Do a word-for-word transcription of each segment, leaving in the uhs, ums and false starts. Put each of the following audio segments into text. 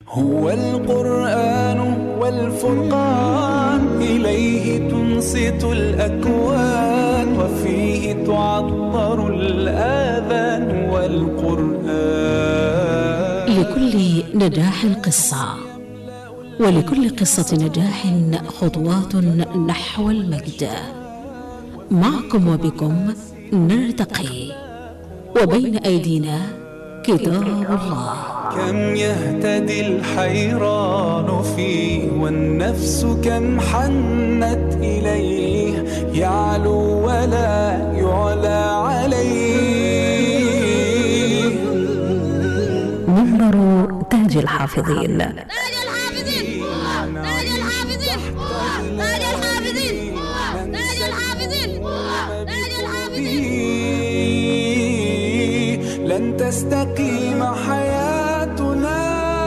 هو القرآن والفرقان، إليه تنصت الأكوان، وفيه تعطر الآذان والقرآن. لكل نجاح قصة، ولكل قصة نجاح خطوات نحو المجد. معكم وبكم نرتقي، وبين أيدينا كتاب الله. كم يهتدي الحيران فيه، والنفس كم حنت إليه، يعلو ولا يعلى عليه. منبر تاج الحافظين. تاج الحافظين، تاج الحافظين، تاج الحافظين، تاج الحافظين، تاج الحافظين. لن تستقيم حياتنا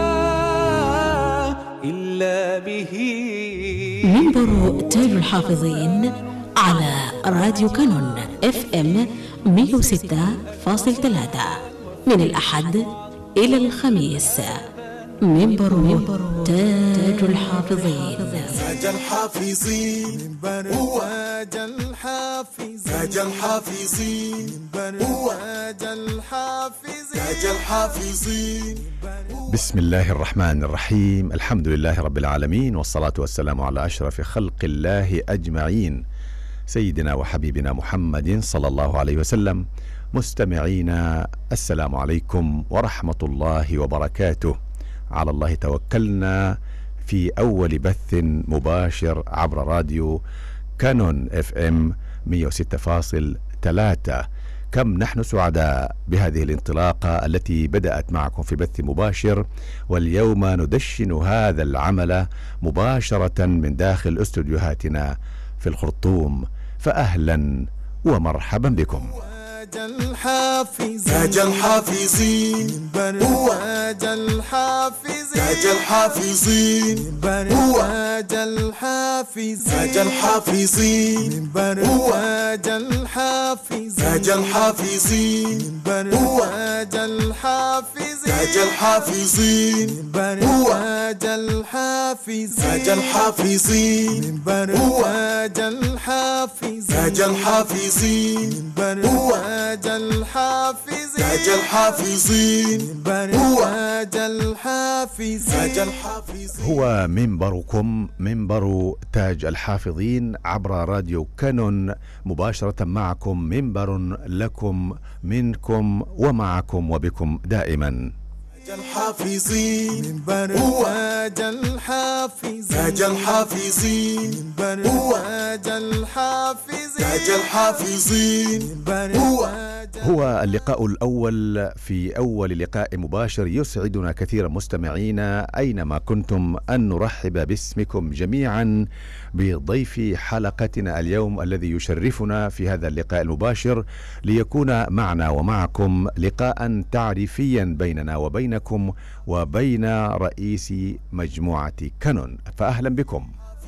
إلا به. منبر تاج الحافظين على راديو كانون اف ام مئة وستة فاصلة ثلاثة من الأحد إلى الخميس. منبر تاج الحافظين. تاج الحافظين هو تاج الحافظين، تاج الحافظين هو تاج الحافظين. بسم الله الرحمن الرحيم، الحمد لله رب العالمين، والصلاة والسلام على أشرف خلق الله أجمعين، سيدنا وحبيبنا محمد صلى الله عليه وسلم. مستمعينا السلام عليكم ورحمة الله وبركاته. على الله توكلنا في أول بث مباشر عبر راديو كانون اف ام مئة وستة فاصلة ثلاثة. كم نحن سعداء بهذه الانطلاقة التي بدأت معكم في بث مباشر، واليوم ندشن هذا العمل مباشرة من داخل استوديوهاتنا في الخرطوم. فأهلا ومرحبا بكم. تاج الحافظين، تاج الحافظين هو تاج الحافظين، تاج الحافظين هو تاج الحافظين، تاج الحافظين هو تاج الحافظين، تاج الحافظين هو تاج الحافظين، تاج الحافظين هو تاج الحافظين، تاج الحافظين هو تاج الحافظين، تاج الحافظين هو تاج الحافظين، تاج الحافظين هو تاج الحافظين، تاج الحافظين. هو منبركم منبر تاج الحافظين عبر راديو كانون، مباشرة معكم، منبر لكم منكم ومعكم وبكم دائما. تاج الحافظين هو تاج الحافظين، تاج الحافظين هو تاج الحافظين، تاج الحافظين هو. هو اللقاء الأول في أول لقاء مباشر. يسعدنا كثيرا مستمعينا أينما كنتم أن نرحب باسمكم جميعا بضيف حلقتنا اليوم الذي يشرفنا في هذا اللقاء المباشر، ليكون معنا ومعكم لقاء تعريفيا بيننا وبينكم وبين رئيس مجموعة كانون. فأهلا بكم.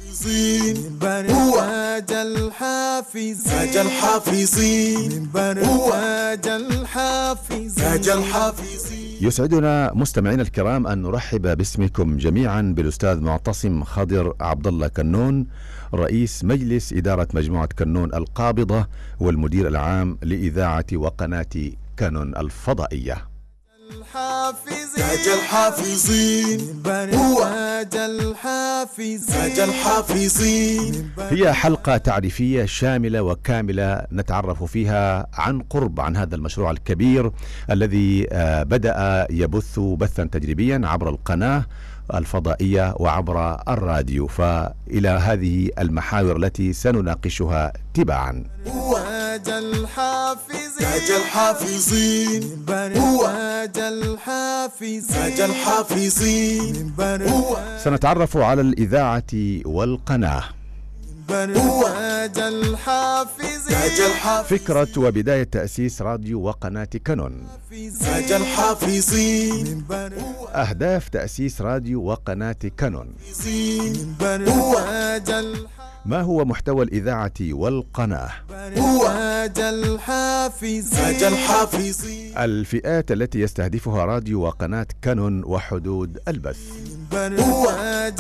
هو تاج الحافظين، تاج الحافظين هو تاج الحافظين، تاج الحافظين. يسعدنا مستمعينا الكرام أن نرحب باسمكم جميعا بالأستاذ معتصم خضر عبد الله كنون، رئيس مجلس إدارة مجموعة كنون القابضة والمدير العام لإذاعة وقناة كانون الفضائية. تاج الحافظين هو تاج الحافظين، تاج الحافظين. هي حلقة تعريفية شاملة وكاملة نتعرف فيها عن قرب عن هذا المشروع الكبير الذي بدأ يبث بثا تجريبيا عبر القناة الفضائية وعبر الراديو، فإلى هذه المحاور التي سنناقشها تباعا. هو تاج الحافظين، تاج الحافظين هو تاج الحافظين، تاج الحافظين هو. سنتعرف على الإذاعة والقناة. تاج الحافظين تاج الحافظين. فكرة وبداية تأسيس راديو وقناة كانون. تاج الحافظين. أهداف تأسيس راديو وقناة كانون. ما هو محتوى الإذاعة والقناة؟ تاج الحافظين. الفئات التي يستهدفها راديو وقناة كانون وحدود البث. تاج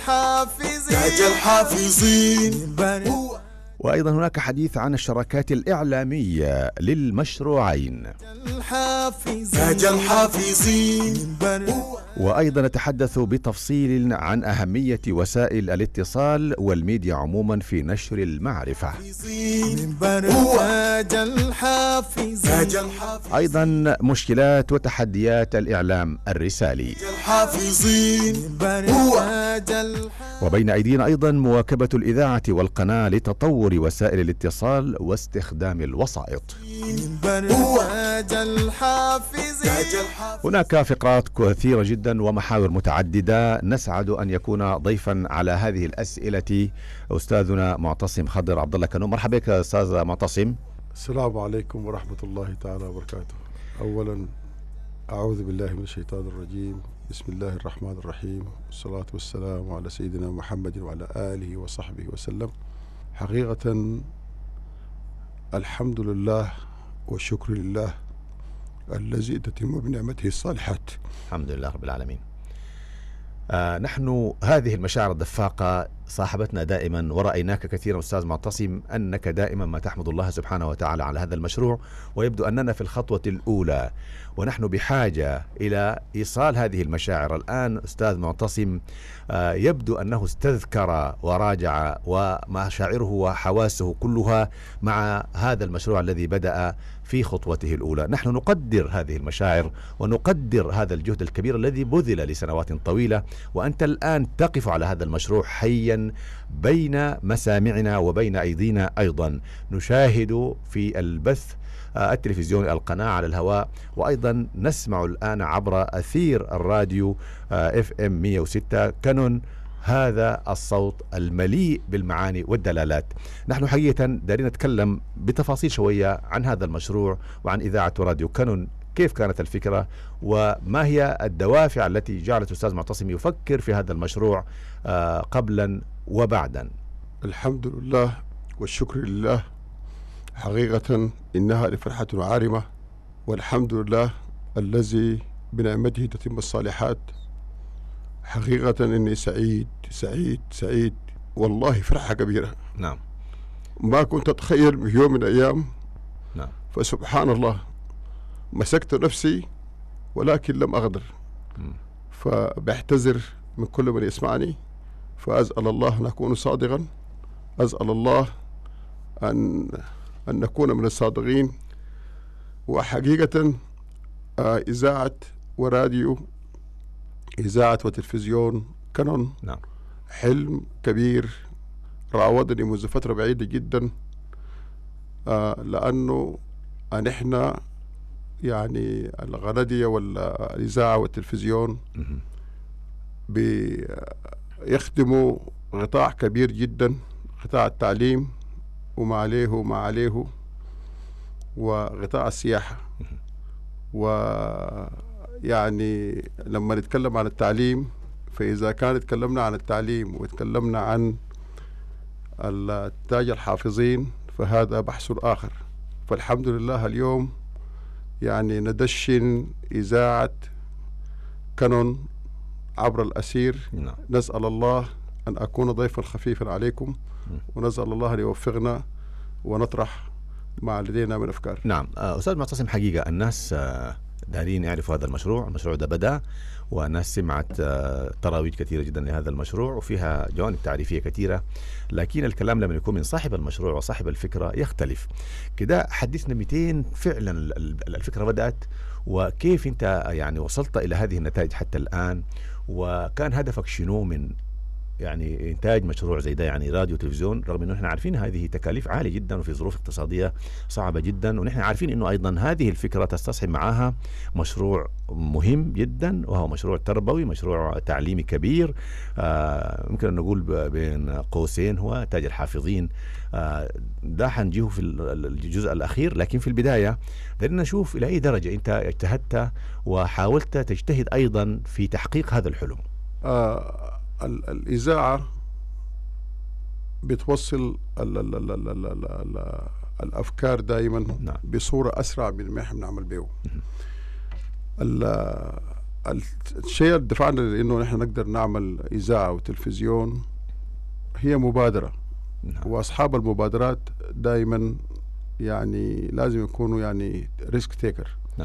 الحافظين. وأيضا هناك حديث عن الشراكات الإعلامية للمشروعين. تاج الحافظين. وأيضا نتحدث بتفصيل عن أهمية وسائل الاتصال والميديا عموما في نشر المعرفة. أيضا مشكلات وتحديات الإعلام الرسالي. وبين أيدينا أيضا مواكبة الإذاعة والقناة لتطور وسائل الاتصال واستخدام الوسائط. هناك فقرات كثيرة جدا ومحاور متعددة. نسعد أن يكون ضيفا على هذه الأسئلة أستاذنا معتصم خضر عبد الله كانون. مرحبا بك أستاذ معتصم. السلام عليكم ورحمة الله تعالى وبركاته. أولا أعوذ بالله من الشيطان الرجيم، بسم الله الرحمن الرحيم، والصلاة والسلام على سيدنا محمد وعلى آله وصحبه وسلم. حقيقة الحمد لله والشكر لله الذي تتم بنعمته الصالحات. الحمد لله رب العالمين. آه نحن هذه المشاعر الدفاقة صاحبتنا دائما، ورأيناك كثيرا أستاذ معتصم أنك دائما ما تحمد الله سبحانه وتعالى على هذا المشروع، ويبدو أننا في الخطوة الأولى ونحن بحاجة إلى إيصال هذه المشاعر. الآن أستاذ معتصم آه يبدو أنه استذكر وراجع ومشاعره وحواسه كلها مع هذا المشروع الذي بدأ في خطوته الأولى. نحن نقدر هذه المشاعر ونقدر هذا الجهد الكبير الذي بذل لسنوات طويلة، وأنت الآن تقف على هذا المشروع حيا بين مسامعنا وبين أيدينا. أيضا نشاهد في البث التلفزيوني القناة على الهواء، وأيضا نسمع الآن عبر أثير الراديو اف ام مئة وستة كانون هذا الصوت المليء بالمعاني والدلالات. نحن حقيقة دارين نتكلم بتفاصيل شوية عن هذا المشروع وعن إذاعة راديو كانون. كيف كانت الفكرة وما هي الدوافع التي جعلت أستاذ معتصم يفكر في هذا المشروع قبلا وبعدا؟ الحمد لله والشكر لله. حقيقة إنها لفرحة عارمة، والحمد لله الذي بنعمته تتم الصالحات. حقيقة إني سعيد سعيد سعيد والله، فرحة كبيرة. نعم. ما كنت أتخيل في يوم من الأيام. نعم. فسبحان الله مسكت نفسي ولكن لم أغدر. م. فبحتذر من كل من يسمعني، فأسأل الله أن أكون صادقا، أسأل الله أن أن نكون من الصادقين. وحقيقة إذاعة وراديو، إذاعة وتلفزيون كانون نعم. حلم كبير راودني منذ فترة بعيدة جدا، آه لأنه نحن يعني الغردية والإذاعة والتلفزيون بيخدموا قطاع كبير جدا، قطاع التعليم وما عليه وما عليه، وقطاع السياحة. ويعني لما نتكلم عن التعليم، فإذا كان تكلمنا عن التعليم وتكلمنا عن التاج الحافظين فهذا بحث آخر. فالحمد لله اليوم يعني ندشن إذاعة كانون عبر الأثير. نعم. نسأل الله أن أكون ضيفا خفيفا عليكم، ونسأل الله أن يوفقنا ونطرح ما لدينا من أفكار. نعم. أستاذ معتصم، حقيقة الناس دارين يعرفوا هذا المشروع. المشروع ده بدأ والناس سمعت تراويج كثيرة جدا لهذا المشروع وفيها جوانب تعريفية كثيرة، لكن الكلام لما يكون من صاحب المشروع وصاحب الفكرة يختلف. كده حدثنا مئتين فعلا الفكرة بدأت، وكيف أنت يعني وصلت إلى هذه النتائج حتى الآن، وكان هدفك شنو من يعني انتاج مشروع زي ده، يعني راديو وتلفزيون، رغم انه احنا عارفين هذه تكاليف عاليه جدا وفي ظروف اقتصاديه صعبه جدا، ونحن عارفين انه ايضا هذه الفكره تستصحب معها مشروع مهم جدا، وهو مشروع تربوي، مشروع تعليمي كبير. آه ممكن أن نقول بين قوسين هو تاج الحافظين. آه ده حنجيه في الجزء الاخير، لكن في البدايه بدنا نشوف الى اي درجه انت اجتهدت وحاولت تجتهد ايضا في تحقيق هذا الحلم. آه الإذاعة بتوصل ال ال ال ال ال ال ال الأفكار دائما نعم. بصورة أسرع من ما احنا بنعمل به. الشيء اللي دفعنا لأنه نحن نقدر نعمل إذاعة وتلفزيون هي مبادرة. نعم. وأصحاب المبادرات دائما يعني لازم يكونوا يعني ريسك تيكر. نعم.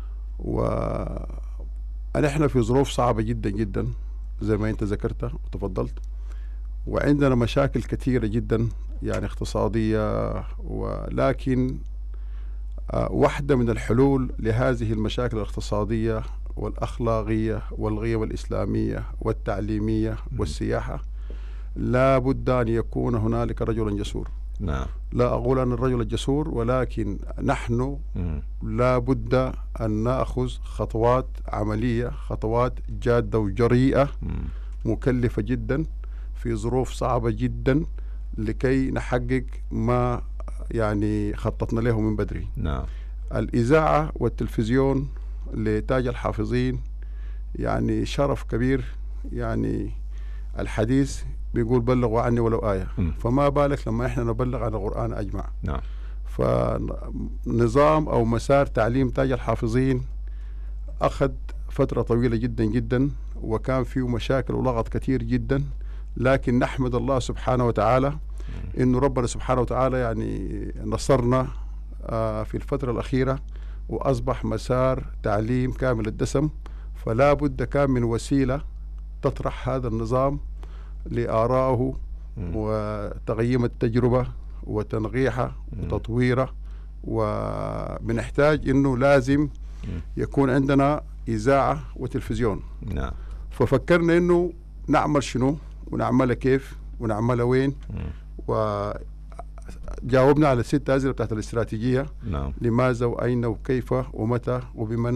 ونحن في ظروف صعبة جدا جدا زي ما انت ذكرت وتفضلت، وعندنا مشاكل كثيرة جدا يعني اقتصادية، ولكن آه واحدة من الحلول لهذه المشاكل الاقتصادية والأخلاقية والقيم الإسلامية والتعليمية والسياحة لا بد أن يكون هنالك رجل جسور. نعم. لا أقول أن الرجل الجسور، ولكن نحن لا بد أن نأخذ خطوات عملية، خطوات جادة وجريئة مكلفة جدا في ظروف صعبة جدا لكي نحقق ما يعني خططنا له من بدري. نعم. الإذاعة والتلفزيون لتاج الحافظين يعني شرف كبير. يعني الحديث بيقول بلغوا عني ولو آية، م. فما بالك لما احنا نبلغ عن القرآن أجمع. نعم. فنظام أو مسار تعليم تاج الحافظين أخذ فترة طويلة جدا جدا، وكان فيه مشاكل ولغط كثير جدا، لكن نحمد الله سبحانه وتعالى إنه ربنا سبحانه وتعالى يعني نصرنا آه في الفترة الأخيرة، وأصبح مسار تعليم كامل الدسم. فلا بد كان من وسيلة تطرح هذا النظام لآرائه وتقييم التجربة وتنقيحها وتطويرها. وبنحتاج إنه لازم يكون عندنا إذاعة وتلفزيون. نعم. ففكرنا إنه نعمل شنو ونعملها كيف ونعملها وين، وجاوبنا على الست أسئلة بتاعت الاستراتيجية. نعم. لماذا وأين وكيف ومتى وبمن.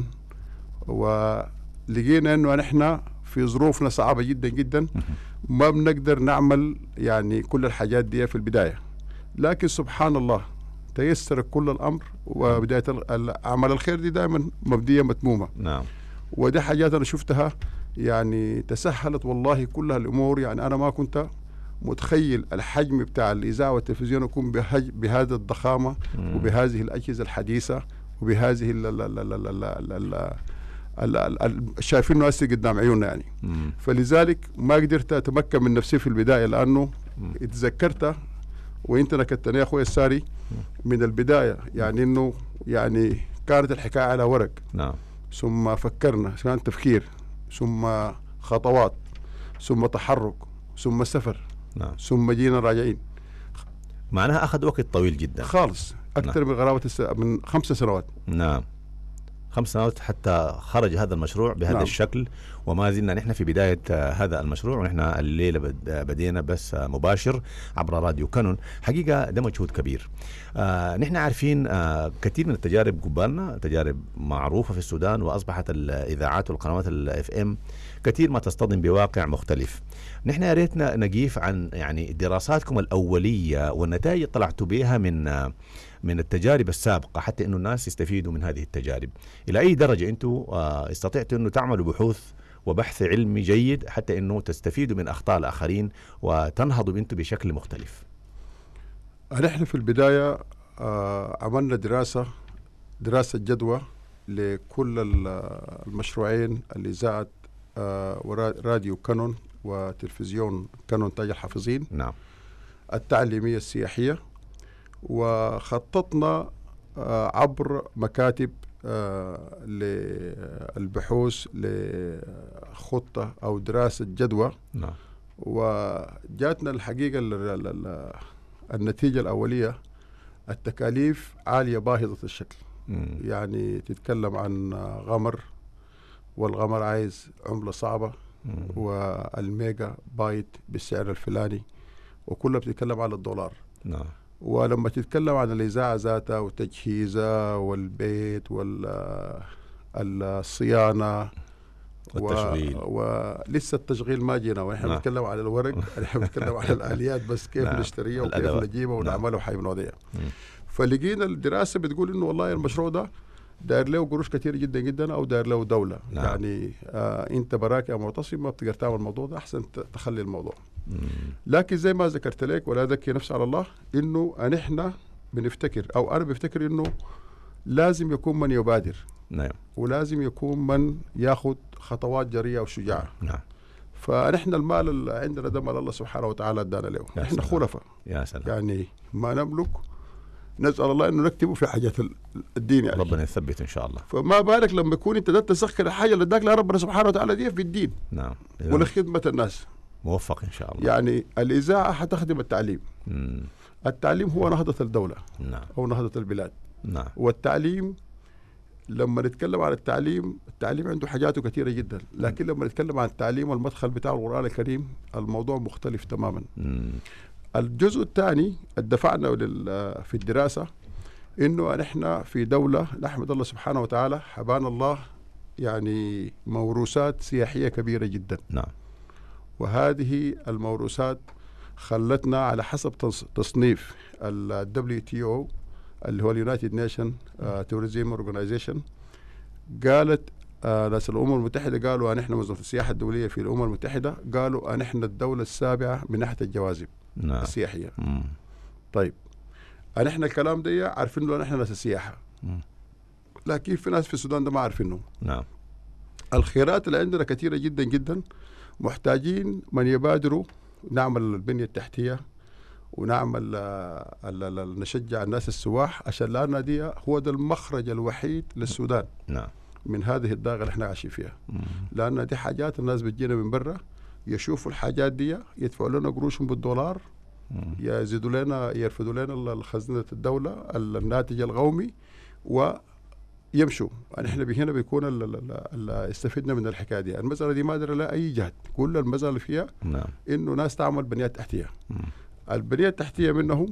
ولقينا إنه نحن في ظروفنا صعبة جدا جدا، ما بنقدر نعمل يعني كل الحاجات دي في البداية، لكن سبحان الله تيسر كل الأمر. وبداية عمل الخير دي دائما مبدية متمومة. نعم. ودي حاجات أنا شفتها يعني تسهلت والله كلها الأمور. يعني أنا ما كنت متخيل الحجم بتاع الإذاعة والتلفزيون يكون بهذا الضخامة وبهذه الأجهزة الحديثة وبهذه ال ال ال ال ال ال شايفينه هسه قدام عيوننا يعني. مم. فلذلك ما قدرت اتمكن من نفسي في البدايه، لانه اتذكرت وانت نكتني يا اخوي الساري من البدايه، يعني انه يعني كانت الحكايه على ورق. نعم. ثم فكرنا، كان تفكير، ثم خطوات، ثم تحرك، ثم سفر. نعم. ثم جينا راجعين. معناها اخذ وقت طويل جدا خالص، اكثر نعم. من قرابه الس... من خمس سنوات. نعم. خمس سنوات حتى خرج هذا المشروع بهذا نعم. الشكل، وما زلنا نحن في بداية هذا المشروع، ونحن الليلة بدينا بس مباشر عبر راديو كانون. حقيقة ده مجهود كبير. آه نحن عارفين آه كثير من التجارب قبالنا، تجارب معروفة في السودان، وأصبحت الإذاعات والقنوات الاف ام كثير ما تصطدم بواقع مختلف. نحن يا ريتنا نقيف عن يعني دراساتكم الأولية والنتائج اللي طلعتوا بها من آه من التجارب السابقة، حتى إنه الناس يستفيدوا من هذه التجارب. إلى أي درجة أنتم آه استطعتوا إنه تعملوا بحوث وبحث علمي جيد حتى إنه تستفيدوا من أخطاء الآخرين وتنهضوا أنتم بشكل مختلف؟ نحن في البداية آه عملنا دراسة دراسة جدوى لكل المشروعين، الإذاعة آه وراديو كانون وتلفزيون كانون تاج الحافظين. نعم. التعليمية السياحية. وخططنا آه عبر مكاتب آه للبحوث لخطة أو دراسة جدوى. نعم. وجاتنا الحقيقة النتيجة الأولية التكاليف عالية باهظة الشكل. مم. يعني تتكلم عن غمر، والغمر عايز عملة صعبة والميجا بايت بالسعر الفلاني، وكلها بتتكلم على الدولار. نعم. ولما تتكلم عن الإذاعة ذاتها وتجهيزها والبيت والصيانة والتشغيل، و... ولسه التشغيل ما جينا، ونحن نعم. بنتكلم على الورق، نحن بنتكلم على الآليات بس كيف نعم. نشتريها وكيف الأدوات. نجيبها نعم. ونعملها وحي مواضيع. فلقينا الدراسة بتقول إنه والله المشروع ده داير له قروش كثير جدا جدا، او داير له دوله. نعم. يعني آه انت براك يا معتصم ما بتقدر تعمل الموضوع ده، احسن تخلي الموضوع. مم. لكن زي ما ذكرت لك، ولا ذكي نفسي على الله، انه نحن بنفتكر او انا بفتكر انه لازم يكون من يبادر، نعم، ولازم يكون من ياخذ خطوات جريئه وشجاعه. نعم. فنحن المال اللي عندنا ده مال الله سبحانه وتعالى ادانا له، نحن خلفاء، يا سلام، يعني ما نملك، نسال الله انه نكتبه في حاجات الدين يعني. ربنا يثبت ان شاء الله. فما بالك لما يكون انت ده تسخر الحاجه اللي اداك لها ربنا سبحانه وتعالى دي في الدين، نعم، ولخدمه الناس. موفق ان شاء الله. يعني الاذاعه حتخدم التعليم. مم. التعليم هو نهضه الدوله، نعم، او نهضه البلاد. نعم. والتعليم لما نتكلم عن التعليم، التعليم عنده حاجاته كثيره جدا، لكن لما نتكلم عن التعليم والمدخل بتاع القرآن الكريم الموضوع مختلف تماما. مم. الجزء الثاني الدفعنا في الدراسه انه نحن في دوله نحمد الله سبحانه وتعالى، حبانا الله يعني موروثات سياحيه كبيره جدا. نعم. وهذه الموروثات خلتنا على حسب تصنيف ال دبليو تي او اللي هو اليونايتد نيشن توريزم اورجانيزيشن، قالت آه ناس الامم المتحده، قالوا ان احنا منظمه السياحه الدوليه في الامم المتحده، قالوا ان احنا الدوله السابعه من ناحيه الجواذب. نعم. السياحيه. مم. طيب ان احنا الكلام ده عارفين له، نحن ناس السياحه، مم. لكن في ناس في السودان ده ما عارفينه. نعم. الخيرات اللي عندنا كثيره جدا جدا، محتاجين من يبادروا، نعمل البنيه التحتيه ونعمل نشجع الناس السواح، عشان لأن دي هو ده المخرج الوحيد للسودان. نعم. من هذه الضاغة اللي احنا عايشين فيها. مم. لأن دي حاجات الناس بتجينا من برا، يشوفوا الحاجات دي، يدفعوا لنا قروشهم بالدولار، مم. يزيدوا لنا، يرفدوا لنا الخزنة الدولة الناتج القومي ويمشوا. يعني احنا هنا بيكون اللي استفدنا من الحكاية دي. المسألة دي ما دار لها أي جهد، كل المسألة اللي فيها نعم. إنه ناس تعمل بنية تحتية. مم. البنية التحتية منهم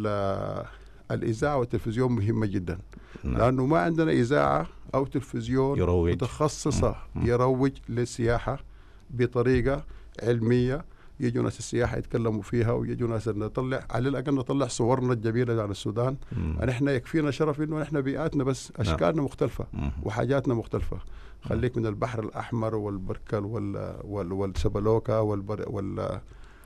الإذاعة والتلفزيون مهمة جدا. نعم. لأنه ما عندنا إذاعة أو تلفزيون يروج. متخصصة مم. يروج للسياحة بطريقة علمية، يجوا ناس السياحة يتكلموا فيها، ويجوا ناس نطلع على الأقل نطلع صورنا الجميلة عن السودان. نحن يكفينا شرف إنه نحن بيئاتنا بس أشكالنا نعم. مختلفة مم. وحاجاتنا مختلفة. خليك من البحر الأحمر والبركل وال وال والسبلوكة والبر وال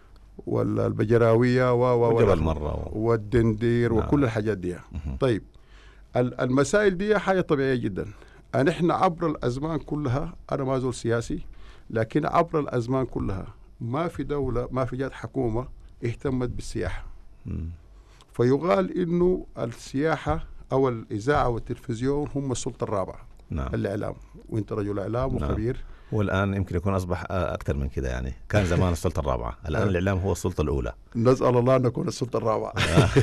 والبجراوية وجبل مرة والدندير نعم. وكل الحاجات دي. مه. طيب المسائل دي حاجة طبيعية جدا. نحن عبر الأزمان كلها، أنا ما زول سياسي، لكن عبر الأزمان كلها ما في دولة، ما في جهة حكومة اهتمت بالسياحة. مم. فيقال إنه السياحة أو الإذاعة والتلفزيون هم السلطة الرابعة. نعم. الإعلام، وأنت رجل إعلام وخبير. نعم. والآن يمكن يكون أصبح أكثر من كده، يعني كان زمان السلطة الرابعة، الآن الإعلام هو السلطة الأولى. نسأل الله أن نكون السلطة الرابعة.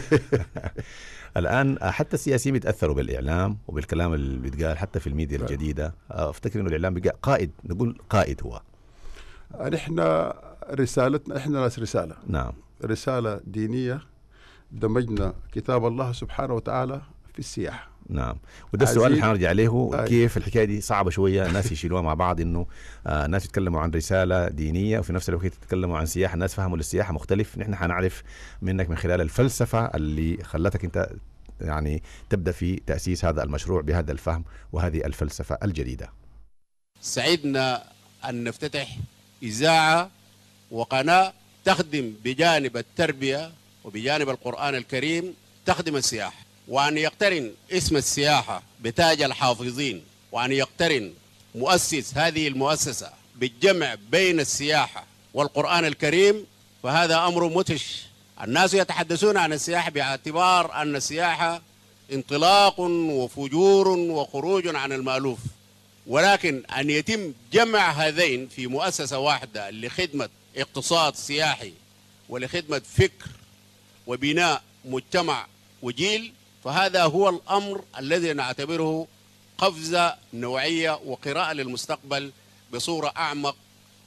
الآن حتى السياسيين بيتأثروا بالإعلام وبالكلام اللي بيتقال حتى في الميديا الجديدة. أفتكر إنه الإعلام بقى قائد، نقول قائد هو. نحن رسالتنا، إحنا ناس رسالة. نعم. رسالة دينية، دمجنا كتاب الله سبحانه وتعالى في السياحة. نعم. وده السؤال اللي حنرجع عليه، كيف الحكايه دي صعبه شويه الناس يشيلوها مع بعض، انه آه الناس يتكلموا عن رساله دينيه وفي نفس الوقت يتكلموا عن سياحه، الناس فهموا للسياحه مختلف. نحن حنعرف منك من خلال الفلسفه اللي خلتك انت يعني تبدا في تاسيس هذا المشروع بهذا الفهم وهذه الفلسفه الجديده. سعدنا ان نفتتح اذاعه وقناه تخدم بجانب التربيه وبجانب القرآن الكريم تخدم السياحه، وأن يقترن اسم السياحة بتاج الحافظين، وأن يقترن مؤسس هذه المؤسسة بالجمع بين السياحة والقرآن الكريم، فهذا أمر مدهش. الناس يتحدثون عن السياحة باعتبار أن السياحة انطلاق وفجور وخروج عن المألوف، ولكن أن يتم جمع هذين في مؤسسة واحدة لخدمة اقتصاد سياحي ولخدمة فكر وبناء مجتمع وجيل، فهذا هو الأمر الذي نعتبره قفزة نوعية وقراءة للمستقبل بصورة أعمق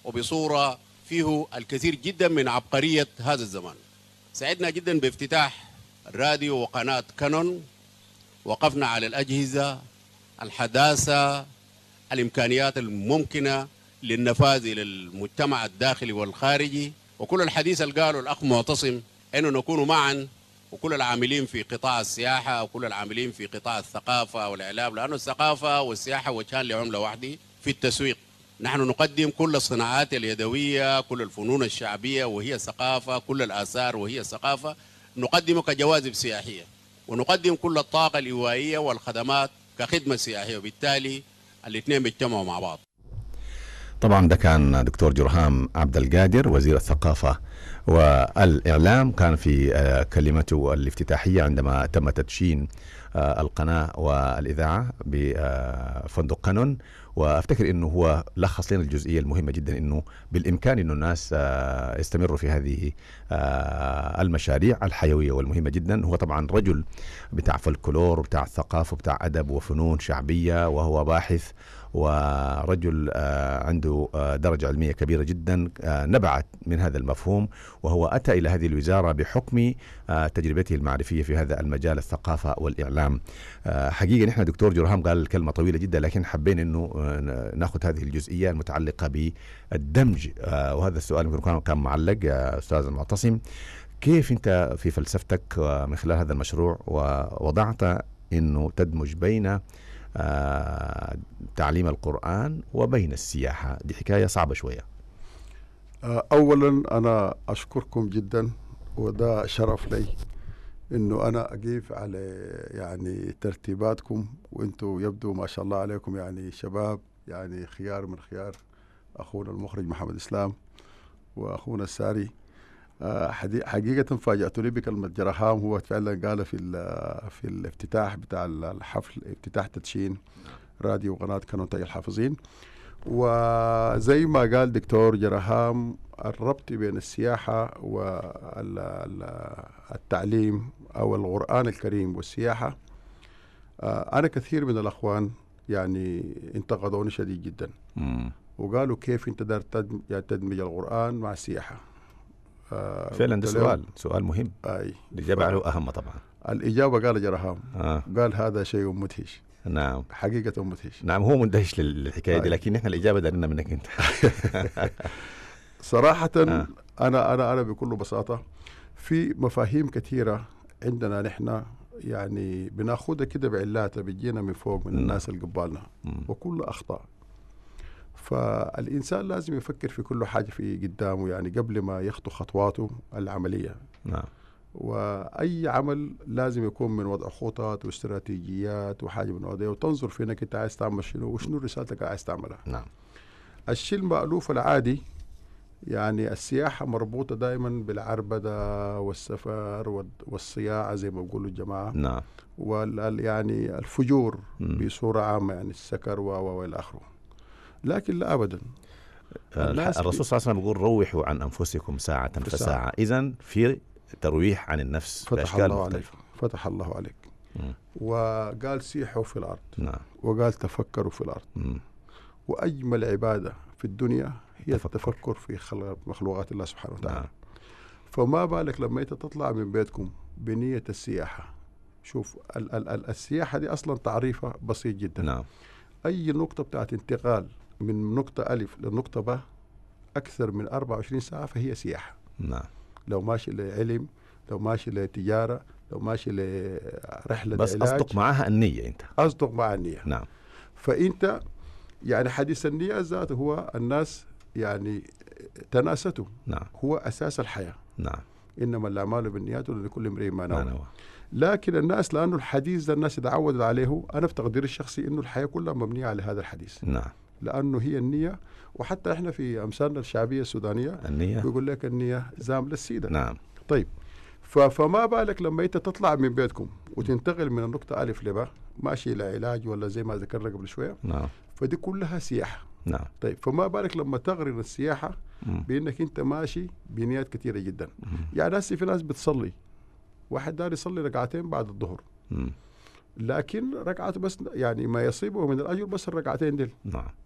وبصورة فيه الكثير جدا من عبقرية هذا الزمان. سعدنا جدا بافتتاح الراديو وقناة كانون. وقفنا على الأجهزة، الحداثة، الإمكانيات الممكنة للنفاذ إلى المجتمع الداخلي والخارجي، وكل الحديث اللي قاله الأخ معتصم أنه نكون معا، وكل العاملين في قطاع السياحة وكل العاملين في قطاع الثقافة والإعلام، لأن الثقافة والسياحة وجهان لعملة واحدة في التسويق. نحن نقدم كل الصناعات اليدوية، كل الفنون الشعبية وهي ثقافة، كل الآثار وهي ثقافة، نقدمه كجواذب سياحية، ونقدم كل الطاقة الإيوائية والخدمات كخدمة سياحية، وبالتالي الاثنين بيجتمعوا مع بعض. طبعا ده كان دكتور جرهام عبد القادر وزير الثقافة والإعلام، كان في كلمته الافتتاحية عندما تم تدشين القناة والإذاعة بفندق كانون. وافتكر انه هو لخص لنا الجزئيه المهمه جدا، انه بالامكان انه الناس يستمروا في هذه المشاريع الحيويه والمهمه جدا. هو طبعا رجل بتاع فلكلور وبتاع ثقافه وبتاع ادب وفنون شعبيه، وهو باحث ورجل عنده درجه علميه كبيره جدا نبعت من هذا المفهوم، وهو اتى الى هذه الوزاره بحكم تجربته المعرفيه في هذا المجال الثقافه والاعلام. حقيقه نحن دكتور جرهام قال كلمه طويله جدا، لكن حبينا انه ناخذ هذه الجزئيه المتعلقه بالدمج، وهذا السؤال كان معلق يا استاذ المعتصم. كيف انت في فلسفتك من خلال هذا المشروع ووضعت انه تدمج بين تعليم القرآن وبين السياحة؟ دي حكاية صعبة شوية. اولا انا اشكركم جدا، وده شرف لي انه انا اقيف على يعني ترتيباتكم، وانتم يبدو ما شاء الله عليكم يعني شباب يعني خيار من خيار، اخونا المخرج محمد اسلام واخونا الساري. حقيقة فاجأتني بكلمة جرهام، هو فعلا قال في في الافتتاح بتاع الحفل، افتتاح تدشين راديو وقناة كانون تاج الحافظين. وزي ما قال دكتور جرهام، الربط بين السياحة والتعليم أو القرآن الكريم والسياحة، أنا كثير من الأخوان يعني انتقدوني شديد جدا مم. وقالوا كيف أنت دار تدمج القرآن مع السياحة؟ فعلا ده سؤال سؤال مهم. أي الإجابة عليه أهم طبعا. الإجابة قال جرهام آه. قال هذا شيء مدهش. نعم حقيقة مدهش. نعم هو مندهش للحكاية دي، لكن نحن الإجابة دارنا منك أنت. صراحة آه. أنا أنا أنا بكل بساطة في مفاهيم كثيرة عندنا نحن يعني بناخدها كده بعلاتها، بتجينا من فوق من الناس اللي قبالنا، وكل أخطاء. فالإنسان لازم يفكر في كل حاجة في قدامه يعني قبل ما يخطو خطواته العملية. نعم. وأي عمل لازم يكون من وضع خطط واستراتيجيات وحاجة من هذه، وتنظر في انك انت عايز تعمل شنو وشنو رسالتك عايز تعملها. نعم. الشيء المألوف العادي يعني السياحة مربوطة دائما بالعربدة والسفر والصياعة زي ما بيقولوا الجماعة. نعم. وال يعني الفجور م. بصورة عامة، يعني السكر و والى آخره. لكن لا أبدا. الرسول صلى الله عليه وسلم يقول روحوا عن أنفسكم ساعة فساعة. إذن في ترويح عن النفس. فتح الله عليك. فتح الله عليك. م. وقال سيحوا في الأرض. نعم. وقال تفكروا في الأرض. م. وأجمل عبادة في الدنيا هي تفكر. التفكر في خلق مخلوقات الله سبحانه وتعالى. نعم. فما بالك لما أنت تطلع من بيتكم بنية السياحة. شوف ال ال ال السياحة دي أصلا تعريفها بسيط جدا. نعم. أي نقطة بتاعت انتقال من نقطة ألف لنقطة ب أكثر من أربعة وعشرين ساعة فهي سياحة. نعم. لو ماشي لعلم، لو ماشي لتجارة، لو ماشي لرحلة بس علاج. أصدق معها النية أنت. أصدق مع النية. نعم. فأنت يعني حديث النية ذات هو الناس يعني تناسته. نعم. هو أساس الحياة. نعم. إنما الأعمال بالنيات ولكل امرئ ما نوى. لكن الناس لأنه الحديث ده الناس تعودوا عليه، أنا في تقديري الشخصي إنه الحياة كلها مبنية على هذا الحديث. نعم. لأنه هي النية، وحتى إحنا في أمثالنا الشعبية السودانية النية بيقول لك النية زام للسيدة. نعم. طيب فما بالك لما أنت تطلع من بيتكم وتنتقل من النقطة ألف لباء ماشي لعلاج ولا زي ما ذكرنا قبل شوية. نعم. فدي كلها سياحة. نعم. طيب فما بالك لما تغرن السياحة م. بأنك أنت ماشي بنيات كثيرة جدا. م. يعني ناس في ناس بتصلي، واحد دار يصلي ركعتين بعد الظهر، لكن ركعته بس يعني ما يصيبه من الأجر بس الركعتين دل. نعم.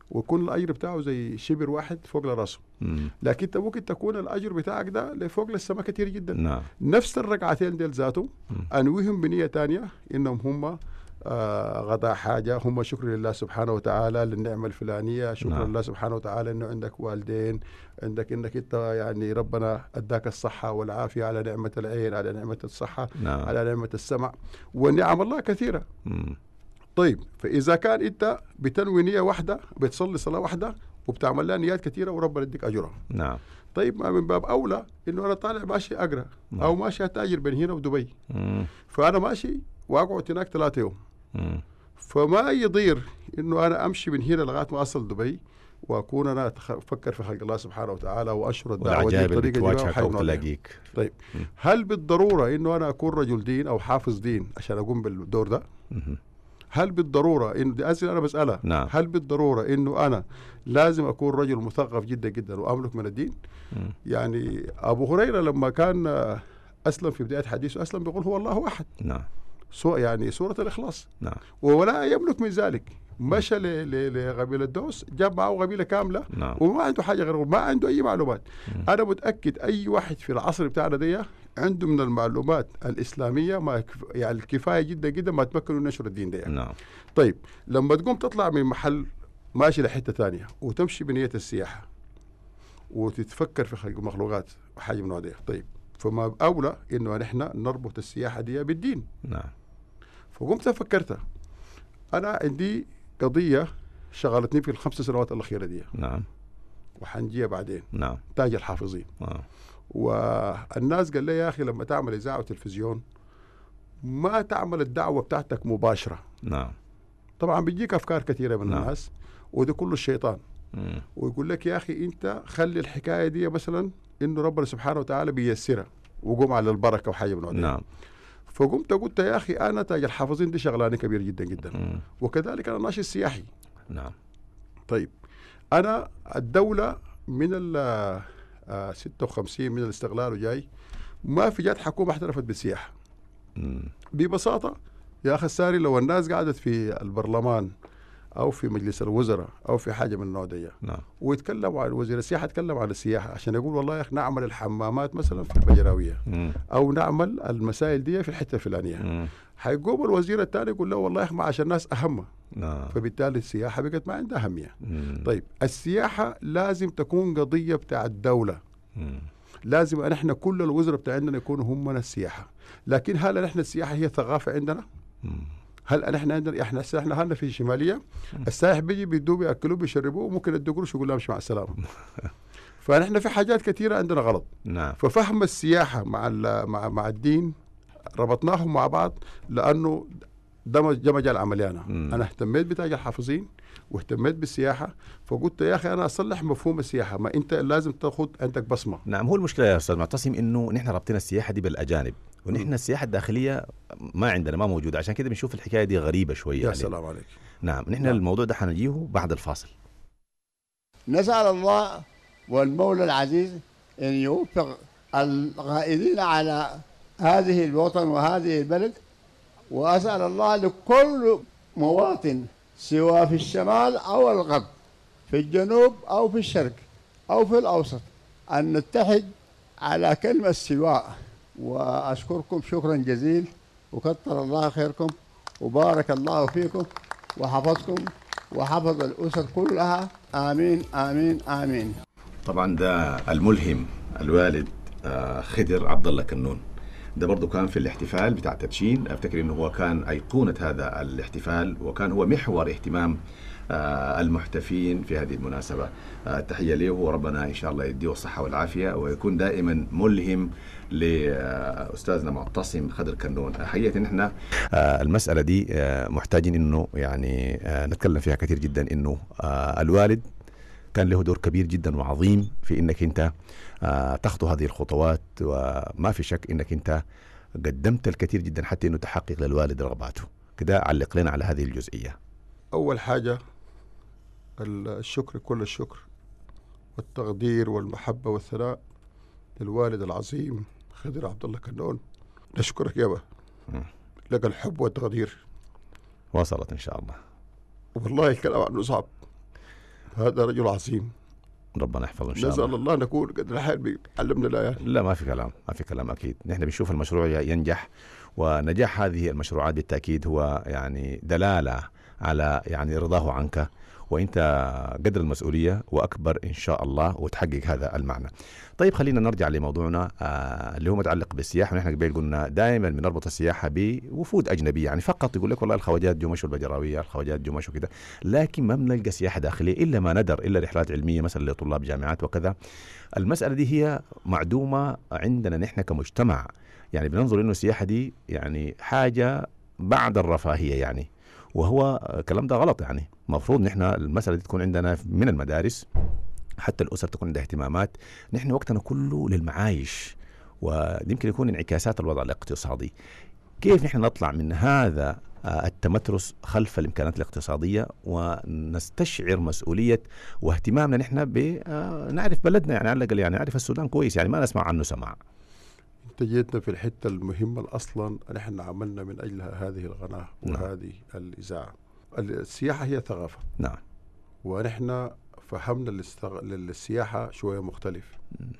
ويكون الاجر بتاعه زي شبر واحد فوق لراسه. مم. لكن انت ممكن تكون الاجر بتاعك ده لفوق للسماء كتير جدا. نعم. نفس الركعتين ديل ذاته انويهم بنيه ثانيه انهم هم آه غضاء حاجه، هم شكر لله سبحانه وتعالى للنعمه الفلانيه، شكر نعم. لله سبحانه وتعالى انه عندك والدين، عندك انك انت يعني ربنا اداك الصحه والعافيه، على نعمه العين، على نعمه الصحه، نعم. على نعمه السمع، ونعم الله كثيره. مم. طيب فاذا كان انت بتنوي نيه واحده، بتصلي صلاه واحده وبتعمل لها نيات كثيره وربنا يديك اجرها. نعم. طيب ما من باب اولى انه انا طالع ماشي اقرا او ماشي اتاجر بين هنا ودبي، مم. فانا ماشي واقعد هناك ثلاثة يوم، مم. فما يضير انه انا امشي من هنا لغايه ما اصل دبي واكون انا افكر في خلق الله سبحانه وتعالى واشر الدعوه دي والعجائب اللي بطريقه بتواجهك او جميله. تلاقيك. طيب هل بالضروره انه انا اكون رجل دين او حافظ دين عشان اقوم بالدور ده؟ مم. هل بالضروره انه دي اسئله انا بسالها، نعم. هل بالضروره انه انا لازم اكون رجل مثقف جدا جدا واملك من الدين؟ مم. يعني ابو هريره لما كان اسلم في بدايه حديثه اسلم بيقول هو الله احد، نعم. سو يعني سوره الاخلاص، نعم. ولا يملك من ذلك، مشى ل- ل- لقبيله دوس، جاب معه قبيله كامله نعم. وما عنده حاجه غير، ما عنده اي معلومات. مم. انا متاكد اي واحد في العصر بتاعنا دي عنده من المعلومات الاسلاميه ما يكف- يعني الكفايه جدا جدا ما تمكنوا نشر الدين ده. نعم. طيب لما تقوم تطلع من محل ماشي لحته ثانيه وتمشي بنيه السياحه وتتفكر في خلق مخلوقات وحاجه من هذه، طيب فما اولى انه نحن نربط السياحه دي بالدين. نعم. فقمت فكرت انا عندي قضيه شغلتني في الخمس سنوات الاخيره دي نعم. وحنجيها بعدين، نعم. تاج الحافظين. آه. والناس قال لي يا اخي لما تعمل اذاعه وتلفزيون ما تعمل الدعوه بتاعتك مباشره. نعم. طبعا بيجيك افكار كثيره من نعم. الناس وده كله الشيطان، مم. ويقول لك يا اخي انت خلي الحكايه دي مثلا انه ربنا سبحانه وتعالى بيسرها وقوم على البركه وحاجه من هذه. نعم. فقمت قلت يا اخي انا تاج الحافظين دي شغلانه كبير جدا جدا، مم. وكذلك انا ناشط سياحي. نعم. طيب انا الدوله من ال آه، ستة وخمسين من الاستقلال وجاي ما في جات حكومه احترفت بالسياحه. مم. ببساطه يا اخي الساري لو الناس قعدت في البرلمان او في مجلس الوزراء او في حاجه من النوع ده نعم. ويتكلموا عن وزير السياحه، يتكلم عن السياحه عشان يقول والله يا اخي نعمل الحمامات مثلا في البجراويه مم. او نعمل المسائل دي في الحته الفلانيه، مم. حيقوم الوزير الثاني يقول له والله يا اخي معاش الناس اهم، نعم. فبالتالي السياحه بقت ما عندها اهميه. مم. طيب السياحه لازم تكون قضيه بتاع الدوله، مم. لازم نحن كل الوزراء بتاعنا يكونوا هم من السياحه، لكن هل نحن السياحه هي ثقافه عندنا؟ مم. هل نحن عندنا احنا احنا هلنا في الشماليه السائح بيجي بيدوه بياكلوه بيشربوه وممكن يدوا قروش يقول له امشي مع السلامه. فنحن في حاجات كثيره عندنا غلط. نعم. ففهم السياحه مع مع مع الدين ربطناهم مع بعض لانه ده ده مجال عملي انا. مم. انا اهتميت بتاج الحافظين واهتميت بالسياحه، فقلت يا اخي انا اصلح مفهوم السياحه، ما انت لازم تاخذ عندك بصمه. نعم. هو المشكله يا استاذ معتصم انه نحن ربطنا السياحه دي بالاجانب، ونحن السياحه الداخليه ما عندنا، ما موجوده، عشان كده بنشوف الحكايه دي غريبه شويه يا علينا. سلام عليك. نعم. نحن نعم. الموضوع ده حنجيه بعد الفاصل. نسأل الله والمولى العزيز أن يوفق القائدين على هذه الوطن وهذه البلد، وأسأل الله لكل مواطن سواء في الشمال أو الغرب، في الجنوب أو في الشرق أو في الأوسط، أن نتحد على كلمة سواء. وأشكركم شكرا جزيلا وكثر الله خيركم وبارك الله فيكم وحفظكم وحفظ الأسر كلها، آمين آمين آمين. طبعا ده الملهم الوالد آه، خضر عبد الله كنون، ده برضه كان في الاحتفال بتاع تدشين. افتكر انه هو كان ايقونه هذا الاحتفال وكان هو محور اهتمام آه، المحتفين في هذه المناسبه. آه، تحيه له وربنا ان شاء الله يديه الصحه والعافيه ويكون دائما ملهم لاستاذنا معتصم خضر كنون. حقيقه نحن آه، المساله دي آه، محتاجين انه يعني آه، نتكلم فيها كثير جدا، انه آه، الوالد كان له دور كبير جدا وعظيم في انك انت آه تخطو هذه الخطوات، وما في شك انك انت قدمت الكثير جدا حتى انه تحقق للوالد رغباته. كده علق لنا على هذه الجزئيه. اول حاجه الشكر، كل الشكر والتقدير والمحبه والثناء للوالد العظيم خضر عبد الله كنون. نشكرك يابا، لك الحب والتقدير. وصلت ان شاء الله. والله الكلام عنه صعب، هذا رجل عظيم، ربنا يحفظه ان شاء نسأل الله. الله نكون قد الحال بيعلمنا الآيات. لا ما في كلام، ما في كلام اكيد. نحن بنشوف المشروع ينجح، ونجاح هذه المشروعات بالتاكيد هو يعني دلاله على يعني رضاه عنك، وانت قدر المسؤوليه واكبر ان شاء الله وتحقق هذا المعنى. طيب خلينا نرجع لموضوعنا آه اللي هو متعلق بالسياحه. ونحن قبل قلنا دائما بنربط السياحه بوفود اجنبيه، يعني فقط يقول لك والله الخواجات جو مشوا البجراويه، الخواجات جو مشوا كده، لكن ما بنلقى سياحه داخليه الا ما ندر، الا رحلات علميه مثلا لطلاب جامعات وكذا. المساله دي هي معدومه عندنا نحن كمجتمع، يعني بننظر انه السياحه دي يعني حاجه بعد الرفاهيه يعني، وهو الكلام ده غلط. يعني المفروض نحن المسألة دي تكون عندنا من المدارس، حتى الأسر تكون عندها اهتمامات. نحن وقتنا كله للمعايش، ويمكن يكون انعكاسات الوضع الاقتصادي. كيف نحن نطلع من هذا التمترس خلف الإمكانات الاقتصادية ونستشعر مسؤولية واهتمامنا نحن بنعرف بلدنا، يعني على الأقل يعني نعرف السودان كويس، يعني ما نسمع عنه سماع. انت جيتنا في الحته المهمه اصلا نحن عملنا من اجلها هذه القناه وهذه الاذاعه. السياحه هي ثقافه. نعم. ونحن فهمنا للستغ... للسياحه شويه مختلف،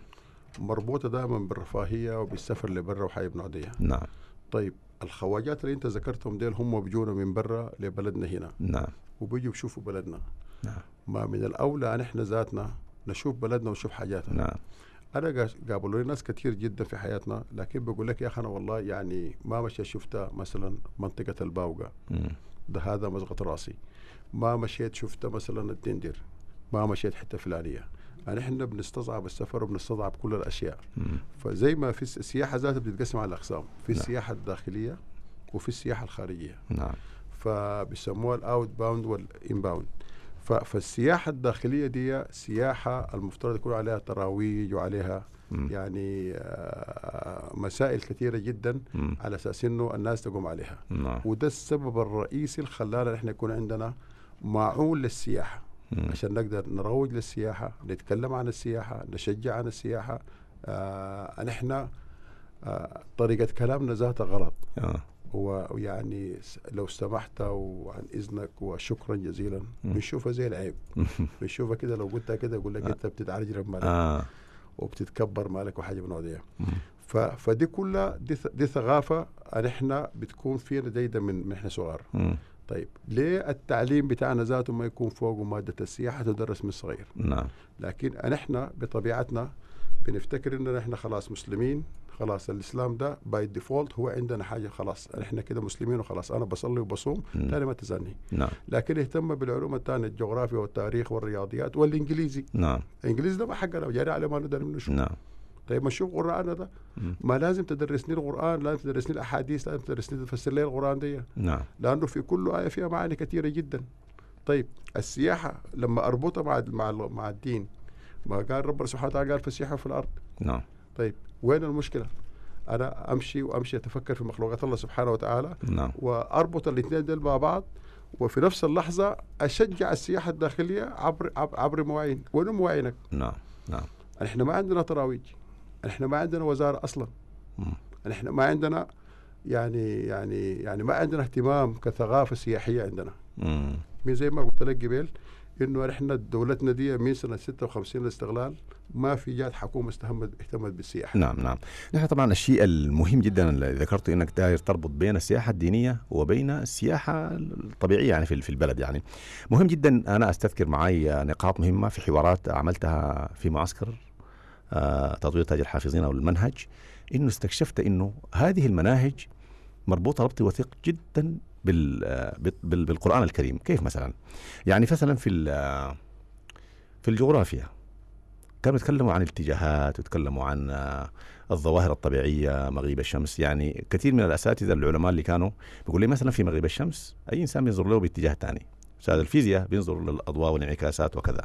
مربوطه دائما بالرفاهيه وبالسفر لبرا وحي ابن عديه. نعم. طيب الخواجات اللي انت ذكرتهم ديل هم بيجونا من برا لبلدنا هنا. نعم. وبيجوا بيشوفوا بلدنا. نعم. ما من الاولى نحن ذاتنا نشوف بلدنا ونشوف حاجاتنا. نعم. أنا قابلوا لي ناس كتير جدا في حياتنا، لكن بقول لك يا أخي أنا والله يعني ما مشيت شفتها مثلا منطقة الباوقة، ده هذا مزغة راسي. ما مشيت شفتها مثلا الدندر، ما مشيت حتة فلانية. يعني إحنا بنستصعب السفر وبنستصعب كل الأشياء. مم. فزي ما في السياحة ذاتها بتتقسم على أقسام، في السياحة الداخلية وفي السياحة الخارجية. نعم. فبيسموها الأوت باوند والإنباوند. فالسياحة الداخلية دي سياحة المفترض يكون عليها تراويج وعليها م. يعني مسائل كثيرة جدا م. على أساس أنه الناس تقوم عليها. م. وده السبب الرئيسي اللي خلانا نحن يكون عندنا معون للسياحة، م. عشان نقدر نروج للسياحة، نتكلم عن السياحة، نشجع عن السياحة. آه نحن آه طريقة كلامنا ذاتها غلط. آه. ويعني لو سمحت وعن إذنك وشكرا جزيلا بنشوفها زي العيب. بنشوفها كده لو قلتها كده يقول لك أنت بتتعرجل مالك آه. وبتتكبر مالك وحاجة من هذه. فدي كلها دي, دي ثقافة نحن بتكون فينا دايدا من نحن صغار. طيب ليه التعليم بتاعنا ذاته ما يكون فوق مادة السياحة تدرس من صغير؟ نعم. لكن نحن بطبيعتنا بنفتكر إننا نحن خلاص مسلمين، خلاص الإسلام ده باي ديفولت هو عندنا حاجة خلاص احنا كده مسلمين وخلاص أنا بصلي وبصوم تاني ما تزني. نعم. لكن اهتم بالعلوم الثانية، الجغرافيا والتاريخ والرياضيات والإنجليزي. نعم. الإنجليزي ده ما حقنا جاري على ما ندر منه شو. نعم. طيب ما نشوف قرآن ده مم. ما لازم تدرسني القرآن، لازم تدرسني الأحاديث، لازم تدرسني تفسر لي القرآن دي. نعم. لأنه في كل آية فيها معاني كثيرة جدا. طيب السياحة لما أربطها مع مع مع الدين، ما قال ربنا سبحانه وتعالى قال فسيحوا في الأرض. نعم. طيب وين المشكلة؟ أنا أمشي وأمشي أتفكر في مخلوقات الله سبحانه وتعالى. نعم. وأربط الاثنين دول مع بعض، وفي نفس اللحظة أشجع السياحة الداخلية عبر عبر مواعين. وين مواعينك؟ نعم. نعم. إحنا ما عندنا تراويج، إحنا ما عندنا وزارة أصلا. مم. إحنا ما عندنا يعني يعني يعني ما عندنا اهتمام كثقافة سياحية عندنا. مم. من زي ما قلت لك قبل إنه إحنا دولتنا دي من سنة ستة وخمسين الاستقلال ما في جات حكومة استهمت اهتمت بالسياحة. نعم نعم. نحن طبعا الشيء المهم جدا اللي ذكرته إنك داير تربط بين السياحة الدينية وبين السياحة الطبيعية يعني في في البلد. يعني مهم جدا. أنا أستذكر معي نقاط مهمة في حوارات عملتها في معسكر آه تطوير تاج الحافظين أو المنهج، إنه استكشفت إنه هذه المناهج مربوطة ربط وثيق جدا بال بالقرآن الكريم. كيف مثلا؟ يعني مثلا في في الجغرافيا كانوا يتكلموا عن الاتجاهات ويتكلموا عن الظواهر الطبيعية، مغيب الشمس. يعني كثير من الأساتذة العلماء اللي كانوا بيقول لي مثلا في مغيب الشمس أي إنسان بينظر له باتجاه ثاني. أستاذ الفيزياء بينظر للأضواء والانعكاسات وكذا.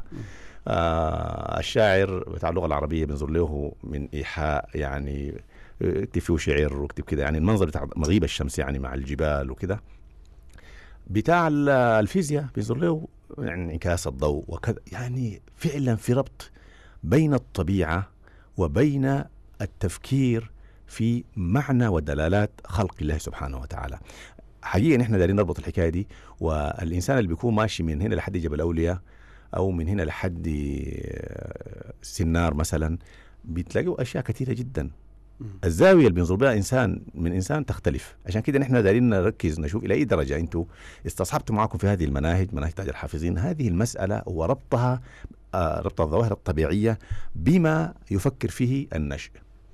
آه الشاعر بتاع اللغة العربية بينظر له من إيحاء، يعني اكتب فيه شعر واكتب كده، يعني المنظر بتاع مغيب الشمس يعني مع الجبال وكده. بتاع الفيزياء بينظر له يعني انعكاس الضوء وكذا. يعني فعلا في ربط بين الطبيعة وبين التفكير في معنى ودلالات خلق الله سبحانه وتعالى. حقيقة نحن دارين نربط الحكاية دي، والإنسان اللي بيكون ماشي من هنا لحد جبل أولياء أو من هنا لحد سنار مثلا، بتلاقوا أشياء كثيرة جدا. الزاوية اللي بينظر بها إنسان من إنسان تختلف. عشان كده نحن دايرين نركز نشوف إلى أي درجة أنتوا استصحبتوا معكم في هذه المناهج، مناهج تاج الحافظين، هذه المسألة وربطها آه ربط الظواهر الطبيعية بما يفكر فيه النشء.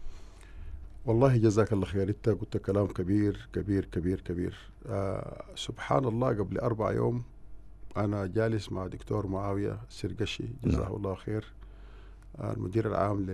والله جزاك الله خير، انت قلت كلام كبير كبير كبير كبير. آه سبحان الله، قبل أربع يوم أنا جالس مع دكتور معاوية السرقشي جزاه نعم. الله خير، آه المدير العام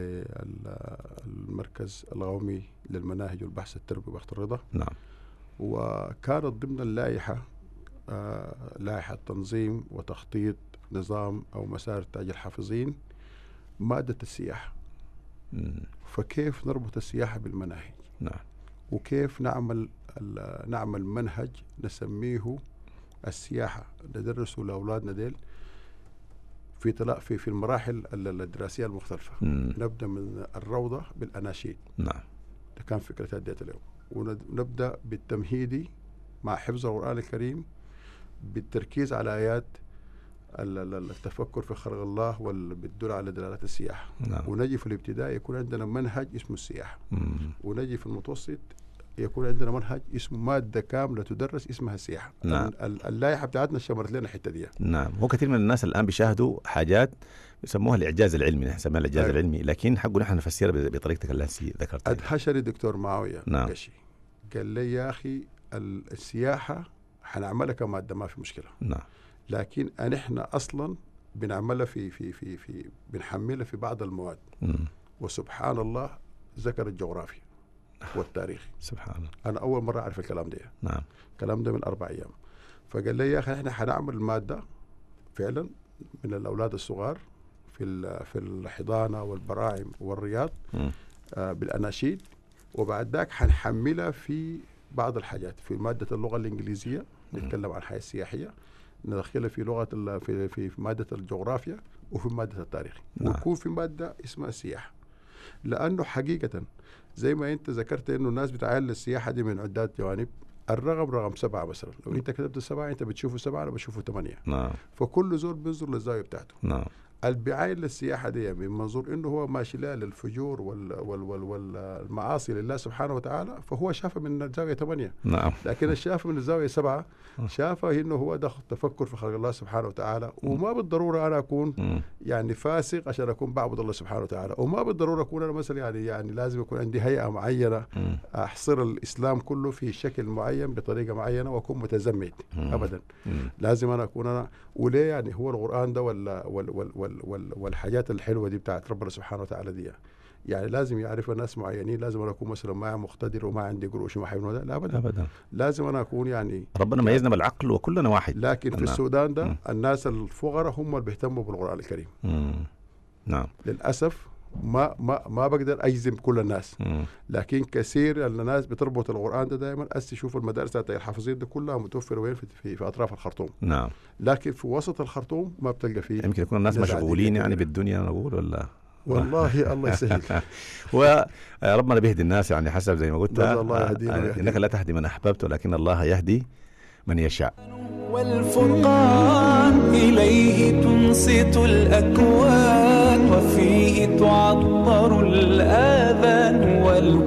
للمركز القومي للمناهج والبحث التربوي بأخت الرضا. نعم. وكانت ضمن اللائحة آه لائحة تنظيم وتخطيط نظام أو مسار تاج الحافظين مادة السياحة. مم. فكيف نربط السياحة بالمناهج؟ نعم. وكيف نعمل نعمل منهج نسميه السياحة ندرسه لأولادنا ديل في تلا في في المراحل الدراسية المختلفة. مم. نبدأ من الروضة بالأناشيد. نعم. ده كان فكرة هديت اليوم. ونبدأ بالتمهيدي مع حفظ القرآن الكريم بالتركيز على آيات التفكر في خلق الله واللي بتدل على دلالات السياحة. نعم. ونجي في الابتدائي يكون عندنا منهج اسمه السياحة. مم. ونجي في المتوسط يكون عندنا منهج اسمه مادة كاملة تدرس اسمها السياحة. نعم. اللائحة بتاعتنا شمرت لنا الحتة دي. نعم. هو كثير من الناس الآن بيشاهدوا حاجات يسموها الإعجاز العلمي، نسميها الإعجاز أيوة. العلمي، لكن حقه نحن نفسرها بطريقتك اللي ذكرتها. أدهشني الدكتور معاوية نعم. قشي قال لي يا أخي السياحة حنعملها كمادة ما في مشكلة. نعم. لكن نحن أصلا بنعملها في في في في بنحملها في بعض المواد. مم. وسبحان الله ذكر الجغرافيا والتاريخ. سبحان الله. أنا أول مرة أعرف الكلام ده. نعم. الكلام ده من أربع أيام. فقال لي يا أخي إحنا حنعمل المادة فعلا من الأولاد الصغار في في الحضانة والبراعم والرياض آه بالأناشيد، وبعد ذاك حنحملها في بعض الحاجات في مادة اللغة الإنجليزية نتكلم عن الحياة السياحية، ندخلها في لغة في في مادة الجغرافيا وفي مادة التاريخ. نعم. ويكون في مادة اسمها السياحة، لأنه حقيقة زي ما أنت ذكرت إنه الناس بتعامل السياحة دي من عدة جوانب. الرقم رقم سبعة مثلا، لو أنت كتبت سبعة أنت بتشوفه سبعة أنا بشوفه ثمانية. نعم. فكل زول بينظر للزاوية بتاعته. نعم. البعاية للسياحة دي من منظور إنه هو ماشي لها للفجور وال وال وال والمعاصي لله سبحانه وتعالى، فهو شافه من الزاوية ثمانية. نعم. لكن الشافه من الزاوية سبعة شافه إنه هو ده تفكر في خلق الله سبحانه وتعالى. وما بالضرورة أنا أكون يعني فاسق عشان أكون بعبد الله سبحانه وتعالى، وما بالضرورة أكون أنا مثلا يعني يعني لازم يكون عندي هيئة معينة أحصر الإسلام كله في شكل معين بطريقة معينة وأكون متزمت. أبدا. لازم أنا أكون أنا وليه يعني هو القرآن ده ولا وال وال وال وال والحاجات الحلوة دي بتاعت ربنا سبحانه وتعالى دي يعني لازم يعرف الناس معينين. لازم أنا أكون مثلا ما مقتدر وما عندي قروش وما حيوان ده، لا أبدا. أبدا. لازم أنا أكون يعني ربنا ميزنا بالعقل وكلنا واحد. لكن في نعم. السودان ده مم. الناس الفقراء هم اللي بيهتموا بالقرآن الكريم. مم. نعم. للأسف ما ما ما بقدر أجزم كل الناس. مم. لكن كثير الناس بتربط القرآن ده دائما أسي شوف المدارس بتاعت الحافظين دي كلها متوفرة وين في, في, في أطراف الخرطوم. نعم. لكن في وسط الخرطوم ما بتلقى فيه. يمكن يكون الناس مشغولين يعني بالدنيا نقول ولا والله الله يسهل. وربنا بيهدي الناس يعني حسب زي ما قلت الله يهدينا إنك لا تهدي من أحببت ولكن الله يهدي من يشاء. والفرقان إليه تنصت الأكوان وفيه تعطر الآذان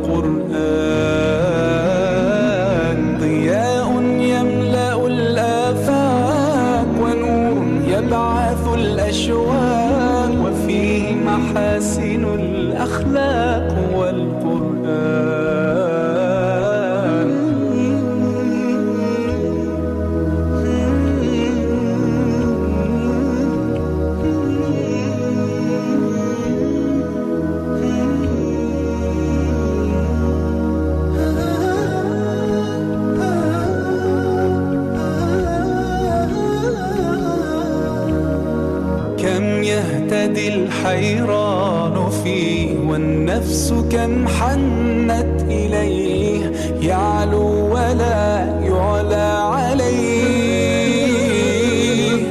والقرآن ضياء يملأ الآفاق ونور يبعث الأشواق وفيه محاسن الأخلاق والقرآن. يهتدي الحيران فيه والنفس كم حنت إليه يعلو ولا يعلى عليه.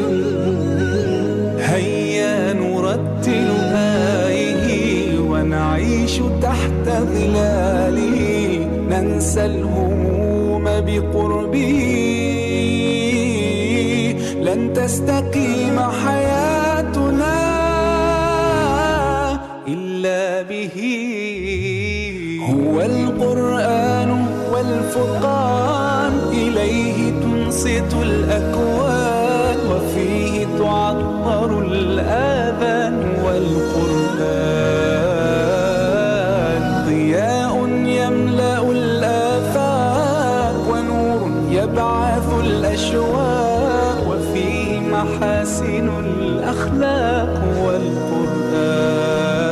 هيا نرتل آيه ونعيش تحت ظلاله ننسى الهموم بقربه لن تستقيم حياة إلا به. هو القرآن والفرقان إليه تنصت الأكوان وفيه تعطر الآذان. والقرآن ضياء يملأ الآفاق ونور يبعث الأشواق وفيه محاسن الأخلاق. والقرآن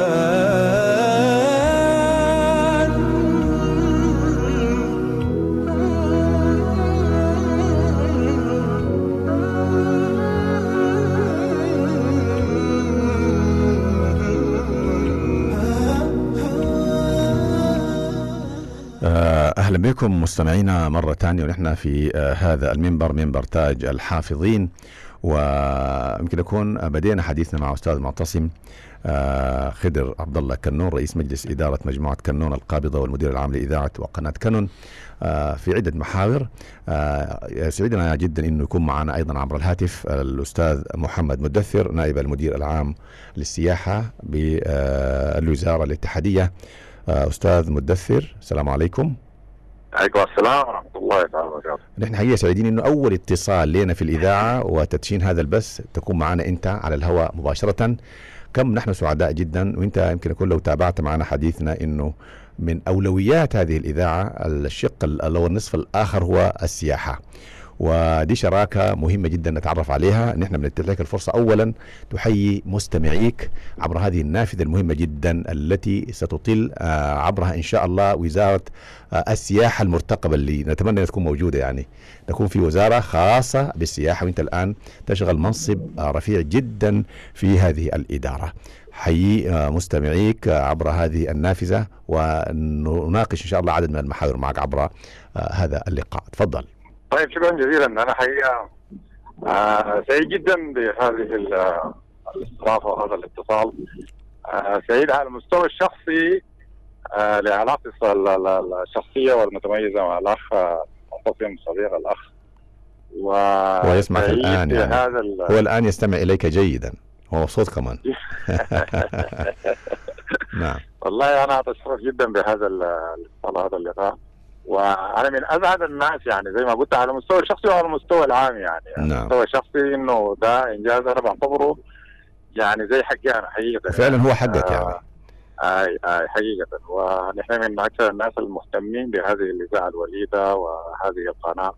أهلا بكم مستمعينا مرة ثانية، ونحن في هذا المنبر، منبر تاج الحافظين. ويمكن نكون بدينا حديثنا مع أستاذ معتصم خضر عبد الله كنون، رئيس مجلس إدارة مجموعة كنون القابضة والمدير العام لإذاعة وقناة كنون، في عدة محاور. يسعدنا جدا أنه يكون معنا أيضا عبر الهاتف الأستاذ محمد مدثر، نائب المدير العام للسياحة بالوزارة الاتحادية. أستاذ مدثر، السلام عليكم. عليكم السلام ورحمة الله تعالى وبركاته. نحن حقيقة سعيدين إنه أول اتصال لنا في الإذاعة وتدشين هذا البث تكون معنا أنت على الهواء مباشرة. كم نحن سعداء جدا، وأنت يمكن يكون لو تابعت معنا حديثنا إنه من أولويات هذه الإذاعة الشق أو النصف الآخر هو السياحة، ودي شراكة مهمة جدا نتعرف عليها. نحن بنتيح لك الفرصة أولا تحيي مستمعيك عبر هذه النافذة المهمة جدا التي ستطل عبرها إن شاء الله وزارة السياحة المرتقبة اللي نتمنى أن تكون موجودة، يعني نكون في وزارة خاصة بالسياحة، وانت الآن تشغل منصب رفيع جدا في هذه الإدارة. حيي مستمعيك عبر هذه النافذة ونناقش إن شاء الله عدد من المحاور معك عبر هذا اللقاء. تفضل. طيب شكرا جزيلا. أنا حقيقة آه سعيد جدا بهذه الاستضافة وهذا الاتصال. آه سعيد على المستوى الشخصي آه لعلاقتي الشخصية والمتميزة مع الأخ معتصم صديق الأخ، ويسمعك الآن، يعني هذا هو الآن يستمع إليك جيدا، هو مبسوط كمان. نعم والله أنا أتشرف جدا بهذا الاتصال هذا اللقاء، وانا من اسعد الناس يعني زي ما قلت على المستوى الشخصي وعلى المستوى العام. يعني على نعم. المستوى الشخصي انه ده انجاز انا بعتبره يعني زي حقي انا حقيقه، فعلا هو حقك يعني. اي اي حقيقه، ونحن من اكثر الناس المهتمين بهذه الاذاعه الوليده وهذه القناه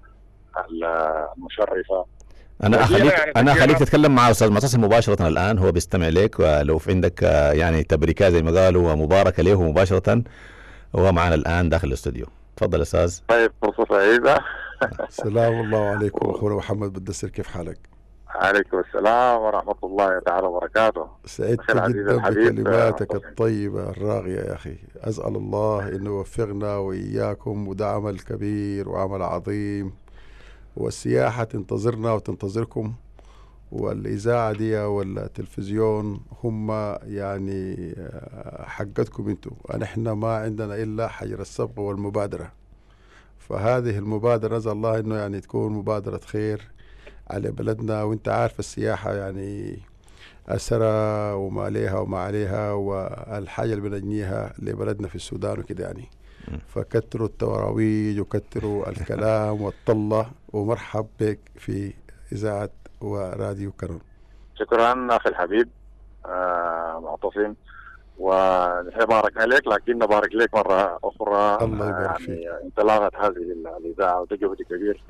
المشرفه. انا اخليك يعني انا اخليك تتكلم مع استاذ معتصم مباشره الان، هو بيستمع لك، ولو في عندك يعني تبريكات زي ما قالوا ومباركه له مباشره، هو معنا الان داخل الاستوديو. تفضل استاذ. طيب فرصه سعيده. السلام الله عليكم اخونا محمد مدثر، كيف حالك؟ عليكم السلام ورحمه الله تعالى وبركاته. سعدت جدا بكلماتك الطيبه الراغيه يا اخي. اسال الله انه يوفقنا واياكم، وده عمل كبير وعمل عظيم، والسياحه تنتظرنا وتنتظركم، والاذاعه دي والتلفزيون هم يعني حقتكم انتم. نحن ما عندنا الا حجر السبق والمبادره، فهذه المبادره نسال الله انه يعني تكون مبادره خير على بلدنا. وانت عارف السياحه يعني اثرها وما عليها وما عليها، والحاجه اللي بنجنيها لبلدنا في السودان وكده يعني. فكتروا التراويج وكتروا الكلام والطله، ومرحب بك في اذاعه وراديو كنون. شكرا اخي الحبيب آه معتصم، ونحن باركنا لك، لكن نبارك لك مره اخرى. الله يبارك يعني فيك. انطلاقه هذه الاذاعه وده جهد كبير،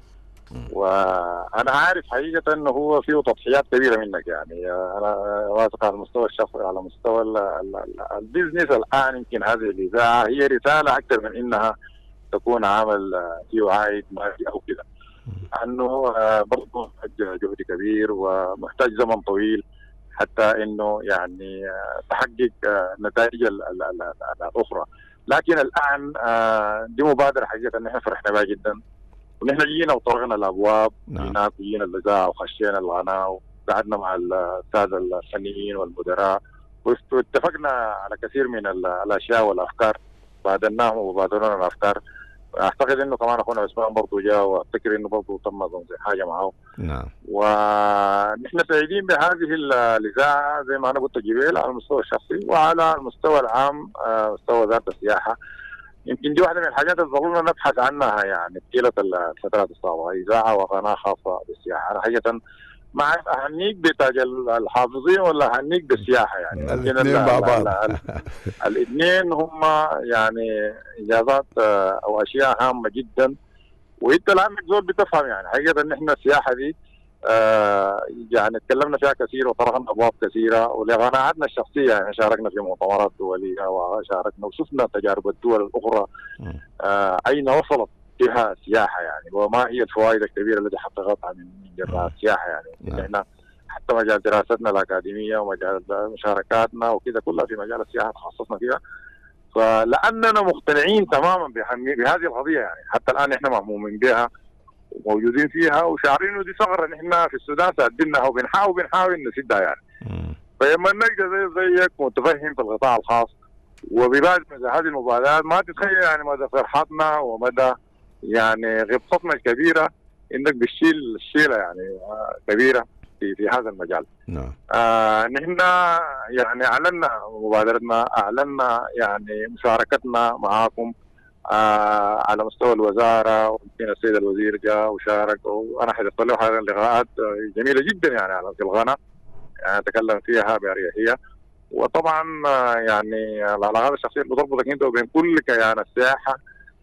وانا عارف حقيقه انه هو فيه تضحيات كبيره منك. يعني انا واثق على المستوى الشخصي، على مستوى البيزنس الان يمكن هذه الاذاعه هي رساله اكثر من انها تكون عمل فيه عائد مادي او كده، انه برضه محتاج جهد كبير ومحتاج زمن طويل حتى انه يعني تحقق النتائج الاخرى. لكن الان دي مبادره حقيقه نحن فرحنا بها جدا، ونحن جينا وطرقنا الابواب، جينا جينا الاذاعه وخشينا القناه وقعدنا مع الساده الفنيين والمدراء واتفقنا على كثير من الاشياء والافكار، بادرناهم وبادرونا الافكار. اعتقد انه كمان اخونا عثمان برضه جاء، وافتكر انه برضه تم تنظيم حاجه معه. نعم. ونحن سعيدين بهذه الاذاعه زي ما انا قلت جبيل على المستوى الشخصي وعلى المستوى العام، مستوى ذات السياحه. يمكن دي واحده من الحاجات اللي ظلنا نبحث عنها يعني طيله الفترات السابقه، اذاعه وقناه خاصه بالسياحه. انا حقيقه ما اعرف اهنيك بتاج الحافظين ولا اهنيك بالسياحه يعني. الاثنين مع بعض. الاثنين هم يعني انجازات او اشياء هامه جدا، وانت لانك زول بتفهم يعني حقيقه ان احنا السياحه دي آه يعني تكلمنا فيها كثير وطرقنا ابواب كثيره، ولقناعاتنا الشخصيه يعني شاركنا في مؤتمرات دوليه وشاركنا وشفنا تجارب الدول الاخرى آه اين وصلت فيها السياحه يعني، وما هي الفوائد الكبيره التي حققتها من جراء السياحه يعني. احنا حتى مجال دراستنا الاكاديميه ومجال مشاركاتنا وكذا كلها في مجال السياحه تخصصنا فيها، فلاننا مقتنعين تماما بهذه القضيه يعني. حتى الان احنا مهمومين بها وموجودين فيها وشعارين انه دي ثغره نحن في السودان سادناها وبنحاول بنحاول نسدها يعني. فلما نلقى زي زيك متفهم في القطاع الخاص وببادئ مثل هذه المبادرات ما تتخيل يعني مدى فرحتنا ومدى يعني غبطتنا الكبيره انك بتشيل الشيله يعني كبيره في في هذا المجال. نعم. آه نحن يعني اعلنا مبادرتنا، اعلنا يعني مشاركتنا معاكم آه على مستوى الوزاره، ويمكن السيد الوزير جاء وشارك وانا حضرت له هذه اللقاءات جميله جدا يعني في الغنى يعني تكلم فيها باريحيه. وطبعا يعني العلاقات الشخصيه اللي بتربطك انت وبين كل كيان السياحه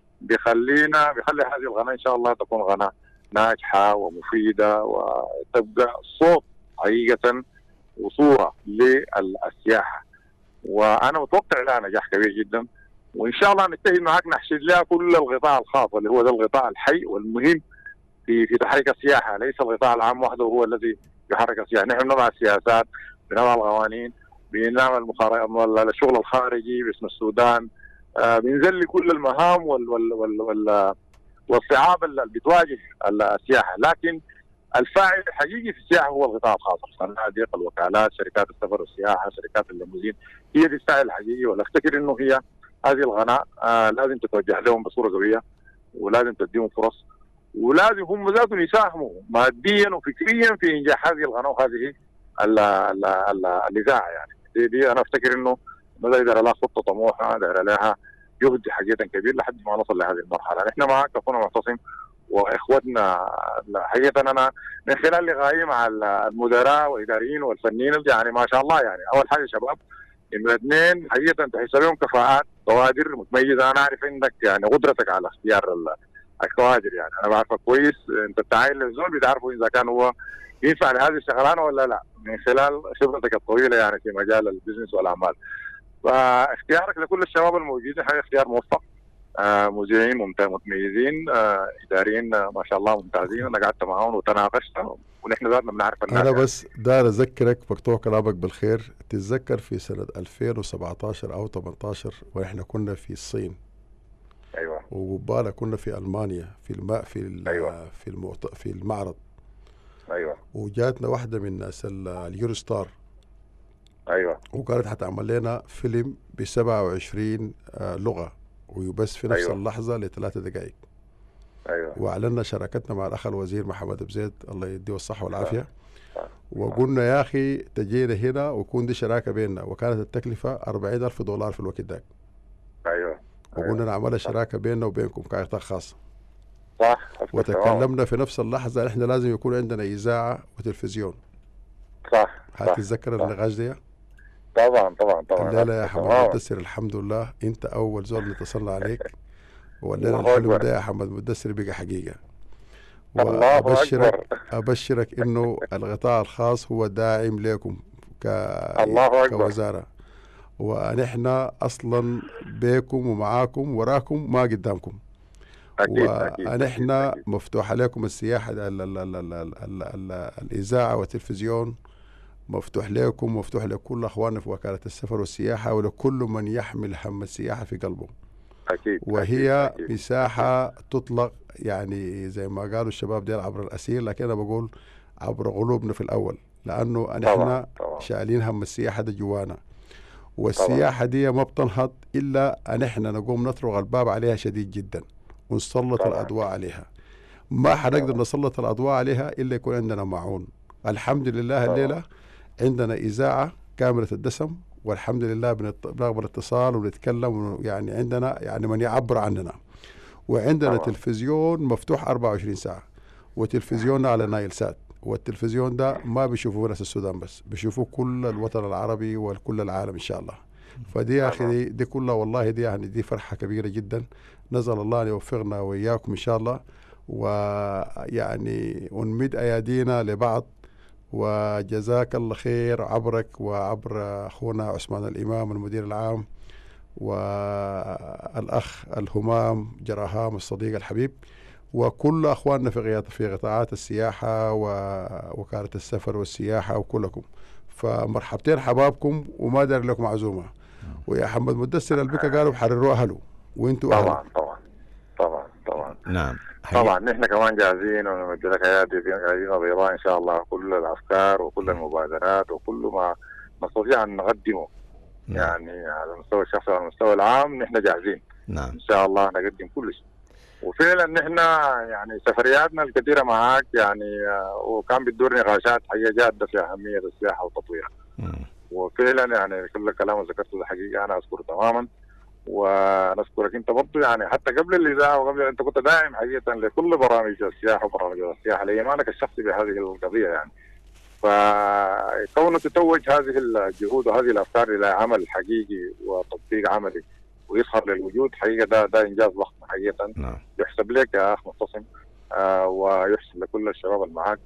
بيخلينا بيخلي هذه القناه ان شاء الله تكون قناه ناجحه ومفيده وتبقى صوت حقيقه وصوره للسياحه. وانا متوقع لها نجاح كبير جدا، وان شاء الله نجتهد معاك نحشد لها كل القطاع الخاص اللي هو ده القطاع الحي والمهم في في تحريك السياحه، ليس القطاع العام وحده هو الذي يحرك السياحه. نحن بنضع السياسات، بنضع القوانين، بنعمل الشغل الخارجي باسم السودان، آه بنزل كل المهام وال وال وال وال والصعاب اللي بتواجه السياحه، لكن الفاعل الحقيقي في السياحه هو القطاع الخاص، الفنادق، الوكالات، شركات السفر والسياحه، شركات الليموزين، هي دي الفاعل الحقيقي. ولا افتكر انه هي هذه القناه آه لازم تتوجه لهم بصوره قويه، ولازم تديهم فرص، ولازم هم ذاتهم يساهموا ماديا وفكريا في انجاح هذه القناه وهذه الاذاعه يعني. دي, دي انا افتكر انه بدأ يدير لها خطه طموحه، داير لها جهد حقيقه كبير لحد ما نصل لهذه المرحله. نحن معك اخونا معتصم واخوتنا حقيقه انا من خلال لقائي مع المدراء والاداريين والفنيين يعني ما شاء الله يعني. اول حاجه شباب انه اثنين حقيقه تحس بهم كفاءات كوادر متميزه. انا اعرف عندك يعني قدرتك على اختيار الكوادر يعني، انا بعرفك كويس، انت بتعاين للزول بتعرفوا اذا كان هو ينفع لهذه الشغلانه ولا لا من خلال خبرتك الطويله يعني في مجال البزنس والاعمال. فاختيارك لكل الشباب الموجودين حقيقه اختيار موفق. آه مذيعين متميزين، آه اداريين آه ما شاء الله ممتازين، انا قعدت معاهم وتناقشت ونحن ذاتنا بنعرف الناس. انا بس دار اذكرك مقطوع كلامك بالخير، تتذكر في سنه ألفين وسبعطاشر او ثمانطاشر واحنا كنا في الصين. ايوه. وقبالة كنا في المانيا في الماء في أيوة. في المعت... في المعرض. ايوه. وجاتنا واحده من ناس اليوروستار. ايوه. وقالت حتعمل لنا فيلم ب سبعة وعشرين آه لغه وبس في نفس أيوة. اللحظه لثلاث دقائق. ايوه. واعلنا شراكتنا مع الاخ الوزير محمد بزيد الله يديه الصحه والعافيه. آه. وقلنا يا اخي تجينا هنا ويكون دي شراكه بيننا، وكانت التكلفه أربعين ألف دولار في الوقت ذاك. ايوه. وقلنا أيوة. نعملها شراكه بيننا وبينكم كقطاع خاص. صح. وتكلمنا في نفس اللحظه احنا لازم يكون عندنا اذاعه وتلفزيون. صح. هل تتذكر النقاش ده؟ طبعا طبعا طبعا. لا لا يا حمد مدثر الحمد لله انت اول زول اتصلنا عليك ولنا الحلم ده يا حمد مدثر بقى حقيقه. وابشرك ابشرك انه القطاع الخاص هو داعم لكم ك كوزاره، ونحن اصلا بكم ومعاكم وراكم ما قدامكم. ونحن مفتوح عليكم السياحه ال ال ال ال ال ال ال الاذاعه والتلفزيون مفتوح لكم، مفتوح لكل اخواننا في وكاله السفر والسياحه ولكل من يحمل هم السياحه في قلبه. أكيد. وهي أكيد. أكيد. مساحه تطلق يعني زي ما قالوا الشباب ديل عبر الاسير، لكن انا بقول عبر قلوبنا في الاول، لانه نحن شايلين هم السياحه ده جوانا. والسياحه دي ما بتنهض الا ان احنا نقوم نطرق الباب عليها شديد جدا، ونسلط الأضواء عليها. ما حنقدر نسلط الأضواء عليها إلا يكون عندنا معون. الحمد لله الليلة عندنا إذاعة كاملة الدسم، والحمد لله بنقبل اتصال ونتكلم، يعني عندنا يعني من يعبر عننا، وعندنا طبعا. تلفزيون مفتوح أربعة وعشرين ساعة، وتلفزيوننا على نايل سات، والتلفزيون ده ما بيشوفوه ناس السودان بس، بيشوفوه كل الوطن العربي وكل العالم إن شاء الله. فدي يا أخي دي, دي كلها والله دي يعني دي فرحة كبيرة جدا. نسأل الله أن يوفقنا وإياكم إن شاء الله، ويعني ونمد أيادينا لبعض. وجزاك الله خير عبرك وعبر أخونا عثمان الإمام المدير العام، والأخ الهمام جراهام الصديق الحبيب، وكل أخواننا في في قطاعات السياحة ووكالة السفر والسياحة وكلكم. فمرحبتين حبابكم، وما دار لكم عزومة. ويا محمد مدثر البكا قالوا حرروا أهله وانتوا أهله. طبعا طبعا طبعا طبعا نعم طبعا نحن كمان جاهزين، ونمد لك ايادي ايادينا بيضاء ان شاء الله. كل الافكار وكل المبادرات وكل ما نستطيع ان نقدمه نعم. يعني على المستوى الشخصي وعلى المستوى العام نحن جاهزين نعم. ان شاء الله نقدم كل شيء. وفعلا نحن يعني سفرياتنا الكثيره معك يعني وكان بتدور نقاشات حقيقه جاده في اهميه السياحه وتطويرها. وفعلا يعني كل الكلام اللي ذكرته ده حقيقه انا اذكره تماما، ونشكرك انت برضه يعني حتى قبل الاذاعه وقبل انت كنت داعم حقيقه لكل برامج السياحه وبرامج السياحه لايمانك الشخصي بهذه القضيه يعني. فكونه تتوج هذه الجهود وهذه الافكار الى عمل حقيقي وتطبيق عملي ويظهر للوجود حقيقه ده ده انجاز ضخم حقيقه. نعم. يحسب لك يا اخ معتصم آه ويحسب لكل الشباب اللي معك،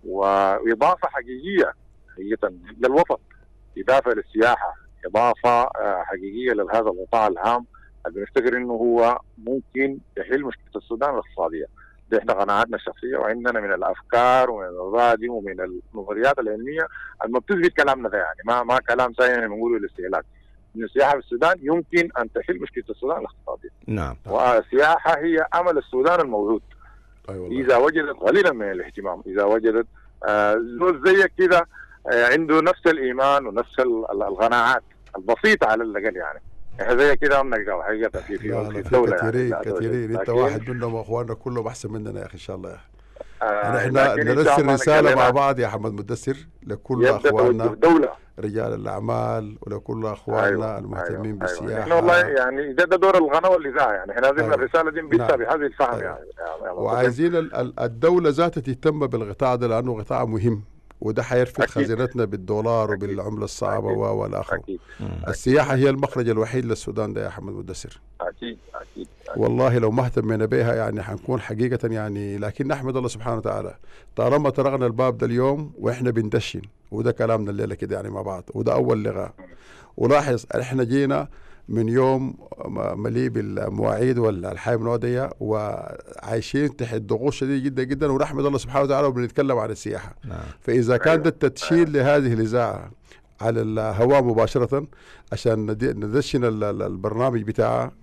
واضافه حقيقيه حقيقه للوطن، اضافه للسياحه، اضافه حقيقيه لهذا القطاع العام اللي بنفتكر انه هو ممكن يحل مشكله السودان الاقتصاديه. دي احنا قناعاتنا الشخصيه، وعندنا من الافكار ومن المبادئ ومن النظريات العلميه اللي بتثبت كلامنا ده، يعني ما ما كلام ثاني بنقوله للاستهلاك. ان السياحه في السودان يمكن ان تحل مشكله السودان الاقتصاديه. نعم. والسياحه هي امل السودان الموجود. أيوة اذا وجدت قليلا من الاهتمام، اذا وجدت آه زول زيك كده عنده نفس الايمان ونفس القناعات البسيطه على الاقل، يعني احنا زي كده بنلقى حقيقه في في الدوله كثيرين يعني كثيرين. انت واحد منهم واخواننا كلهم احسن مننا يا اخي ان شاء الله. آه احنا نرسل رساله مع بعض يا محمد مدثر لكل اخواننا رجال الاعمال ولكل اخواننا أيوة المهتمين أيوة بالسياحه. احنا والله يعني ده, ده دور القناه والاذاعه، يعني احنا لازم أيوة الرساله دي نبثها بهذه الفهم. أيوة يعني, يعني وعايزين الدوله ذاتها تهتم بالقطاع ده لانه قطاع مهم، وده حيرفد خزينتنا بالدولار أكيد. وبالعملة الصعبة والآخر. السياحة هي المخرج الوحيد للسودان ده يا أحمد مدثر. أكيد أكيد. والله لو ما اهتمينا بها يعني حنكون حقيقة يعني، لكن نحمد الله سبحانه وتعالى طالما طرقنا الباب ده اليوم وإحنا بندشن، وده كلامنا الليلة كده يعني مع بعض، وده أول لغة. ولاحظ إحنا جينا من يوم مليء بالمواعيد والحياة المنودية وعايشين تحت ضغوط شديدة جدا جدا، ونحمد الله سبحانه وتعالى وبنتكلم عن السياحة. نعم. فإذا كان ده التدشين لهذه الإذاعة على الهواء مباشرة عشان ندشن البرنامج بتاعها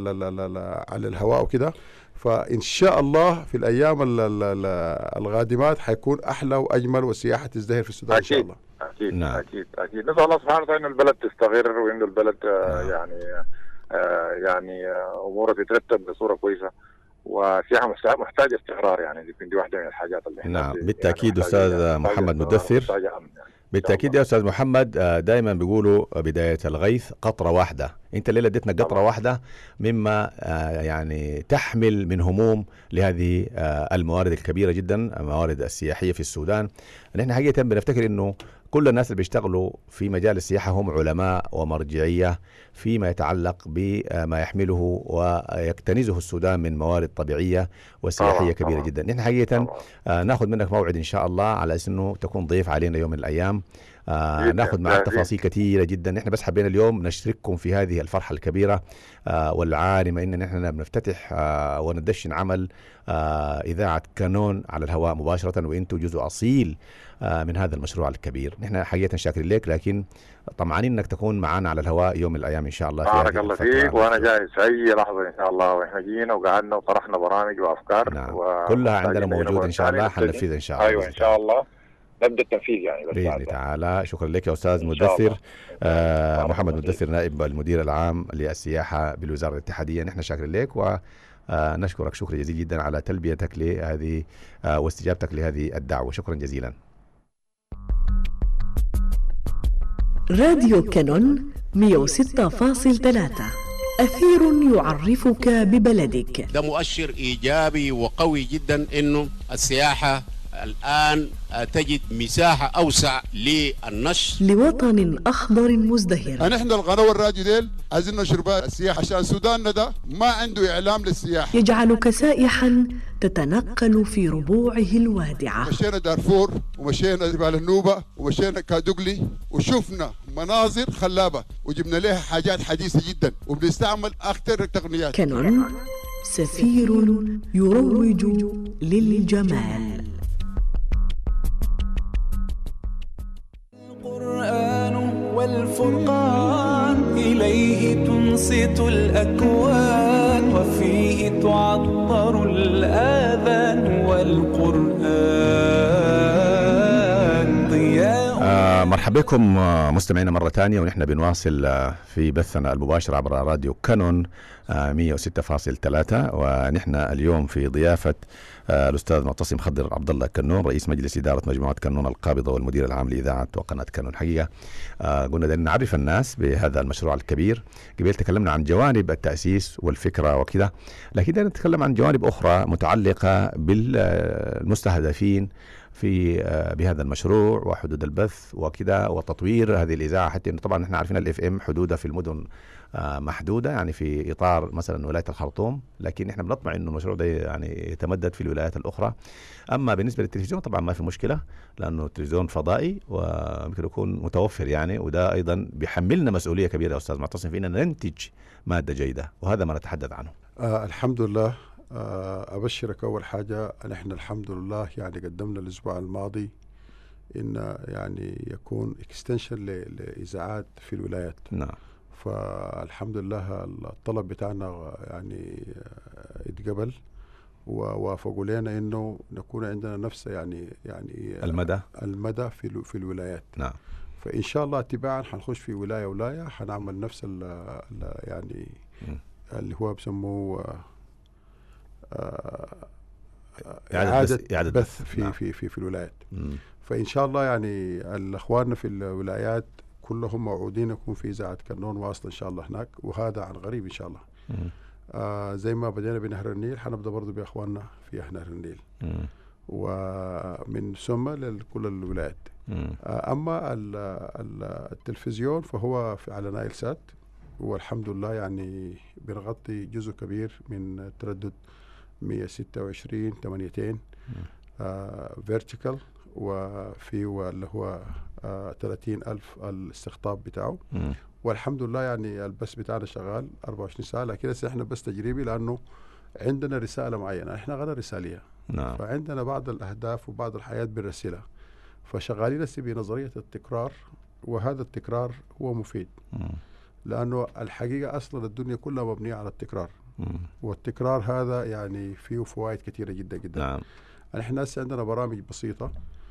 على الهواء وكده، فإن شاء الله في الأيام القادمات حيكون أحلى وأجمل والسياحة تزدهر في السودان إن شاء الله. أكيد نعم. أكيد أكيد نسأل الله سبحانه وتعالى إن البلد تستقر وإنه البلد آه يعني آه يعني آه أموره تترتب بصورة كويسة، والسياحة محتاجة استقرار، يعني دي, دي واحدة من الحاجات اللي نعم بالتأكيد. يعني أستاذ محمد مدثر يعني بالتأكيد يا أستاذ محمد، دائما بيقولوا بداية الغيث قطرة واحدة. أنت الليلة اديتنا قطرة واحدة مما يعني تحمل من هموم لهذه الموارد الكبيرة جدا، الموارد السياحية في السودان. نحن حقيقة بنفتكر أنه كل الناس اللي بيشتغلوا في مجال السياحة هم علماء ومرجعية فيما يتعلق بما يحمله ويكتنزه السودان من موارد طبيعية وسياحية كبيرة جدا. نحن حقيقة ناخذ منك موعد إن شاء الله على أنه تكون ضيف علينا يوم من الأيام، آه ناخذ معك تفاصيل كثيرة جدا. نحن بس حبينا اليوم نشارككم في هذه الفرحة الكبيرة آه والعالمة إن نحن بنفتتح آه وندشن عمل آه إذاعة كانون على الهواء مباشرة، وإنتم جزء أصيل آه من هذا المشروع الكبير. نحن حقيقة شاكرين لك، لكن طمعانين إنك تكون معنا على الهواء يوم من الأيام إن شاء الله. بارك الله فيك، وأنا جاهز في أي لحظة إن شاء الله، وإحنا جينا وقعدنا وطرحنا برامج وأفكار. نعم. كلها عندنا موجودة إن شاء الله، حننفذها إن شاء الله. أيوة إن شاء الله نبدأ التنفيذ يعني بإذن الله تعالى. شكرا لك يا أستاذ مدثر. آه محمد مدثر نائب المدير العام للسياحة بالوزارة الاتحادية. نحن شاكرين لك آه نشكرك شكرا جزيلا جدا على تلبيتك لهذه آه واستجابتك لهذه الدعوة. شكرا جزيلا. راديو كانون مئة وستة فاصلة ثلاثة، أثير يعرفك ببلدك. ده مؤشر إيجابي وقوي جدا إنه السياحة الآن تجد مساحة أوسع للنشر لوطن أخضر مزدهر. نحن القناة والراديو ديل عايزين ننشر بها السياحة عشان سوداننا ده ما عنده إعلام للسياحة. يجعلك سائحا تتنقل في ربوعه الوادعة. مشينا دارفور ومشينا جبال النوبة ومشينا كادوغلي وشفنا مناظر خلابة وجبنا لها حاجات حديثة جدا وبنستعمل أكثر التقنيات. كانون سفير يروج للجمال. القرآن والفرقان إليه تنصت الأكوان وفيه تعطر الآذان والقرآن ضياء. آه مرحبا بكم مستمعينا مرة ثانية، ونحن بنواصل في بثنا المباشر عبر راديو كانون آه مئة وستة فاصلة ثلاثة، ونحن اليوم في ضيافة آه الأستاذ معتصم خضر عبد الله كنون، رئيس مجلس إدارة مجموعة كنون القابضة والمدير العام لإذاعة وقناة كنون. حقيقة آه قلنا بدنا نعرف الناس بهذا المشروع الكبير. قبل تكلمنا عن جوانب التأسيس والفكرة وكذا، لكن بدنا نتكلم عن جوانب أخرى متعلقة بالمستهدفين في بهذا المشروع وحدود البث وكذا وتطوير هذه الإذاعة، حتى إنه طبعا نحن عارفين الاف ام حدودها في المدن محدودة، يعني في إطار مثلا ولاية الخرطوم، لكن احنا بنطمع إنه المشروع ده يعني يتمدد في الولايات الأخرى. أما بالنسبة للتلفزيون طبعا ما في مشكلة، لأنه التلفزيون فضائي ويمكن يكون متوفر يعني، وده أيضا بيحملنا مسؤولية كبيرة يا أستاذ معتصم في إننا ننتج مادة جيدة، وهذا ما نتحدث عنه. آه الحمد لله. أبشرك أول حاجة نحن الحمد لله يعني قدمنا الأسبوع الماضي إن يعني يكون اكستنشن لإذاعات في الولايات. نعم. فالحمد لله الطلب بتاعنا يعني اتقبل ووافقوا لنا إنه نكون عندنا نفس يعني يعني المدى المدى في في الولايات. نعم. فإن شاء الله تباعا حنخش في ولاية ولاية حنعمل نفس ال ال يعني م. اللي هو بسموه إعادة, إعادة بث في, نعم. في في في الولايات. مم. فإن شاء الله يعني الأخواننا في الولايات كلهم موعودين يكون في إذاعة كنون واصلة إن شاء الله هناك، وهذا عن غريب إن شاء الله. آه زي ما بدينا بنهر النيل حنبدأ برضو بأخواننا في نهر النيل. مم. ومن ثم لكل الولايات. آه أما ال ال التلفزيون فهو في على نايل سات، والحمد لله يعني بنغطي جزء كبير من تردد مئة وستة وعشرين ثمانيتين فيرتيكال، وفي اللي هو آه ثلاثين ألف الاستقطاب بتاعه. م. والحمد لله يعني البث بتاعنا شغال أربعة وعشرين ساعة، لكن هسه احنا بس تجريبي لأنه عندنا رسالة معينة، احنا غير رسالية. نعم. فعندنا بعض الأهداف وبعض الحياة بنرسلها، فشغالين هسه بنظرية التكرار، وهذا التكرار هو مفيد. م. لأنه الحقيقة أصلا الدنيا كلها مبنية على التكرار. مم. والتكرار هذا يعني فيه فوائد كثيرة جدا جدا. نعم. احنا هسه عندنا برامج بسيطة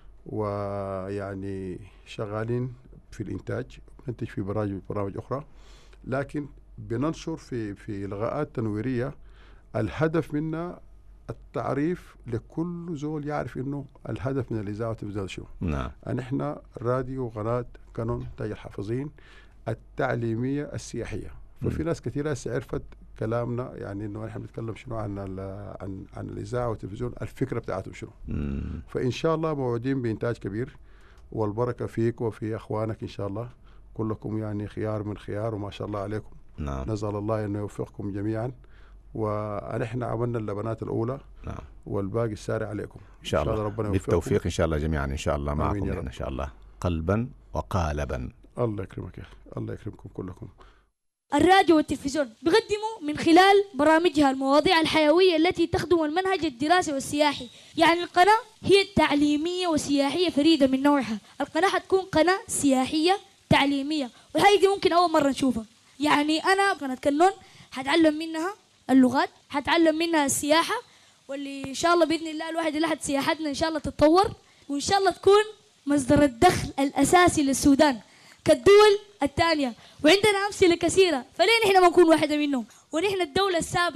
ويعني شغالين في الإنتاج، بننتج في برامج برامج أخرى، لكن بننشر في في لغات تنويرية الهدف منها التعريف لكل زول يعرف إنه الهدف من الإذاعة والتلفزيون شو. نعم. احنا راديو قناة كانون تاج الحافظين التعليمية السياحية. ففي ناس كثيرة هسه عرفت كلامنا، يعني انه احنا بنتكلم شنو عن عن عن الاذاعه والتلفزيون، الفكره بتاعتهم شنو. مم. فان شاء الله موعودين بانتاج كبير، والبركه فيك وفي اخوانك ان شاء الله، كلكم يعني خيار من خيار وما شاء الله عليكم. نعم. نسال الله انه يوفقكم جميعا، ونحن عملنا اللبنات الاولى. نعم. والباقي السارع عليكم ان شاء الله, إن شاء الله ربنا يوفقكم بالتوفيق ان شاء الله جميعا ان شاء الله معكم ان شاء الله قلبا وقالبا. الله يكرمك يا اخي، الله يكرمكم كلكم. الراديو والتلفزيون بيقدموا من خلال برامجها المواضيع الحيوية التي تخدم المنهج الدراسي والسياحي. يعني القناة هي تعليمية وسياحية فريدة من نوعها. القناة حتكون قناة سياحية تعليمية، والحاجة دي ممكن أول مرة نشوفها. يعني أنا قناة كنون حتعلم منها اللغات، حتعلم منها السياحة، واللي إن شاء الله بإذن الله الواحد اللي حد سياحتنا إن شاء الله تتطور، وإن شاء الله تكون مصدر الدخل الأساسي للسودان كالدول الثانية. وعندنا أمثلة كثيرة، فليه نحن ما نكون واحدة منهم؟ ونحن الدولة السابعة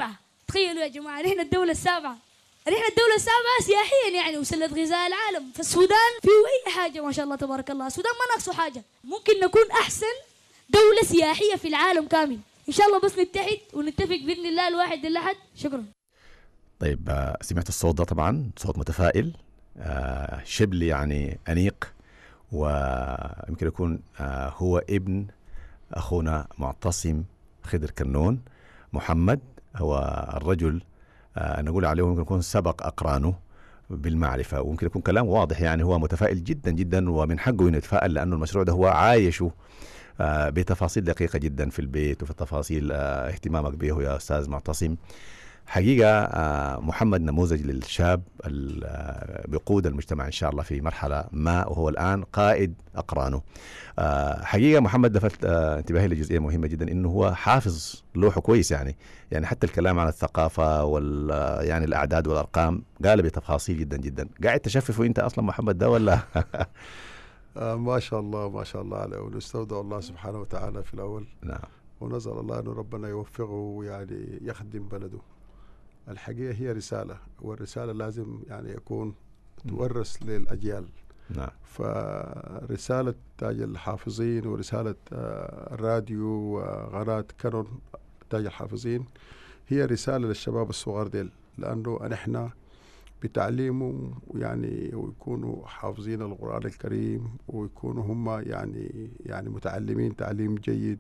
تخيلوا يا جماعة نحن الدولة السابعة، نحن الدولة السابعة سياحيا يعني وسلة غذاء العالم. فالسودان فيه أي حاجة ما شاء الله تبارك الله، السودان ما ناقصه حاجة، ممكن نكون أحسن دولة سياحية في العالم كامل إن شاء الله، بس نتحد ونتفق بإذن الله الواحد للأحد. شكرا. طيب سمعت الصوت ده طبعا صوت متفائل، آه شبل يعني أنيق، ويمكن يكون آه هو ابن أخونا معتصم خضر كنون. محمد هو الرجل آه نقول عليه يمكن يكون سبق أقرانه بالمعرفة، ويمكن يكون كلام واضح، يعني هو متفائل جدا جدا، ومن حقه أنه يتفائل لأنه المشروع ده هو عايشه آه بتفاصيل دقيقة جدا في البيت وفي التفاصيل آه اهتمامك به يا أستاذ معتصم. حقيقة محمد نموذج للشاب بيقود المجتمع إن شاء الله في مرحلة ما، وهو الآن قائد أقرانه. حقيقة محمد لفت انتباهي لجزئية مهمة جدا، إنه هو حافظ لوحه كويس، يعني يعني حتى الكلام عن الثقافة وال يعني الأعداد والأرقام قال بتفاصيل جدا جدا. قاعد تشففه أنت أصلا محمد ده ولا؟ آه ما شاء الله ما شاء الله عليه، ونستودع الله سبحانه وتعالى في الأول. نعم. ونسأل الله أنه ربنا يوفقه ويعني يخدم بلده. الحقيقة هي رسالة، والرسالة لازم يعني يكون تورث للأجيال. نعم. فرسالة تاج الحافظين ورسالة الراديو وقناة كانون تاج الحافظين هي رسالة للشباب الصغار ديل، لأنه نحن بتعليمهم يعني ويكونوا حافظين القرآن الكريم، ويكونوا هم يعني يعني متعلمين تعليم جيد،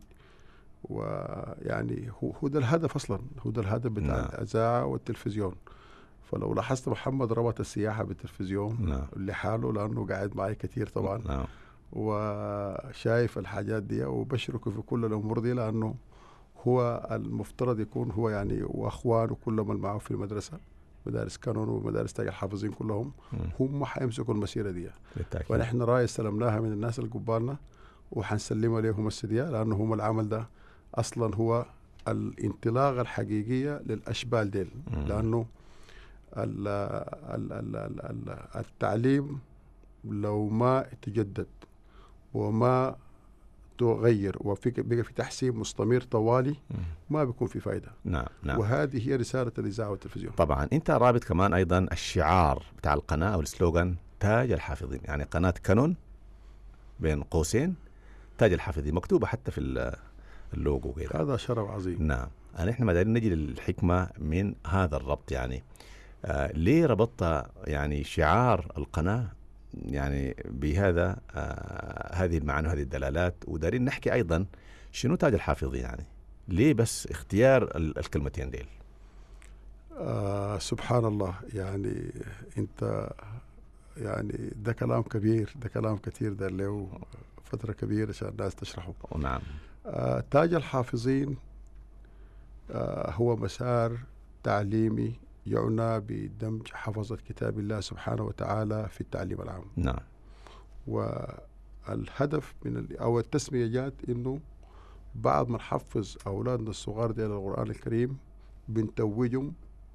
ويعني هو هو ده الهدف اصلا، هو ده الهدف بتاع نعم. الاذاعه والتلفزيون. فلو لاحظت محمد ربط السياحه بالتلفزيون نعم. لحاله، لانه قاعد معي كثير طبعا. نعم. وشايف الحاجات دي وبشركه في كل الامور دي، لانه هو المفترض يكون هو يعني واخوانه كل من معه في المدرسه، مدارس كانون ومدارس تاج الحافظين كلهم م. هم حيمسكوا المسيره دي. بالتأكيد. فنحن راي استلمناها من الناس اللي قبالنا، وحنسلمها لهم السدية، لانه هم العمل ده اصلا هو الانطلاقه الحقيقيه للاشبال ديل. لانه ال ال ال ال ال التعليم لو ما تجدد وما تغير وفي بقى في تحسين مستمر طوالي ما بيكون في فائده. نعم نعم. وهذه هي رساله الاذاعه والتلفزيون. طبعا انت رابط كمان ايضا الشعار بتاع القناه او السلوغان تاج الحافظين، يعني قناه كانون بين قوسين تاج الحافظين مكتوبه حتى في اللوجو كده. هذا شرف عظيم. نعم. يعني احنا ما دايرين نجي للحكمه من هذا الربط، يعني آه ليه ربطت يعني شعار القناه يعني بهذا آه هذه المعاني وهذه الدلالات، ودارين نحكي ايضا شنو تاج الحافظين، يعني ليه بس اختيار الكلمتين ديل؟ آه سبحان الله، يعني انت يعني ده كلام كبير، ده كلام كثير، ده له فتره كبيره عشان الناس تشرحه. نعم. آه تاج الحافظين آه هو مسار تعليمي يعنى بدمج حفظة كتاب الله سبحانه وتعالى في التعليم العام. نعم. والهدف من أو التسمية جات إنه بعد ما نحفظ أولادنا الصغار ديال القرآن الكريم بنتوجهم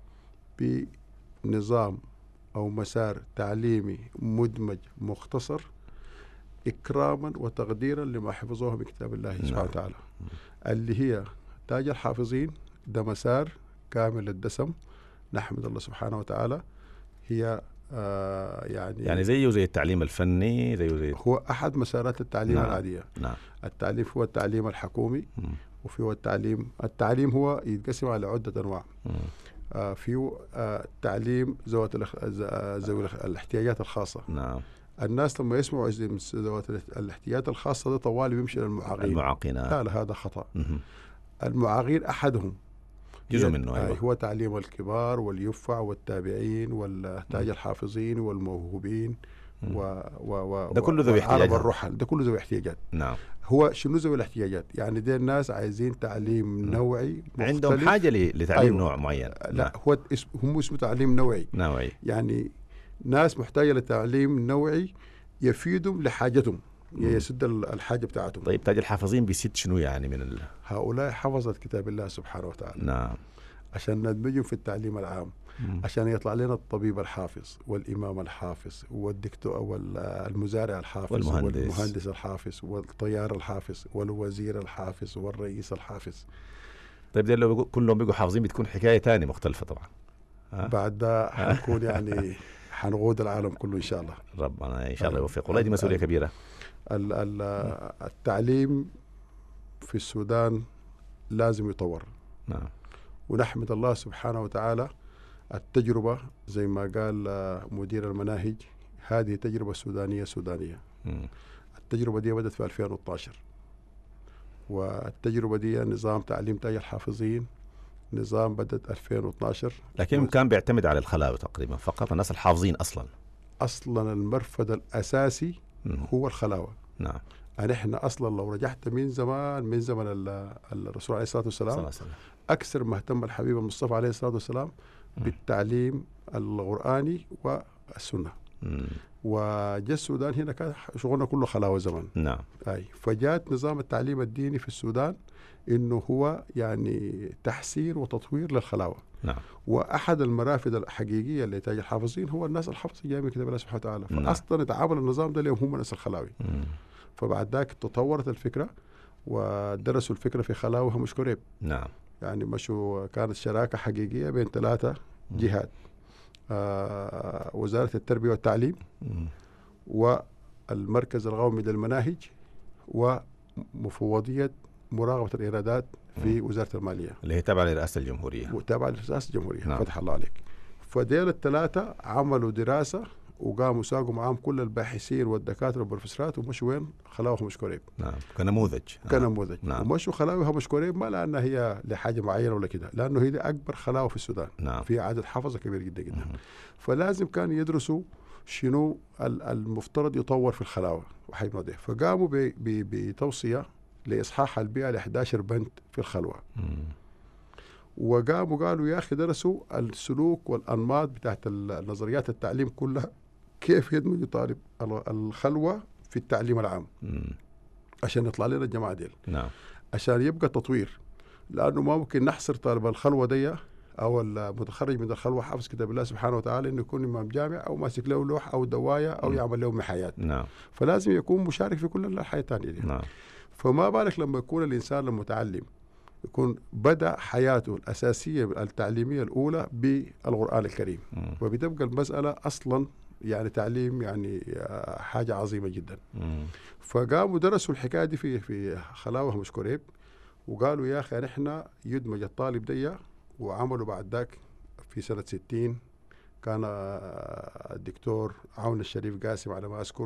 بنظام أو مسار تعليمي مدمج مختصر إكراما وتقديرا لما حفظوه من كتاب الله سبحانه نعم. وتعالى، اللي هي تاج الحافظين. ده مسار كامل الدسم، نحمد الله سبحانه وتعالى. هي آه يعني يعني زيه زي التعليم الفني، زيه زي هو أحد مسارات التعليم نعم. العادية. نعم. التعليم هو التعليم الحكومي، م. وفي هو التعليم التعليم هو يتقسم على عدة أنواع. آه في آه تعليم ذوي ذوي الاحتياجات الخاصة. نعم. الناس لما يسمعوا ذوات الاحتياجات الخاصة ده طوالي بيمشي للمعاقين. المعاقين. لا لا هذا خطأ. م. المعاقين أحدهم جزء منه. أيوة. هو تعليم الكبار واليفع والتابعين والتاج الحافظين والموهوبين و و و ده كله ذوي احتياجات. والرحل ده كله ذوي احتياجات. نعم. هو شنو ذوي الاحتياجات؟ يعني دي الناس عايزين تعليم نوعي مختلف. عندهم حاجة لتعليم أيوة. نوع معين. لا نعم. هو اسم هم اسمه تعليم نوعي. نوعي. يعني ناس محتاجة لتعليم نوعي يفيدهم لحاجتهم، يسد الحاجة بتاعتهم. طيب تاج الحافظين بيسد شنو يعني من ال... هؤلاء حفظت كتاب الله سبحانه وتعالى. نعم. عشان ندمجهم في التعليم العام. مم. عشان يطلع لنا الطبيب الحافظ والإمام الحافظ والدكتور والمزارع الحافظ والمهندس. والمهندس الحافظ والطيار الحافظ والوزير الحافظ والرئيس الحافظ. طيب دي لو كلهم بيجوا حافظين بتكون حكايه ثانيه مختلفه طبعا. ها؟ بعد ده حنكون يعني حنقود العالم كله ان شاء الله. ربنا ان شاء الله يوفقه. والله دي مسؤوليه كبيره. التعليم في السودان لازم يطور. نعم. ونحمد الله سبحانه وتعالى التجربة زي ما قال مدير المناهج، هذه تجربة سودانية سودانية. م. التجربة دي بدأت في ألفين واثني عشر، والتجربة دي نظام تعليم تاج الحافظين نظام بدأت ألفين واثني عشر، لكن كان بيعتمد على الخلاوة تقريبا فقط، الناس الحافظين أصلا أصلا المرفد الأساسي م. هو الخلاوة. نعم. يعني احنا اصلا لو رجعت من زمان من زمن الرسول عليه الصلاه والسلام اكثر ما اهتم الحبيب المصطفى عليه الصلاه والسلام م. بالتعليم القراني والسنه. م. وجاء السودان هنا كان شغلنا كله خلاوه زمان. نعم. اي فجاءت نظام التعليم الديني في السودان انه هو يعني تحسين وتطوير للخلاوه. نعم. واحد المرافد الحقيقيه اللي تاج الحافظين هو الناس الحفظ جاي من كتاب الله سبحانه وتعالى. فاصلا تعامل النظام ده اليوم هم ناس الخلاوي. م. فبعد ذاك تطورت الفكرة ودرسوا الفكرة في خلاوها مش قريب. نعم. يعني مشوا كانت شراكة حقيقية بين ثلاثة جهات، آه وزارة التربية والتعليم م. والمركز القومي للمناهج ومفوضية مراقبة الإيرادات في م. وزارة المالية اللي هي تابعة لرئاسة الجمهورية. وتابعة لرئاسة الجمهورية. نعم. فتح الله عليك. فديل الثلاثة عملوا دراسة وقاموا ساقوا معاهم كل الباحثين والدكاتره والبروفيسورات ومشوا وين؟ خلاوها مش قريب. نعم. كنموذج. كنموذج. نعم. ومشوا خلاوها مش قريب ما لانها هي لحاجه معينه ولا كده، لانه هي دي اكبر خلاوه في السودان. نعم. في عدد حفظه كبير جدا جدا. مم. فلازم كانوا يدرسوا شنو المفترض يطور في الخلاوه وحينو ده، فقاموا بتوصيه لاصحاح البيئه ل إحدى عشر بند في الخلوه. مم. وقاموا قالوا يا اخي درسوا السلوك والانماط بتاعت النظريات التعليم كلها، كيف يدمج طالب الخلوة في التعليم العام. مم. عشان يطلع لنا الجماعة ديل. نعم. عشان يبقى تطوير، لأنه ما ممكن نحصر طالب الخلوة دي أو المتخرج من الخلوة حافظ كتاب الله سبحانه وتعالى إنه يكون إمام جامع أو ماسك له لوح أو دواية أو مم. يعمل له محايات. نعم. فلازم يكون مشارك في كل الحياة الثانية دي. نعم. فما بالك لما يكون الإنسان المتعلم يكون بدأ حياته الأساسية التعليمية الأولى بالقرآن الكريم. مم. وبتبقى المسألة أصلا يعني تعليم يعني حاجة عظيمة جدا. مم. فقاموا درسوا الحكاية دي في في خلاوه مش قريب، وقالوا يا أخي نحن يدمج الطالب دي، وعملوا بعد ذاك في سنة ستين كان الدكتور عون الشريف قاسم على ما أذكر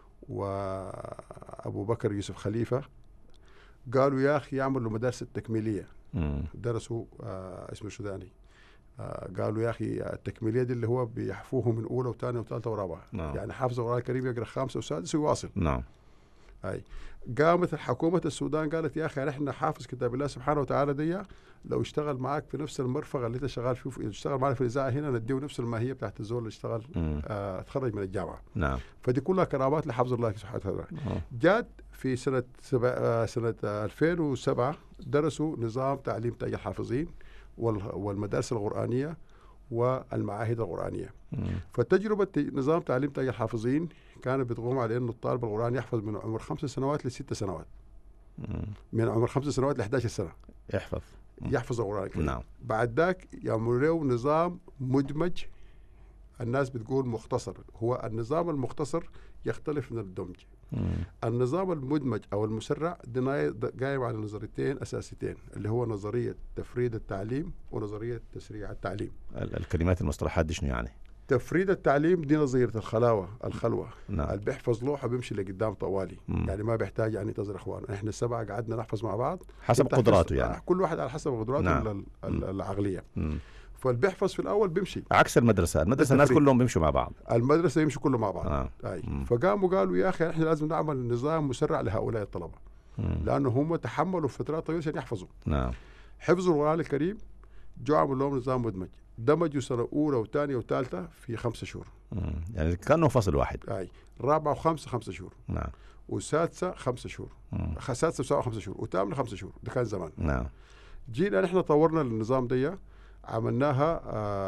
وأبو بكر يوسف خليفة قالوا يا أخي يعملوا مدارس التكميلية. مم. درسوا آه اسمه سوداني. آه قالوا يا أخي التكميلية دي اللي هو بيحفوه من أولى وثانية وثالثة ورابعة. نعم. يعني حافظ القرآن الكريم يقرأ خامسة وسادس ويواصل. نعم. أي قامت حكومة السودان قالت يا أخي نحن حافظ كتاب الله سبحانه وتعالى دي لو اشتغل معك في نفس المرفق اللي أنت شغال فيه اشتغل معنا في الإذاعة هنا نديه نفس الماهية بتاعت الزول اللي اشتغل آه تخرج من الجامعة. نعم. فدي كلها كرامات لحفظ الله سبحانه وتعالى. جات في سنة سبع آه سنة آه ألفين وسبعة درسوا نظام تعليم تاج الحافظين والمدارس القرآنية والمعاهد القرآنية. مم. فتجربة نظام تعليم تاج الحافظين كانت بتقوم على أنه الطالب القرآني يحفظ من عمر خمس سنوات لست سنوات. مم. من عمر خمس سنوات ل إحدى عشرة سنة يحفظ. يحفظ القرآن الكريم. نعم. بعد ذاك يعملوا له نظام مدمج، الناس بتقول مختصر، هو النظام المختصر يختلف من الدمج. مم. النظام المدمج أو المسرع قائم على نظريتين أساسيتين اللي هو نظرية تفريد التعليم ونظرية تسريع التعليم. الكلمات المصطلحات دي شنو يعني؟ تفريد التعليم دي نظرية الخلاوة الخلوة. نعم. اللي بيحفظ لوحة بيمشي لقدام طوالي. مم. يعني ما بيحتاج يعني ينتظر اخوانه، احنا السبعة قعدنا نحفظ مع بعض حسب قدراته يعني كل واحد على حسب قدراته. نعم. العقلية. مم. فالبيحفظ في الأول بيمشي عكس المدرسة، المدرسة الناس كلهم بيمشوا مع بعض. المدرسة يمشوا كلهم مع بعض. آه. أي. فقاموا قالوا يا أخي احنا لازم نعمل نظام مسرع لهؤلاء الطلبة. مم. لأنه هم تحملوا فترات طويلة عشان يحفظوا. نعم. حفظوا القرآن الكريم، جو عملوا لهم نظام مدمج، دمجوا سنة أولى وثانية وثالثة في خمسة شهور. مم. يعني كأنه فصل واحد. أي. رابعة وخمسة خمسة شهور. نعم. وسادسة خمسة شهور. مم. سادسة وسبعة خمسة شهور وثامنة خمسة شهور. ده كان زمان. نعم. جينا نحن طورنا النظام دي عملناها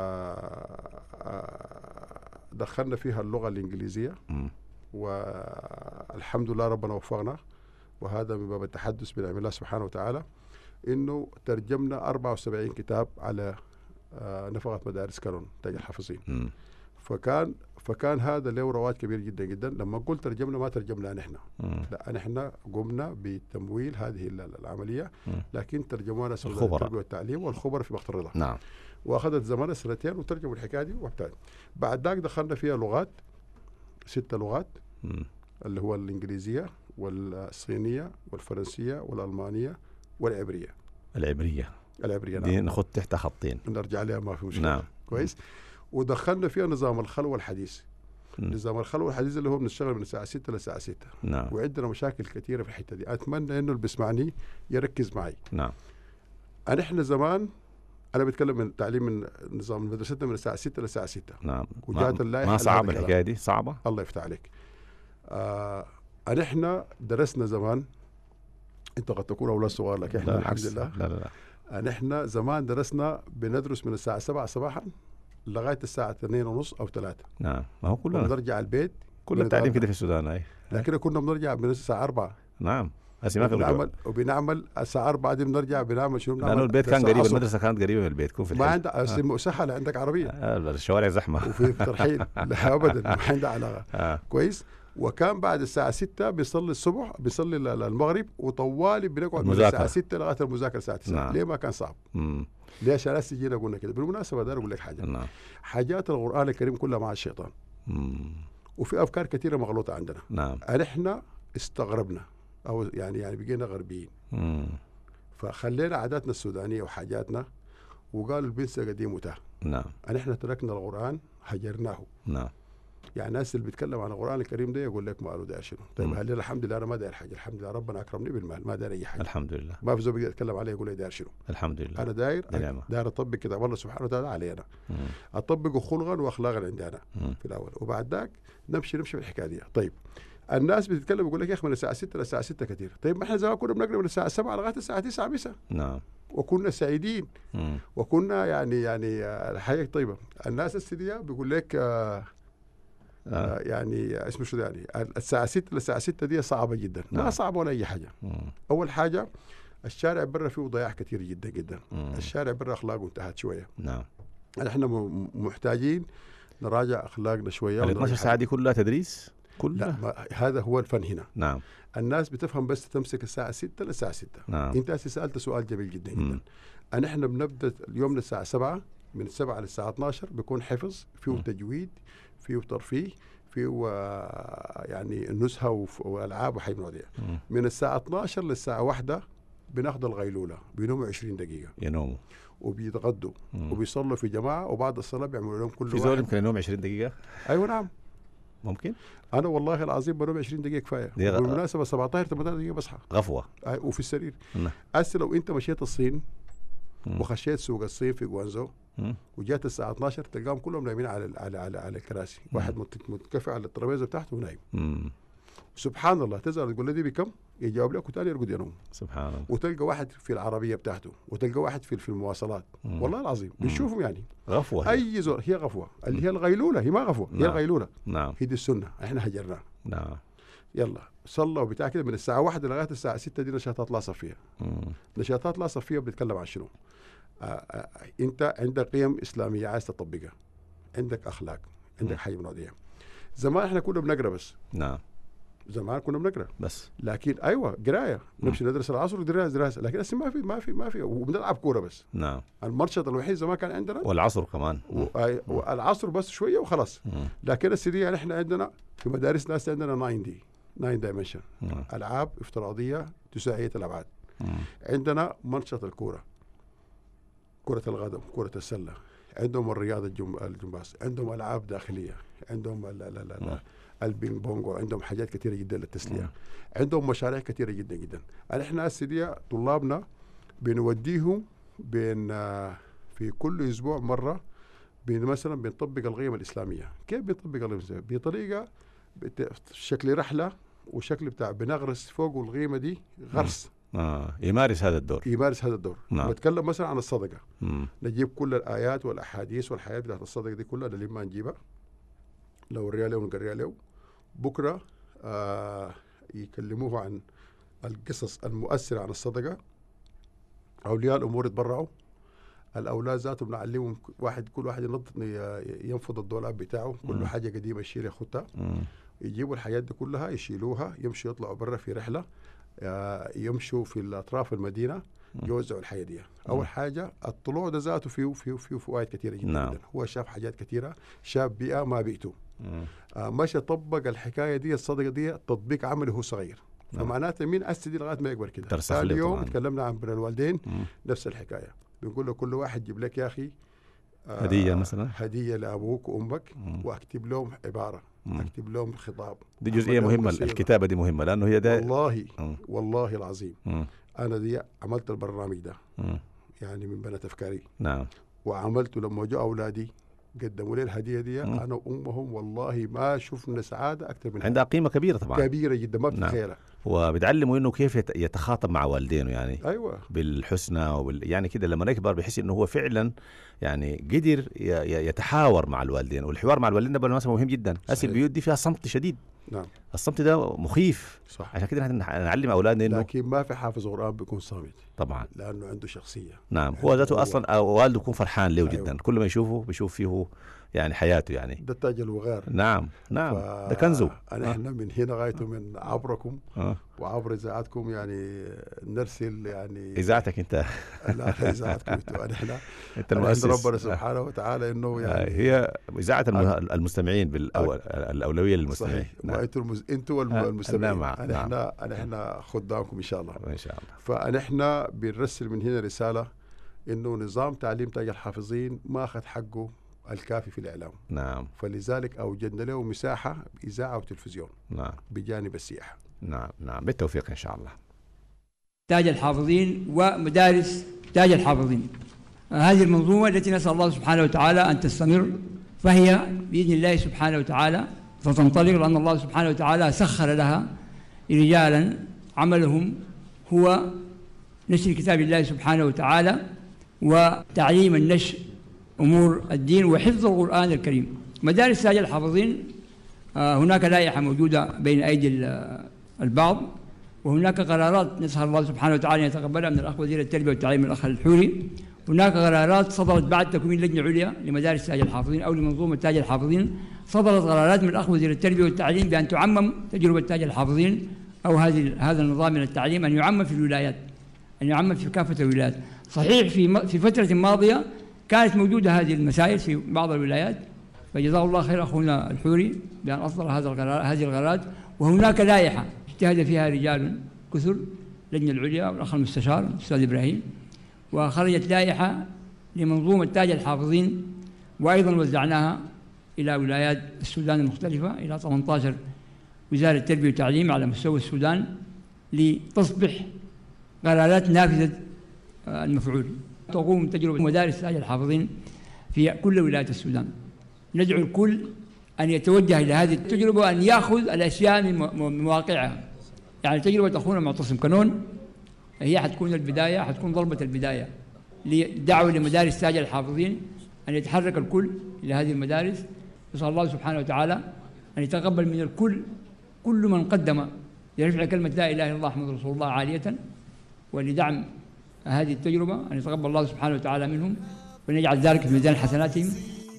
آآ آآ دخلنا فيها اللغة الإنجليزية. مم. والحمد لله ربنا وفقنا، وهذا من باب التحدث بنعم الله سبحانه وتعالى. انه ترجمنا أربعة وسبعين كتاب على آه نفقة مدارس كانون تاج الحافظين. مم. فكان فكان هذا له رواج كبير جدا جدا. لما قلت ترجمنا ما ترجمنا نحن، لا نحن قمنا بتمويل هذه العمليه، لكن ترجمونا سوزان التربيه والتعليم والخبراء في وقت الرضا. نعم. واخذت زمانها سنتين وترجموا الحكايه دي وابتعد. بعد ذاك دخلنا فيها لغات، ست لغات، مم. اللي هو الانجليزيه والصينيه والفرنسيه والالمانيه والعبريه. العبريه العبريه دي نعم. ناخذ تحت خطين نرجع لها ما في مشكله. نعم. كويس. ودخلنا فيها نظام الخلوه الحديث. مم. نظام الخلوه الحديث اللي هو بنشتغل من الساعه ستة للساعه ستة. نعم. وعندنا مشاكل كثيره في الحته دي. اتمنى انه اللي بيسمعني يركز معي. نعم. أنا احنا زمان انا بتكلم من تعليم من نظام مدرستنا من الساعه ستة للساعه ستة. نعم. وجات اللائحه ما صعب الحكايه دي؟ صعبه؟ الله يفتح عليك. آه أنا احنا درسنا زمان، انت قد تكون اولاد صغار لك احنا الحمد لله. لا لا لا. أنا احنا زمان درسنا بندرس من الساعه سبعة صباحا لغايه الساعه اثنين ونص او ثلاثة. نعم. ما هو كلنا بنرجع البيت. كل التعليم كده في السودان. اي لكن كنا بنرجع من الساعه أربعة. نعم. هسه ما في بنعمل وبنعمل الساعه أربعة دي بنرجع بنعمل شنو؟ لانه البيت كان قريب، المدرسه كانت قريبه من البيت. كون في ما عندك آه. سهله عندك عربيه. آه الشوارع زحمه وفي ترحيل. لا ابدا ما عندها علاقه. آه. كويس. وكان بعد الساعه ستة بيصلي الصبح، بيصلي المغرب، وطوالي بنقعد من الساعه ستة لغايه المذاكره الساعه تسعة. نعم. ليه ما كان صعب؟ مم. ليش الناس تجينا قلنا كده؟ بالمناسبه ده اقول لك حاجه. نعم. حاجات القران الكريم كلها مع الشيطان. مم. وفي افكار كثيره مغلوطه عندنا. نعم. احنا استغربنا او يعني يعني بقينا غربيين. مم. فخلينا عاداتنا السودانيه وحاجاتنا، وقالوا البنسة قديم وتاه. نعم. احنا تركنا القران هجرناه. نعم. يعني الناس اللي بيتكلم عن القران الكريم ده يقول لك ماله داير شنو؟ طيب هل الحمد لله انا ما داير حاجه، الحمد لله ربنا اكرمني بالمال، ما داير اي حاجه. الحمد لله. ما في زول بيقدر يتكلم عليه يقول لي داير شنو؟ الحمد لله. انا داير نعم. داير اطبق كتاب الله سبحانه وتعالى علي انا. اطبقه خلقا واخلاقا عندي انا في الاول، وبعد ذاك نمشي نمشي في الحكايه دي. طيب الناس بتتكلم يقول لك يا اخي من الساعه ستة للساعه ستة كثير. طيب ما احنا زمان كنا بنقرا من الساعه سبعة لغايه الساعه تسعة مساء. نعم. وكنا سعيدين. مم. وكنا يعني يعني الحياه طيبه. الناس السديه بيقول لك آه آه يعني اسمه شو يعني الساعه ستة للساعه ستة دي صعبه جدا. نعم. ما صعبه ولا اي حاجه. مم. اول حاجه الشارع برا فيه ضياع كثير جدا جدا. مم. الشارع برا اخلاقه انتهت شويه. نعم. احنا محتاجين نراجع اخلاقنا شويه. ال اثناشر ساعه دي كلها تدريس؟ كلها؟ لا هذا هو الفن هنا. نعم. الناس بتفهم بس تمسك الساعه ستة للساعه ستة. نعم. انت سالت سؤال جميل جدا جدا. ان احنا بنبدا اليوم من الساعه سبعة، من سبعة للساعه اثناشر بيكون حفظ، فيه م. تجويد، فيه ترفيه، فيه آه يعني نزهه والعاب وحي من هذه. من الساعه اثناشر للساعه واحدة بناخذ الغيلوله، بينوموا عشرين دقيقه. ينوموا وبيتغدوا وبيصلوا في جماعه، وبعد الصلاه بيعملوا لهم كل في زول يمكن ينوم عشرين دقيقه؟ ايوه نعم ممكن. انا والله العظيم بنوم عشرين دقيقه كفايه. بالمناسبه سبعتاشر ثمانية عشر دقيقه بصحى غفوه. أي وفي السرير. هسه لو انت مشيت الصين مم. وخشيت سوق الصين في جوانزو وجات الساعه اثناشر تلقاهم كلهم نايمين على على على, على الكراسي. واحد متكفي على الترابيزه بتاعته ونايم. مم. سبحان الله. تزعل تقول له دي بكم؟ يجاوب لك وثاني يرقد ينوم. سبحان الله. وتلقى واحد في العربيه بتاعته، وتلقى واحد في في المواصلات. مم. والله العظيم بنشوفهم يعني غفوه. اي زول هي غفوه، اللي هي الغيلوله، هي ما غفوه. نعم. هي الغيلوله. نعم. هي دي السنه احنا هجرناها. نعم. يلا صلوا وبتاع كده من الساعه واحدة لغايه الساعه ستة دي نشاطات لا صفيه. نشاطات لا صفيه بنتكلم عن شنو؟ آآ آآ انت عندك قيم اسلاميه عايز تطبقها، عندك اخلاق، عندك حاجه من هذه. زمان احنا كنا بنقرا بس. نعم. زمان كنا بنقرا بس. لكن ايوه قرايه، نمشي ندرس العصر ودراسه دراسه، لكن هسه ما في ما في ما في وبنلعب كوره بس. نعم. المرشد الوحيد زمان كان عندنا والعصر كمان. والعصر بس شويه وخلاص. مم. لكن السيدي يعني احنا عندنا في مدارس ناس عندنا تسعة دي تسعة دايمنشن، العاب افتراضيه تساعية الابعاد. مم. عندنا منشط الكوره، كره القدم، كره السله، عندهم الرياضه الجمباز، عندهم العاب داخليه، عندهم لا لا لا, لا. البينج بونج، وعندهم حاجات كثيره جدا للتسليه. مم. عندهم مشاريع كثيره جدا جدا. احنا السيدي طلابنا بنوديهم بين في كل اسبوع مره بين مثلا بنطبق القيم الاسلاميه. كيف بنطبق القيم الاسلاميه؟ بطريقه شكل رحله وشكل بتاع بنغرس فوق القيمه دي غرس. اه يمارس هذا الدور. يمارس هذا الدور. نعم. نتكلم مثلا عن الصدقه. مم. نجيب كل الايات والاحاديث والحياه بتاعت الصدقه دي كلها لما نجيبها لو الريال له ونقريها له. بكره آه يكلموه عن القصص المؤثره عن الصدقه اولياء الامور يتبرعوا، الاولاد ذاتهم نعلمهم واحد كل واحد ينظف ينفض الدولاب بتاعه، كل حاجه قديمه يشيل ياخدها، يجيبوا الحاجات دي كلها يشيلوها، يمشوا يطلعوا برا في رحله، يمشوا في اطراف المدينه يوزعوا الحياه دي. اول حاجه الطلوع ده ذاته فيه فيه فيه فوائد كثيره جدا, نعم. جدا. هو شاف حاجات كثيره، شاف بيئه ما بيئته، آه مشى طبق الحكايه دي الصدقه دي تطبيق عملي هو صغير، نعم. فمعناته مين اسدي لغايه ما يكبر كده. اليوم تكلمنا عن بر الوالدين، مم. نفس الحكايه، بنقول له كل واحد جيب لك يا اخي آه هديه مثلا، هديه لابوك وامك، مم. واكتب لهم عباره، مم. اكتب لهم خطاب. دي جزئيه مهمه، الكتابه دي مهمه لانه هي ده والله مم. والله العظيم، مم. انا دي عملت البرنامج ده، مم. يعني من بنات افكاري، نعم، وعملته لما جو اولادي قدموا لي الهديه دي، مم. انا وامهم والله ما شفنا سعاده اكثر من عندها قيمه كبيره طبعا، كبيره جدا ما بتتخيلها. نعم. وبتعلموا انه كيف يتخاطب مع والدينه، يعني ايوه بالحسنى وبال... يعني كده لما يكبر بيحس انه هو فعلا يعني قدر يتحاور مع الوالدين، والحوار مع الوالدين ده بالمناسبه مهم جدا. هسه البيوت دي فيها صمت شديد، نعم، الصمت ده مخيف، صح. عشان كده نعلم اولادنا انه لكن ما في حافظ قرآن بيكون صامت طبعا، لانه عنده شخصيه. نعم، هو ذاته اصلا والده يكون فرحان له جدا. أيوة. كل ما يشوفه بيشوف فيه يعني حياته، يعني ده تاج الوغار. نعم نعم، ف... ده كنزه. احنا من هنا غايته من عبركم أه. وعبر اذاعتكم يعني نرسل يعني اذاعتك انت لا اذاعتكم انتوا احنا انت المؤسس ربنا سبحانه وتعالى انه يعني هي اذاعه المستمعين بالاول الاولويه للمستمعين. نعم. وانتوا المز... انتوا المستمعين، نعم. احنا احنا خدامكم ان شاء الله ان شاء الله. فنحن بنرسل من هنا رساله انه نظام تعليم تاج الحافظين ما اخذ حقه الكافي في الإعلام. نعم. فلذلك أوجدنا له مساحة إذاعة وتلفزيون. نعم. بجانب السياحة. نعم نعم، بالتوفيق إن شاء الله. تاج الحافظين ومدارس تاج الحافظين، هذه المنظومة التي نسأل الله سبحانه وتعالى أن تستمر، فهي بإذن الله سبحانه وتعالى ستنطلق، لأن الله سبحانه وتعالى سخر لها رجالا عملهم هو نشر كتاب الله سبحانه وتعالى وتعليم النشء أمور الدين وحفظ القرآن الكريم. مدارس تاج الحافظين هناك لائحة موجودة بين أيدي البعض، وهناك قرارات نسأل الله سبحانه وتعالى أن يتقبلها من الأخ وزير التربية والتعليم الأخ الحوري. هناك قرارات صدرت بعد تكوين لجنة عليا لمدارس تاج الحافظين أو لمنظومة تاج الحافظين، صدرت قرارات من الأخ وزير التربية والتعليم بأن تعمم تجربة تاج الحافظين أو هذه هذا النظام من التعليم، أن يعمم في الولايات، أن يعمم في كافة الولايات. صحيح في في فترة ماضية كانت موجودة هذه المسائل في بعض الولايات، فجزاه الله خير أخونا الحوري بأن أصدر هذا القرار هذه القرارات. وهناك لائحة اجتهد فيها رجال كثر، اللجنة العليا والأخ المستشار الأستاذ إبراهيم، وخرجت لائحة لمنظومة تاج الحافظين، وأيضا وزعناها إلى ولايات السودان المختلفة، إلى ثمانية عشر وزارة التربية والتعليم على مستوى السودان، لتصبح قرارات نافذة المفعول. تقوم تجربة مدارس تاج الحافظين في كل ولايات السودان. ندعو الكل أن يتوجه إلى هذه التجربة وأن يأخذ الأشياء من مواقعها. يعني تجربة أخونا معتصم كنون هي حتكون البداية، حتكون ضربة البداية لدعوة لمدارس تاج الحافظين أن يتحرك الكل إلى هذه المدارس. نسأل الله سبحانه وتعالى أن يتقبل من الكل كل من قدم لرفع كلمة لا إله إلا الله محمد رسول الله عالية، ولدعم هذه التجربة أن يتقبل الله سبحانه وتعالى منهم ونجعل ذلك في ميزان حسناتهم.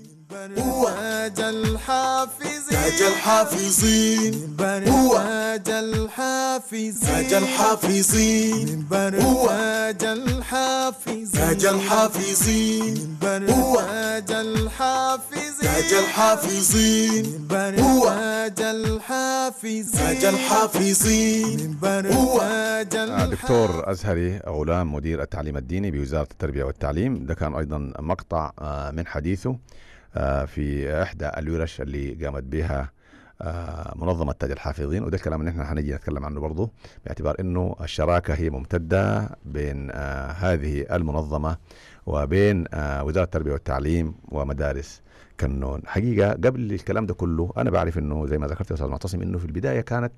تاج الحافظين تاج الحافظين هو تاج الحافظين تاج الحافظين هو تاج الحافظين تاج الحافظين هو تاج الحافظين تاج الحافظين هو تاج الحافظين تاج الحافظين هو تاج. دكتور أزهري غلام مدير التعليم الديني بوزارة التربية والتعليم، ده كان أيضا مقطع من حديثه في إحدى الورش اللي قامت بها منظمة تاج الحافظين، وده الكلام اللي احنا هنجي نتكلم عنه برضه، باعتبار انه الشراكة هي ممتدة بين هذه المنظمة وبين وزارة التربية والتعليم ومدارس كنون. حقيقة قبل الكلام ده كله أنا بعرف انه زي ما ذكرت يا أستاذ معتصم انه في البداية كانت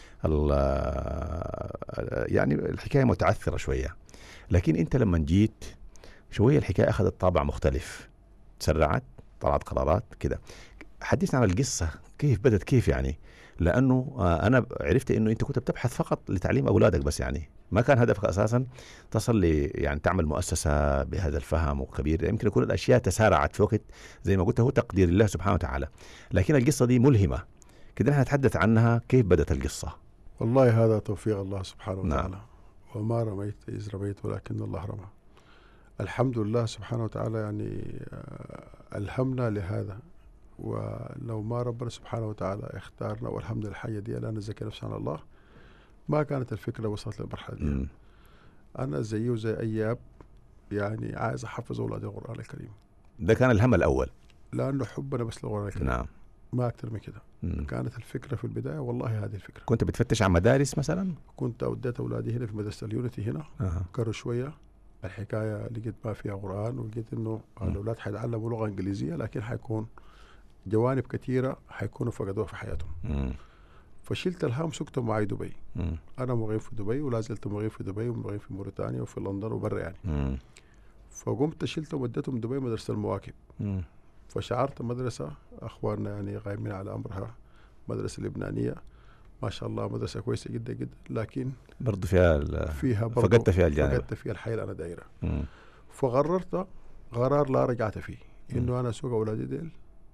يعني الحكاية متعثرة شوية، لكن انت لما جيت شوية الحكاية أخذت طابع مختلف، تسرعت، طلعت قرارات كده. حدثنا عن القصة، كيف بدت كيف يعني؟ لأنه أنا عرفت إنه أنت كنت بتبحث فقط لتعليم أولادك بس، يعني ما كان هدفك أساسا تصل لي يعني تعمل مؤسسة بهذا الفهم وكبير؟ يمكن يكون الأشياء تسارعت في وقت زي ما قلت هو تقدير الله سبحانه وتعالى، لكن القصة دي ملهمة كده، نحن نتحدث عنها. كيف بدت القصة؟ والله هذا توفيق الله سبحانه وتعالى. نعم. وما رميت إذ رميت ولكن الله رمى. الحمد لله سبحانه وتعالى يعني ألهمنا لهذا، ولو ما ربنا سبحانه وتعالى اختارنا والحمد لله دي لا نزكي نفسنا على الله ما كانت الفكرة وصلت للمرحلة دي. م. أنا زيه وزي أي أب يعني عايز أحفظ أولادي القرآن الكريم. ده كان الهم الأول، لأنه حبنا بس للقرآن الكريم. نعم. ما أكتر من كده. م. كانت الفكرة في البداية والله هذه الفكرة. كنت بتفتش عن مدارس مثلا؟ كنت أوديت أولادي هنا في مدرسة اليونتي هنا. أه. كروا شوية الحكاية، لقيت ما فيها قرآن، ولقيت إنه الأولاد حيتعلموا لغة إنجليزية لكن حيكون جوانب كثيرة حيكونوا فقدوها في حياتهم. م. فشلت الهام سكت معي دبي. م. أنا مغيب في دبي ولا زلت مغيب في دبي ومغيب في موريتانيا وفي لندن وبرا يعني. م. فقمت شلت ووديتهم دبي مدرسة المواكب. م. فشعرت مدرسة أخواننا يعني غايمين على أمرها، مدرسة لبنانية ما شاء الله، مدرسة كويسة جدا جدا، لكن برضو فيها فيها برضو فقدت فيها الجانب، فقدت فيها الحياة اللي أنا دايرة. فقررت قرار لا رجعت فيه إنه أنا أسوق أولادي ديل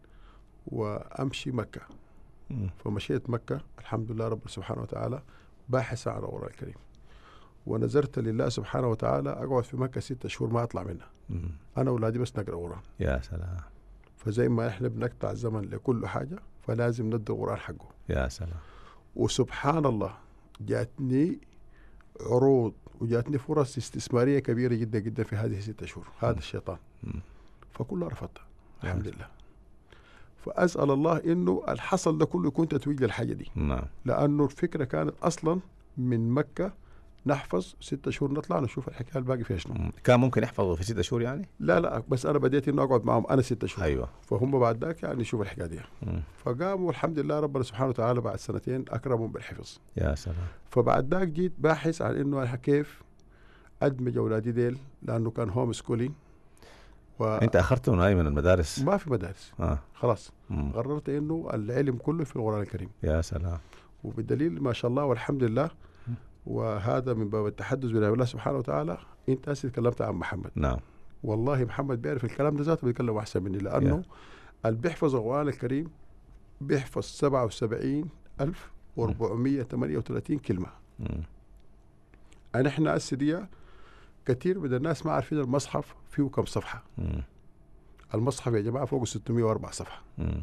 وأمشي مكة. م. فمشيت مكة الحمد لله رب سبحانه وتعالى باحث عن القرآن الكريم، ونذرت لله سبحانه وتعالى أقعد في مكة ستة شهور ما أطلع منها. م. أنا أولادي بس نقرأ قرآن. يا سلام. فزي ما إحنا بنقطع الزمن لكل حاجة فلازم ندي القرآن حقه. يا سلام. وسبحان الله جاتني عروض وجاتني فرص استثمارية كبيرة جدا جدا في هذه الستة شهور. م. هذا الشيطان. م. فكلها رفضتها الحمد لله. فأسأل الله إنه الحصل ده كله يكون تتويج للحاجة دي. نعم. لأنه الفكرة كانت أصلا من مكة نحفظ ستة شهور نطلع نشوف الحكاية الباقي فيها شنو. كان ممكن يحفظوا في ستة شهور يعني؟ لا لا بس أنا بديت إنه أقعد معهم أنا ستة شهور. أيوة. فهم بعد ذاك يعني يشوفوا الحكاية دي. م. فقاموا والحمد لله ربنا سبحانه وتعالى بعد سنتين أكرمهم بالحفظ. يا سلام. فبعد ذاك جيت باحث عن إنه كيف أدمج أولادي ديل، لأنه كان هوم سكولينج. و... أنت أخرتهم هاي من المدارس؟ ما في مدارس. آه. خلاص. م. قررت إنه العلم كله في القرآن الكريم. يا سلام. وبالدليل ما شاء الله والحمد لله، وهذا من باب التحدث بنعم الله سبحانه وتعالى. انت هسه تكلمت عن محمد. نعم. والله محمد بيعرف الكلام ده ذاته بيتكلم احسن مني، لانه اللي بيحفظ القرآن الكريم بيحفظ سبعة وسبعين ألف وأربعمية وثمانية وثلاثين كلمة. م. أنا احنا هسه دي كثير من الناس ما عارفين المصحف فيه كم صفحة. م. المصحف يا جماعة فوق ستمية وأربعة صفحة.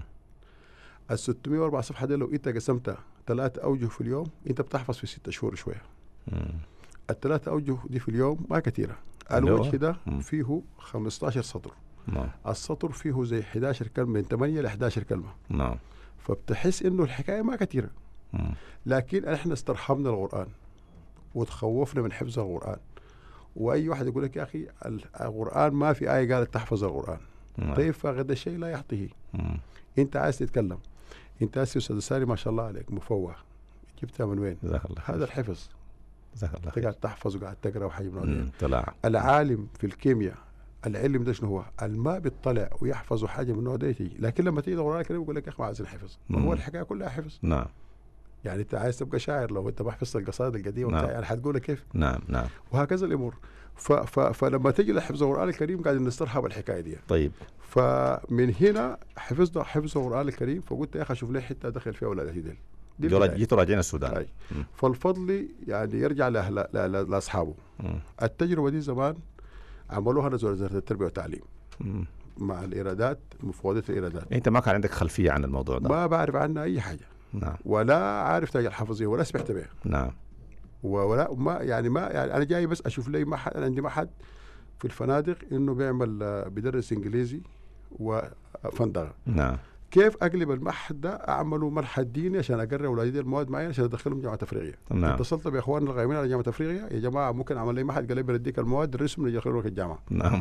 ال ستمية وأربعة صفحة دي لو انت قسمتها ثلاثة أوجه في اليوم انت بتحفظ في ستة شهور شوية. الثلاثة أوجه دي في اليوم ما كثيرة. الوجه ده فيه خمسة عشر سطر. نعم. السطر فيه زي إحدى عشرة كلمة، من ثمانية ل إحدى عشرة كلمة. نعم. فبتحس انه الحكاية ما كثيرة. لكن احنا استرحمنا القرآن وتخوفنا من حفظ القرآن. واي واحد يقول لك يا اخي القرآن ما في آية قالت تحفظ القرآن. نعم. طيب فغدا الشيء لا يعطيه. مم. انت عايز تتكلم، انت هسه استاذ ساري ما شاء الله عليك مفوه، جبتها من وين؟ جزاك الله. هذا الحفظ. جزاك الله. انت قاعد تحفظ وقاعد تقرا وحاجه من طلع. العالم في الكيمياء العلم ده شنو هو؟ الما بيطلع ويحفظ حاجه من النوع ده يجي، لكن لما تيجي القرآن الكريم يقول لك يا اخي ما عايزين حفظ. هو الحكايه كلها حفظ. نعم. يعني انت عايز تبقى شاعر لو انت ما حفظت القصائد القديمه. نعم. يعني حتقولها كيف؟ نعم نعم. وهكذا الامور. ف ف فلما تجي لحفظ القرآن الكريم قاعد نسترحب الحكايه دي. طيب. فمن هنا حفظنا حفظ القرآن الكريم، فقلت يا اخي اشوف لي حته ادخل فيها اولادي ديل. جيتوا راجعين السودان. فالفضل يعني يرجع لاصحابه. التجربه دي زمان عملوها وزاره التربيه والتعليم. م. مع الايرادات مفوضيه الايرادات. انت ما كان عندك خلفيه عن الموضوع ده؟ ما بعرف عنها اي حاجه. نعم. ولا عارف تاج الحفظيه ولا سمعت بها. نعم. ولا ما يعني ما يعني انا جاي بس اشوف لي ما حد، انا عندي ما حد في الفنادق انه بيعمل بيدرس انجليزي وفندقه. نعم. كيف اقلب المعهد ده اعمله مرحله ديني عشان اقرر اولادي المواد معينه عشان ادخلهم جامعه افريقيا. نعم. اتصلت باخواننا الغايمين على جامعه افريقيا، يا جماعه ممكن اعمل لي معهد؟ قال لي بديك المواد درسهم نجي ندخلوك الجامعه. نعم.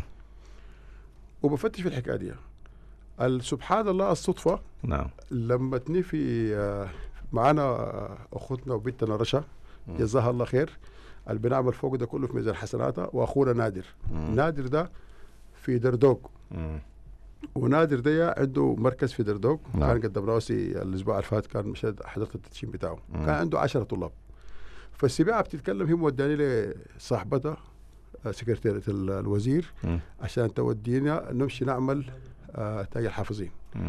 وبفتش في الحكايه دي. سبحان الله الصدفه. نعم. لما تني في معانا اخوتنا وبنتنا رشا جزاها الله خير، اللي بنعمل فوق ده كله في ميزان حسناتها، واخونا نادر. مم. نادر ده في دردوق. مم. ونادر ده عنده مركز في دردوق. نعم. كان قدم راسي الاسبوع اللي فات، كان مشهد حضرت التدشين بتاعه. مم. كان عنده عشرة طلاب. فالسباعة بتتكلم، هي موداني لصاحبتها سكرتيرة الوزير م. عشان تودينا نمشي نعمل آه تاج الحافظين.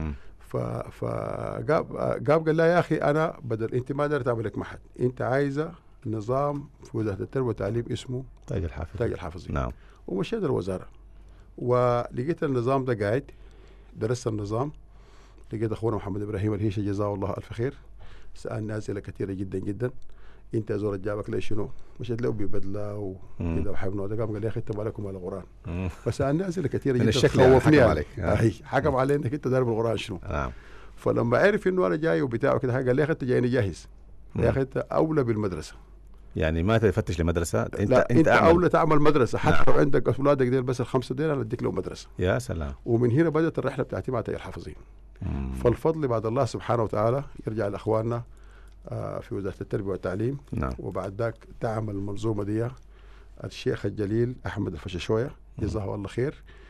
فقاب قاب قال لا يا أخي أنا بدل أنت ما قدرت أعمل لك معهد، أنت عايزة نظام في وزارة التربية والتعليم اسمه تاج الحافظين. تاج الحافظين. نعم. ومشيت الوزارة ولقيت النظام ده قاعد، درست النظام، لقيت أخونا محمد إبراهيم الهيشة جزاه الله ألف خير سألني أسئلة كثيرة جدا جدا. انت يا زول جابك ليش شنو؟ مشيت له ببدله وكذا وحبنا وده قام قال لي يا اخي انت مالكم على القران. فسالني اسئله كثيره جدا خوفني حكم عليك. اي حكم علي انك انت داري بالقران شنو؟ نعم. فلما عرف انه انا جاي وبتاع كده قال لي يا اخي انت جايني جاهز، يا اخي انت اولى بالمدرسه. يعني ما تفتش لمدرسه، انت لا انت, انت اولى تعمل مدرسه، حتى لو نعم. عندك اولادك ديل بس الخمسه ديل انا اديك له مدرسه. يا سلام. ومن هنا بدات الرحله بتاعتي مع تاج الحافظين. فالفضل بعد الله سبحانه وتعالى يرجع لاخواننا في وزارة التربية والتعليم. نعم. وبعد ذاك دعم المنظومة دي الشيخ الجليل أحمد الفششوية جزاه الله خير،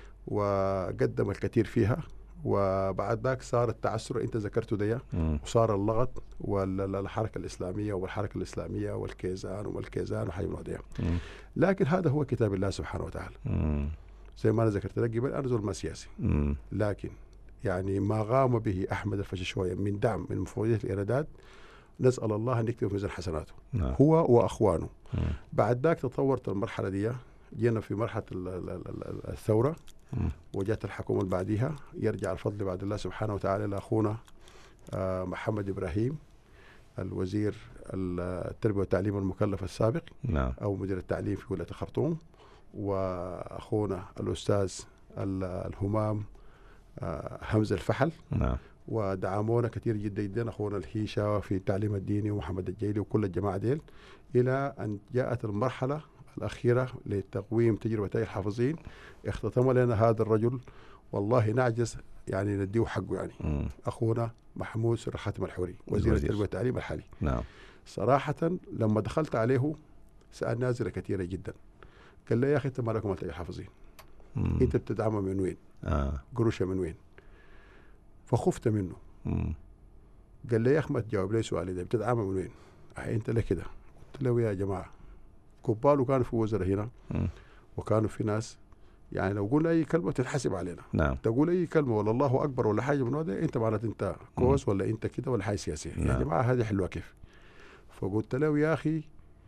وقدم الكثير فيها. وبعد ذاك صار التعسر انت ذكرته دي، وصار اللغط والحركة الإسلامية والحركة الإسلامية والكيزان والكيزان وحاجة من هذه. لكن هذا هو كتاب الله سبحانه وتعالى. مم. زي ما أنا ذكرت لك قبل أنا زول ما سياسي، مم. لكن يعني ما قام به أحمد الفششوية من دعم من مفوضية الإيرادات نسأل الله أن يكتب في ميزان حسناته. نعم. هو وأخوانه. مم. بعد ذاك تطورت المرحلة دي، جينا في مرحلة الثورة. مم. وجات الحكومة اللي بعديها، يرجع الفضل بعد الله سبحانه وتعالى لأخونا آه محمد إبراهيم الوزير التربية والتعليم المكلف السابق. نعم. أو مدير التعليم في ولاية الخرطوم، وأخونا الأستاذ الهمام آه حمزة الفحل. نعم. ودعمونا كثير جدا جدا اخونا الهيشة في التعليم الديني ومحمد الجيلي وكل الجماعه ديل، الى ان جاءت المرحله الاخيره لتقويم تجربه تاج الحافظين. اختتم لنا هذا الرجل والله نعجز يعني نديه حقه يعني. م. اخونا محمود سر خاتم الحوري وزير التربيه والتعليم الحالي. نعم. صراحه لما دخلت عليه سالني اسئله كثيره جدا، قال لي يا اخي انت ما لكم تاج الحافظين، انت بتدعمها من وين؟ آه. قروشها من وين؟ فخفت منه. مم. قال لي يا اخي ما تجاوب لي سؤالي ده، بتدعمها من وين؟ أه انت ليه كده؟ قلت له يا جماعه كبار كانوا في وزراء هنا. مم. وكانوا في ناس يعني لو قلنا اي كلمه تتحسب علينا. نعم. تقول اي كلمه ولا الله اكبر ولا حاجه من هذا انت معناته انت كوس ولا انت كده ولا حاجه سياسيه. نعم. يا جماعه هذه حلوه كيف؟ فقلت له يا اخي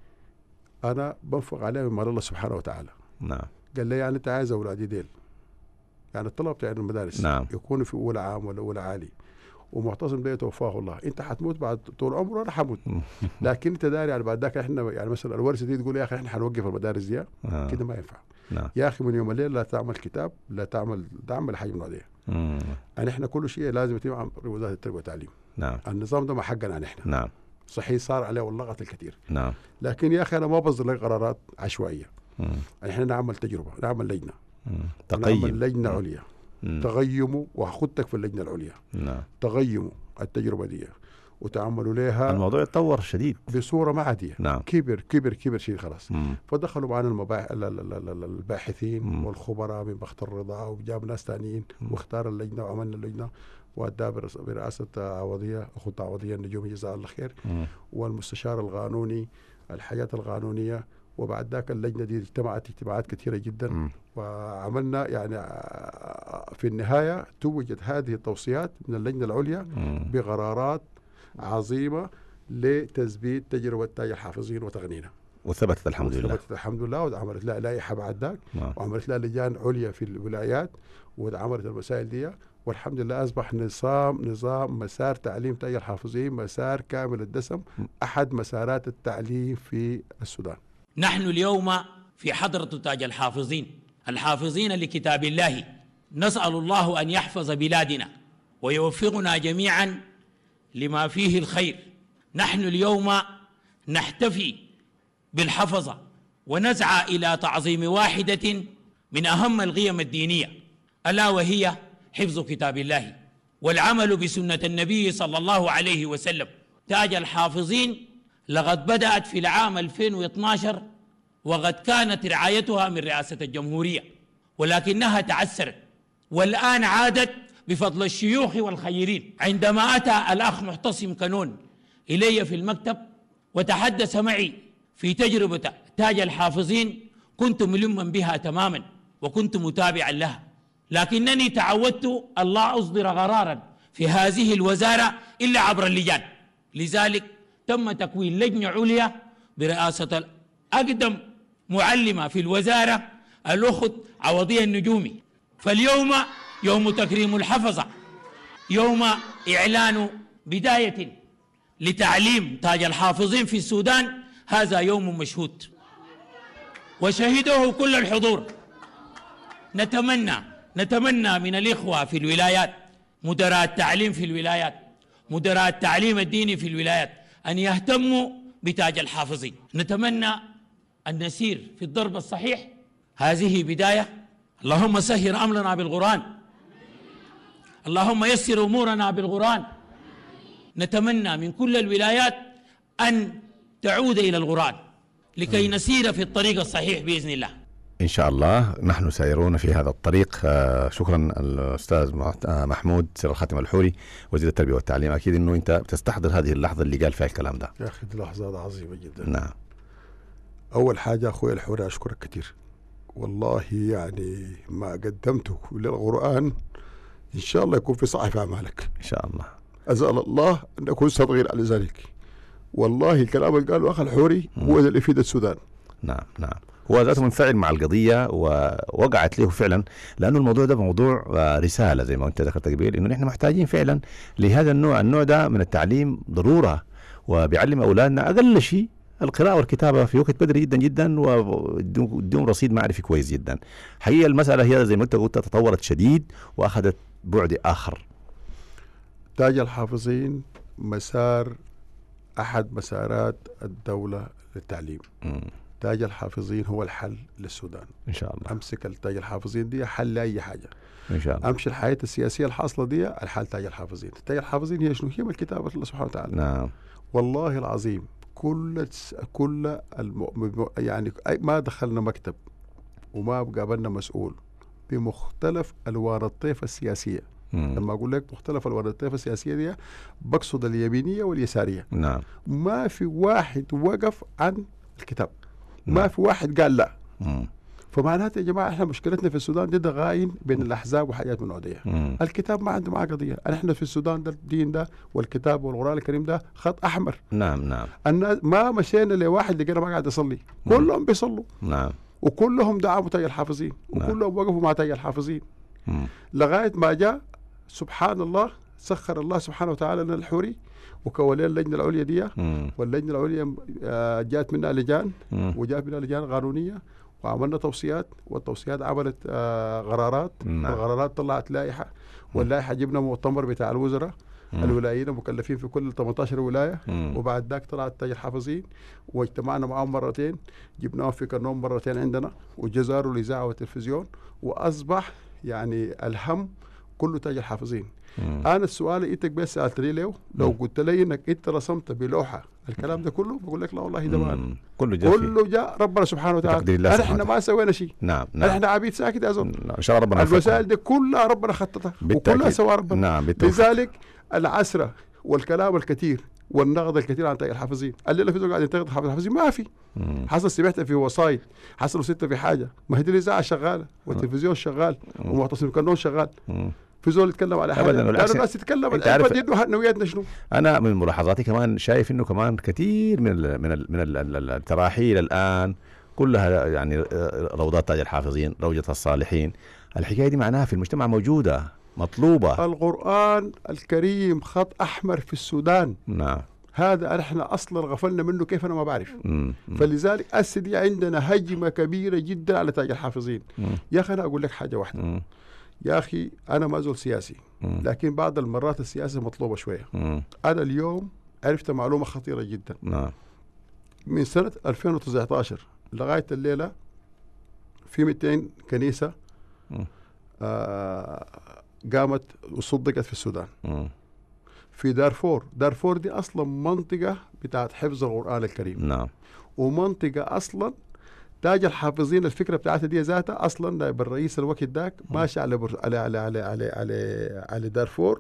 انا بنفق عليه من مال الله سبحانه وتعالى. نعم. قال لي يعني انت عايز اولادي ديل يعني الطلبة بتاع المدارس. نعم. يكونوا في أولى عام ولا أولى عالي، ومعتصم ده يتوفاه الله، أنت حتموت بعد طول عمره أنا حموت. لكن أنت داري يعني بعد ذاك إحنا يعني مثلا الورثة دي تقول يا أخي إحنا حنوقف المدارس دي. آه. كده ما ينفع. نعم. يا أخي من يوم الليل لا تعمل كتاب، لا تعمل تعمل حاجة من هذه. يعني إحنا كل شيء لازم يتم عن وزارة التربية والتعليم. نعم. النظام ده ما حقنا نحن. نعم. صحيح صار عليه واللغط الكثير. نعم. لكن يا أخي أنا ما بصدر لك قرارات عشوائية. يعني إحنا نعمل تجربة، نعمل لجنة. تقيم. نعمل لجنة عليا. مم. تغيموا وأخذتك في اللجنة العليا. نعم. تغيموا التجربة دي وتعملوا لها. الموضوع يتطور شديد بصورة ما عادية. نعم. كبر كبر كبر شيء خلاص. مم. فدخلوا معنا المباح... الباحثين. مم. والخبراء من بخت الرضا، وجاب ناس ثانيين واختار اللجنة وعملنا اللجنة وأدى برئاسة عوضية أخوة عوضية النجومي جزاه الله خير. مم. والمستشار القانوني الحاجات القانونية. وبعد ذاك اللجنة دي اجتمعت اجتماعات كثيرة جدا. م. وعملنا يعني في النهاية توجد هذه التوصيات من اللجنة العليا م. بقرارات عظيمة لتثبيت تجربة تاج الحافظين وتغنينا. وثبتت الحمد لله. وثبتت الحمد لله، وعملت لها لائحة بعد ذاك. وعملت لها لجان عليا في الولايات وعملت المسائل دي، والحمد لله أصبح نظام نظام مسار تعليم تاج الحافظين مسار كامل الدسم، أحد مسارات التعليم في السودان. نحن اليوم في حضرة تاج الحافظين، الحافظين لكتاب الله، نسأل الله أن يحفظ بلادنا ويوفقنا جميعا لما فيه الخير. نحن اليوم نحتفي بالحفظة ونسعى إلى تعظيم واحدة من أهم القيم الدينية، ألا وهي حفظ كتاب الله والعمل بسنة النبي صلى الله عليه وسلم. تاج الحافظين لقد بدأت في العام ألفين واثني عشر، وقد كانت رعايتها من رئاسة الجمهورية، ولكنها تعسرت والآن عادت بفضل الشيوخ والخيرين. عندما أتى الأخ معتصم كنون إلي في المكتب وتحدث معي في تجربة تاج الحافظين كنت ملما بها تماما وكنت متابعا لها، لكنني تعودت الله أصدر قرارا في هذه الوزارة إلا عبر اللجان. لذلك تم تكوين لجنة عليا برئاسة أقدم معلمة في الوزارة الأخت عوضية النجومي. فاليوم يوم تكريم الحفظة، يوم إعلان بداية لتعليم تاج الحافظين في السودان. هذا يوم مشهود وشهده كل الحضور. نتمنى نتمنى من الإخوة في الولايات، مدراء التعليم في الولايات، مدراء التعليم الديني في الولايات، أن يهتموا بتاج الحافظين. نتمنى أن نسير في الضرب الصحيح. هذه بداية. اللهم سهر أمرنا بالقرآن، اللهم يسر أمورنا بالقرآن. نتمنى من كل الولايات أن تعود إلى القرآن لكي نسير في الطريق الصحيح بإذن الله. إن شاء الله نحن سائرون في هذا الطريق. شكرا الأستاذ محمود سر الخاتم الحوري وزير التربية والتعليم. أكيد أنه أنت بتستحضر هذه اللحظة اللي قال فيها الكلام ده. يا أخي دي لحظة عظيمة جدا. نعم. أول حاجة أخوي الحوري أشكرك كثير والله، يعني ما قدمته للقرآن إن شاء الله يكون في صحيف أعمالك إن شاء الله. أسأل الله أن أكون صغير على ذلك. والله الكلام اللي قاله أخ الحوري هو اللي يفيد السودان. نعم نعم. هو ذاته منفعل مع القضية ووقعت له فعلا، لأنه الموضوع ده موضوع رسالة زي ما أنت ذكرت قبل، إنه نحن محتاجين فعلا لهذا النوع النوع ده من التعليم ضرورة، وبيعلم أولادنا أقل شيء القراءة والكتابة في وقت بدري جدا جدا، واديهم رصيد معرفي كويس جدا. حقيقة المسألة هي زي ما أنت قلت تطورت شديد وأخذت بعد آخر. تاج الحافظين مسار أحد مسارات الدولة للتعليم. م. تاج الحافظين هو الحل للسودان إن شاء الله. أمسك التاج الحافظين دي حل لأي حاجة إن شاء الله. أمشي الحياة السياسية الحاصلة دي الحل تاج الحافظين. تاج الحافظين هي شنو؟ هي من كتابة الله سبحانه وتعالى. نعم. والله العظيم كل كل الم... يعني ما دخلنا مكتب وما قابلنا مسؤول بمختلف ألوان الطيف السياسية. مم. لما أقول لك مختلف ألوان الطيف السياسية دي بقصد اليمينية واليسارية. نعم. ما في واحد وقف عن الكتاب. ما في واحد قال لا. مم. فمعناته يا جماعه احنا مشكلتنا في السودان دي ضغاين بين الاحزاب وحاجات من نوعيه. الكتاب ما عنده معاه قضيه، احنا في السودان ده الدين ده والكتاب والقران الكريم ده خط احمر. نعم نعم. الناس ما مشينا لواحد لقينا ما قاعد يصلي، كلهم بيصلوا. نعم. وكلهم دعموا تاج الحافظين، وكلهم وقفوا مع تاج الحافظين. مم. لغايه ما جاء سبحان الله سخر الله سبحانه وتعالى لنا الحوري وكولينا اللجنه العليا دي. مم. واللجنه العليا جات منها لجان وجات منها لجان قانونيه وعملنا توصيات، والتوصيات عملت آه قرارات. نعم. القرارات طلعت لائحه، واللائحه جبنا مؤتمر بتاع الوزراء الولايين المكلفين في كل ثمانية عشر ولايه. مم. وبعد ذاك طلعت تاج الحافظين واجتمعنا معهم مرتين، جبناهم في كرنوم مرتين عندنا وجزاروا الاذاعه والتلفزيون، واصبح يعني الهم كله تاج الحافظين. مم. انا السؤال انت بس سالتني له لو قلت لي انك انت رسمت بلوحه الكلام ده كله بقول لك لا والله ده ما كله جاء كله جاء ربنا سبحانه وتعالى. احنا ما سوينا شيء. نعم نعم. احنا عبيد ساكت يا زلمه. ان شاء الله ربنا المسائل دي كلها ربنا خططها وكلها سوى ربنا. نعم بالتوفيق. لذلك العسره والكلام الكثير والنقد الكثير عن تاج الحافظين، الليله في قاعد ينتقد حافظ الحافظين ما في. مم. حصل سمعت في وصايد، حصلوا سته في حاجه، ما هي دي الاذاعه شغاله والتلفزيون شغال ومعتصم كنون شغال. مم. في زول يتكلم على حاجه ابدا لانه الناس تتكلم انت عارف نوياتنا شنو. انا من ملاحظاتي كمان شايف انه كمان كثير من ال من ال من ال التراحيل الان كلها يعني روضات تاج الحافظين، روضة الصالحين، الحكايه دي معناها في المجتمع موجوده مطلوبه. القرآن الكريم خط احمر في السودان. نعم. هذا احنا اصلا غفلنا منه كيف انا ما بعرف. مم. فلذلك السدي عندنا هجمه كبيره جدا على تاج الحافظين. مم. يا اخي انا اقول لك حاجه واحده. مم. يا اخي انا ما زول سياسي، مم. لكن بعض المرات السياسه مطلوبه شويه. مم. انا اليوم عرفت معلومه خطيره جدا. نعم. من سنه ألفين وتسعة عشر لغايه الليله في مئتين كنيسه آه قامت وصدقت في السودان. مم. في دارفور، دارفور دي اصلا منطقه بتاعت حفظ القران الكريم. نعم. ومنطقه اصلا تاج الحافظين الفكره بتاعتها دي ذاتها اصلا نائب الرئيس الوقت ذاك ماشي على, بر... على على على على على على دارفور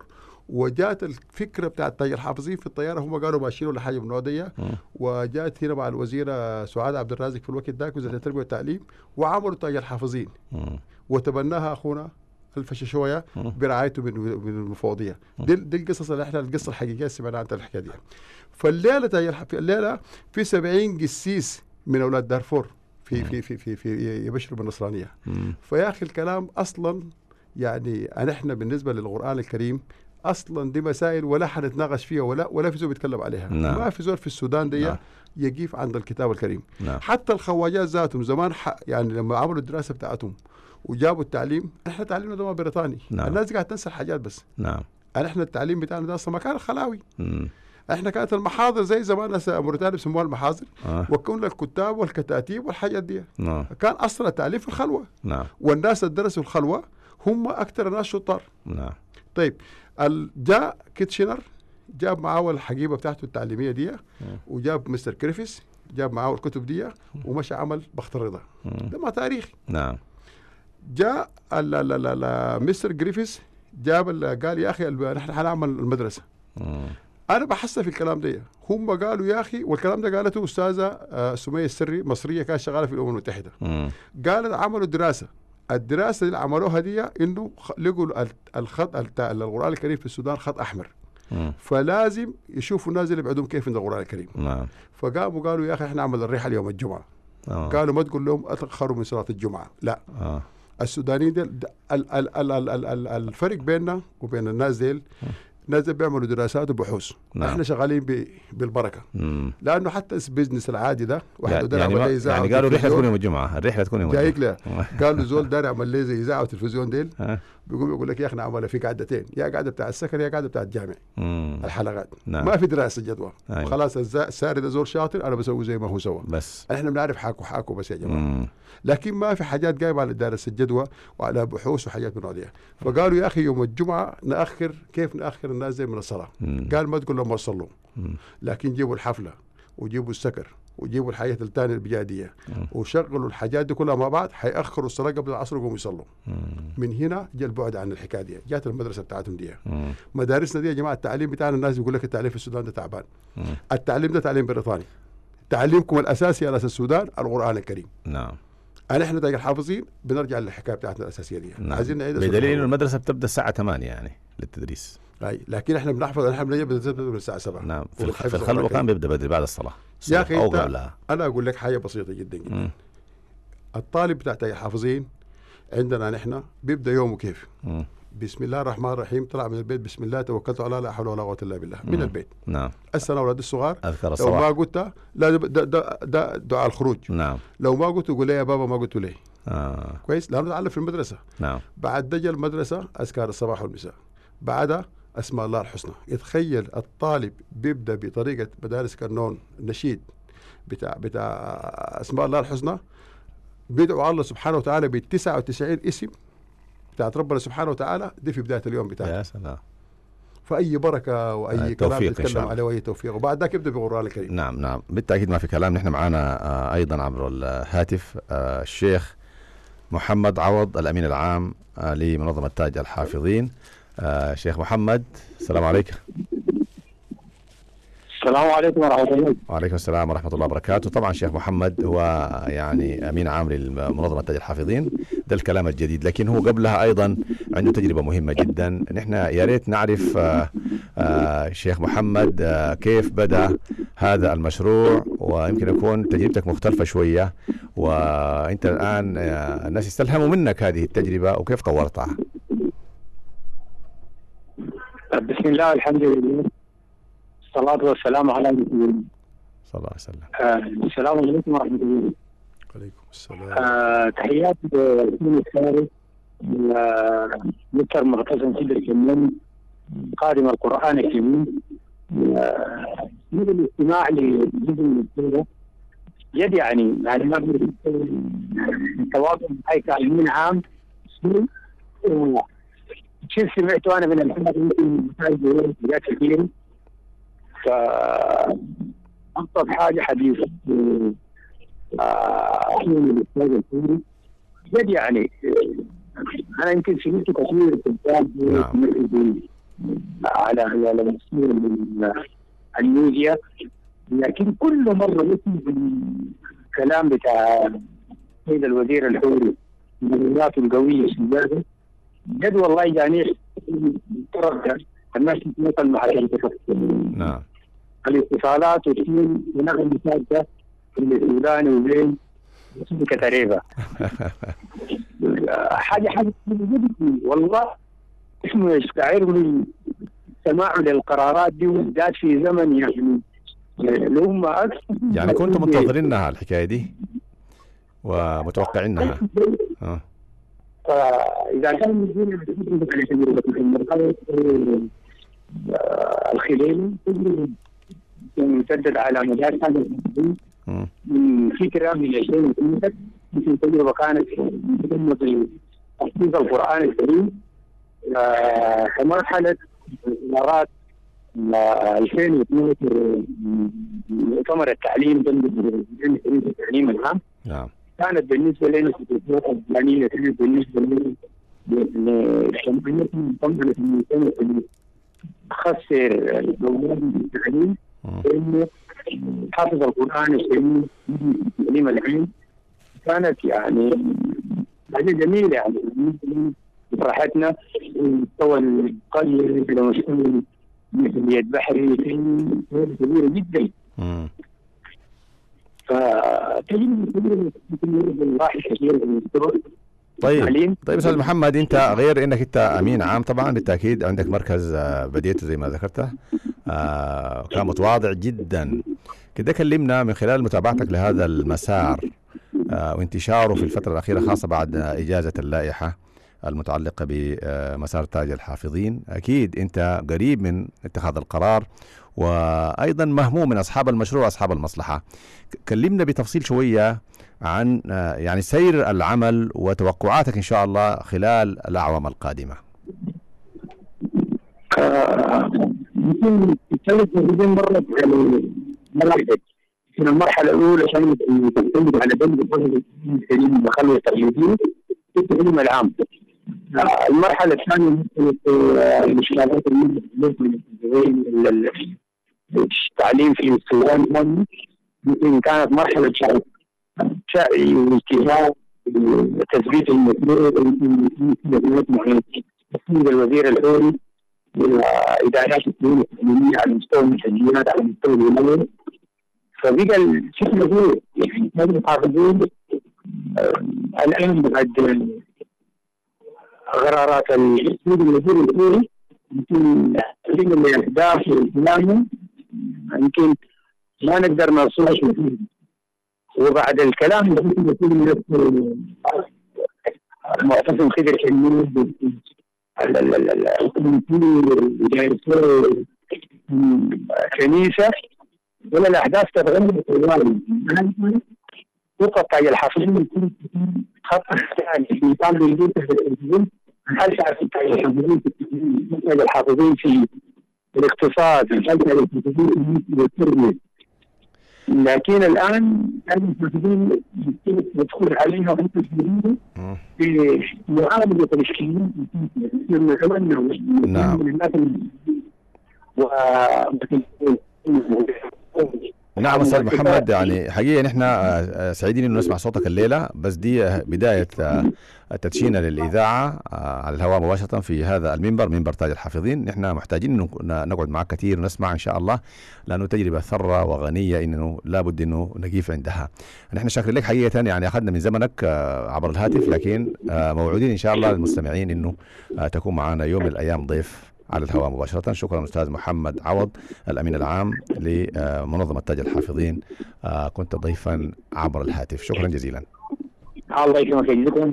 وجات الفكره بتاعت تاج الحافظين في الطياره، هم قالوا ماشيين ولا حاجه من النوع دي، وجات هنا مع الوزيره سعاد عبد الرازق في الوقت ذاك وزيره التربيه والتعليم، وعملوا تاج الحافظين وتبناها اخونا الفششويه برعايته من من المفوضيه. دي, دي القصص اللي احنا القصه الحقيقيه سمعناها عن الحكايه دي. فالليله تاج في الليله في سبعين قسيس من اولاد دارفور في في في في, في يبشروا بالنصرانيه. فيا اخي الكلام اصلا يعني احنا بالنسبه للقران الكريم اصلا دي مسائل ولا حنتناقش فيها ولا ولا في زول بيتكلم عليها. نعم. ما في زول في السودان دي نعم. يقيف عند الكتاب الكريم. نعم. حتى الخواجات ذاتهم زمان يعني لما عملوا الدراسه بتاعتهم وجابوا التعليم، احنا تعليمنا ده ما بريطاني. نعم. الناس دي قاعده تنسى الحاجات بس. نعم. احنا التعليم بتاعنا ده اصلا ما كان خلاوي. مم. احنا كانت المحاضر زي زمان ناس موريتانيا بيسموها المحاضر. آه. وكنا الكتاب والكتاتيب والحاجات دي. نعم. كان اصلا التعليم في الخلوه. نعم. والناس اللي درسوا الخلوه هم اكثر ناس شطار. نعم. طيب جاء كيتشنر جاب معاه الحقيبه بتاعته التعليميه دي، وجاب مستر كريفيس جاب معاه الكتب دي ومشى عمل بخت الرضا. ده ما تاريخي. نعم. جاء ال ال ال مستر جريفيس جاب قال يا اخي نحن حنعمل المدرسه. مم. انا بحس في الكلام ده، هم قالوا يا اخي، والكلام ده قالته استاذه سميه السري مصريه كانت شغاله في الامم المتحده. مم. قالت عملوا دراسه، الدراسه اللي عملوها دي انه لقوا الخط القران الكريم في السودان خط احمر. مم. فلازم يشوفوا الناس اللي بعدهم كيف من القران الكريم. نعم. فقاموا قالوا يا اخي احنا نعمل الرحله يوم الجمعه. آه. قالوا ما تقول لهم اتاخروا من صلاه الجمعه، لا. آه. السودانيين دي الفرق بيننا وبين الناس ديل، الناس دي بيعملوا دراسات وبحوث. نعم. احنا شغالين بالبركه. مم. لانه حتى البزنس العادي ده واحد يعني, يعني, يعني قالوا الرحله تكون يوم الجمعه، الرحله تكون يوم الجمعه. جايك قالوا زول دار يعمل لي زي اذاعه وتلفزيون ديل، بيقوم يقول لك يا اخي نعملها في قعدتين، يا قاعده بتاع السكن يا قاعده بتاع الجامع. مم. الحلقات. نعم. ما في دراسه جدوى. أيوة. خلاص الساري ده زول شاطر انا بسوي زي ما هو سوى بس احنا بنعرف حاكوا حاكوا بس يا جماعه. مم. لكن ما في حاجات قايمه على دراسه الجدوى وعلى بحوث وحاجات من هذه. فقالوا يا اخي يوم الجمعه ناخر، كيف ناخر الناس زي من الصلاه؟ مم. قال ما تقول لهم وصلوا، لكن جيبوا الحفله وجيبوا السكر وجيبوا الحياه الثانيه البجاديه وشغلوا الحاجات دي كلها مع بعض، حيأخروا الصلاه قبل العصر ويقوموا يصلوا. من هنا جاء البعد عن الحكايه دي، جات المدرسه بتاعتهم دي. مم. مدارسنا دي يا جماعه التعليم بتاعنا الناس يقول لك التعليم في السودان ده تعبان. مم. التعليم ده تعليم بريطاني. تعليمكم الاساسي على اساس السودان القران الكريم. نعم. أنا إحنا تاج الحافظين بنرجع للحكاية بتاعتنا الأساسية دي. نعم. عايزين نعيد بدليل إنه المدرسة بتبدأ الساعة ثمانية يعني للتدريس. أي لكن إحنا بنحفظ، إحنا بنبدأ من الساعة سبعة. نعم. في, الخ... في الخلوة كان بيبدأ بدري بعد الصلاة. يا أخي أنا أقول لك حاجة بسيطة جدا جدا. م. الطالب بتاع تاج الحافظين عندنا نحن بيبدأ يومه كيف؟ م. بسم الله الرحمن الرحيم، طلع من البيت بسم الله توكلت على لا حول ولا قوه الا بالله. مم. من البيت. نعم. السنه اولاد الصغار اذكر الصباح. لو ما قلت لا ده ده ده دعاء الخروج. نعم. لو ما قلت قول لي يا بابا ما قلت ليه. آه. كويس، لانه نتعلم في المدرسه. نعم. بعد دجل المدرسه اذكار الصباح والمساء، بعدها اسماء الله الحسنى. يتخيل الطالب بيبدا بطريقه مدارس كنون النشيد بتاع بتاع اسماء الله الحسنى، بيدعو الله سبحانه وتعالى ب تسعة وتسعين اسم بتاعت ربنا سبحانه وتعالى، دي في بدايه اليوم بتاعه. يا سلام. فاي بركه واي كلام نتكلم عليه واي توفيق، وبعد ذاك يبدا بالقران الكريم. نعم نعم بالتاكيد ما في كلام. نحن معانا آه ايضا عبر الهاتف آه الشيخ محمد عوض الامين العام آه لمنظمه تاج الحافظين. آه شيخ محمد السلام عليكم. السلام عليكم ورحمة الله. وعليكم السلام ورحمة الله وبركاته. طبعا شيخ محمد هو يعني أمين عام لمنظمة تاج الحافظين، ده الكلام الجديد، لكن هو قبلها أيضا عنده تجربة مهمة جدا. نحن يا ريت نعرف آآ آآ شيخ محمد كيف بدأ هذا المشروع، ويمكن يكون تجربتك مختلفة شوية، وأنت الآن الناس يستلهموا منك هذه التجربة وكيف طورتها. بسم الله والحمد لله الصلاة والسلام على رسول الله صلى الله عليه وسلم. آه السلام عليكم ورحمة الله. وعليكم السلام. آه تحياتي للأخوة الثالث دكتور معتصم كبر كمان قادم القرآن الكريم. آه الاستماع لجزء من السورة يد يعني يعني ما بيقول التواصل معي كعلمين عام. شو سمعته أنا من الحمد يمكن حاجات كثيرة. فأبسط حاجة حديثة أحيانا الأستاذ الكوري جد يعني أنا يمكن سمعته كثير في الكتاب على على مستوى الميديا، لكن كل مرة نسمع الكلام بتاع السيد الوزير الحوري مبادراته القوية السياسة جد والله يعني ترى الناس تتواصل مع نعم الاتصالات والسين ونقل المساعدة السوداني وبين كتريبة حاجة حاجة والله اسمه يستعير من سماعه للقرارات دي وزاد في زمن يعني لو هم أكثر يعني كنتم منتظرينها الحكاية دي ومتوقعينها. اه فإذا كان الخليل يمتدد على مدار هذا من فكرة من ألفين وثمانية يمكن تجربة كانت في تحفيظ القرآن الكريم كمرحلة إمارات ألفين واثنين مؤتمر التعليم ضمن التعليم العام. نعم. كانت بالنسبة لنا خطوات إسلامية كانت بالنسبة لنا للمؤتمر اللي خسر الأولاد بالتعليم إنه حافظ القرآن الكريم التعليم العام كانت يعني حاجة جميلة يعني فرحتنا مستوى القرية إلى مستوى مسؤولية بحري كبيرة جدا. فتجد الواحد كثير من المستوى. طيب طيب استاذ محمد، انت غير انك انت امين عام طبعا بالتاكيد عندك مركز بديته زي ما ذكرته آه كان متواضع جدا كده. كلمنا من خلال متابعتك لهذا المسار آه وانتشاره في الفترة الأخيرة خاصة بعد إجازة اللائحة المتعلقة بمسار تاج الحافظين. أكيد أنت قريب من اتخاذ القرار وأيضا مهموم من أصحاب المشروع وأصحاب المصلحة. كلمنا بتفصيل شوية عن يعني سير العمل وتوقعاتك إن شاء الله خلال الأعوام القادمة. يمكن نتكلم مرة مراحل. في المرحلة الأولى كانت تعتمد على بند الفصل الكريم المخلوة التقليدية في التعليم العام. المرحلة الثانية كانت الإشكالات التعليم في السودان، يمكن كانت مرحلة شعبي واجتهاد وتثبيت المسؤوليات مع الوزير الحوري والإدارات التعليمية على مستوى المحليات على مستوى الولاية. فبقى الشكل هو يعني هذه الحافظين الآن بعد قرارات الأسود الوزير الحوري يمكن تقريبا الأهداف الإسلامية يمكن ما نقدر نوصلها فيه. وبعد الكلام اللي يكون من معتصم خضر حلمي كنيسة ولا الأحداث تتغير طوالي. خطة تاج الحافظين يكون خط ثاني في نظام الوجود الحافظين هل تعرف تاج الحافظين في تاج الحافظين في الاقتصاد، هل تاج الحافظين في التربية. لكن الآن الحافظين يدخل عليها خطة جديدة في معاملة الإشكاليات لما تمنى نعم نعم أستاذ محمد. يعني حقيقة نحن سعيدين إنه نسمع صوتك الليلة، بس دي بداية التدشينة للإذاعة على الهواء مباشرة في هذا المنبر، منبر تاج الحافظين. نحن محتاجين إنه نقعد معك كثير ونسمع إن شاء الله، لأنه تجربة ثرة وغنية إنه لابد إنه نقيف عندها. نحن شاكرين لك حقيقة، يعني أخذنا من زمنك عبر الهاتف، لكن موعودين إن شاء الله للمستمعين إنه تكون معنا يوم من الأيام ضيف على الهواء مباشرة. شكرا أستاذ محمد عوض الأمين العام لمنظمة تاج الحافظين، كنت ضيفا عبر الهاتف. شكرا جزيلا. الله يكرمك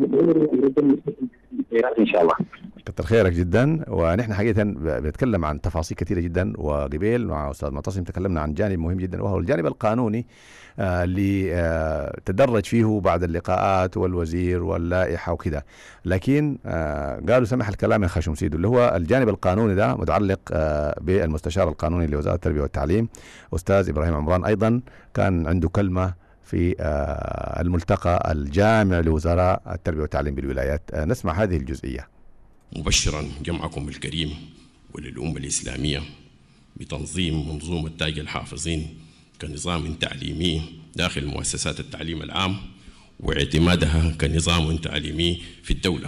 إن شاء الله. كتر خيرك جدا. ونحن حقيقة بنتكلم عن تفاصيل كثيرة جدا، وقبيل مع أستاذ معتصم تكلمنا عن جانب مهم جدا وهو الجانب القانوني اللي تدرج فيه بعد اللقاءات والوزير واللائحة وكذا، لكن قالوا سمح الكلام من خشم سيده، اللي هو الجانب القانوني ده متعلق بالمستشار القانوني لوزارة التربية والتعليم أستاذ إبراهيم عمران. أيضا كان عنده كلمة في الملتقى الجامع لوزراء التربية والتعليم بالولايات. نسمع هذه الجزئية. مبشرا جمعكم الكريم وللأمة الإسلامية بتنظيم منظومة تاج الحافظين كنظام تعليمي داخل مؤسسات التعليم العام واعتمادها كنظام تعليمي في الدولة،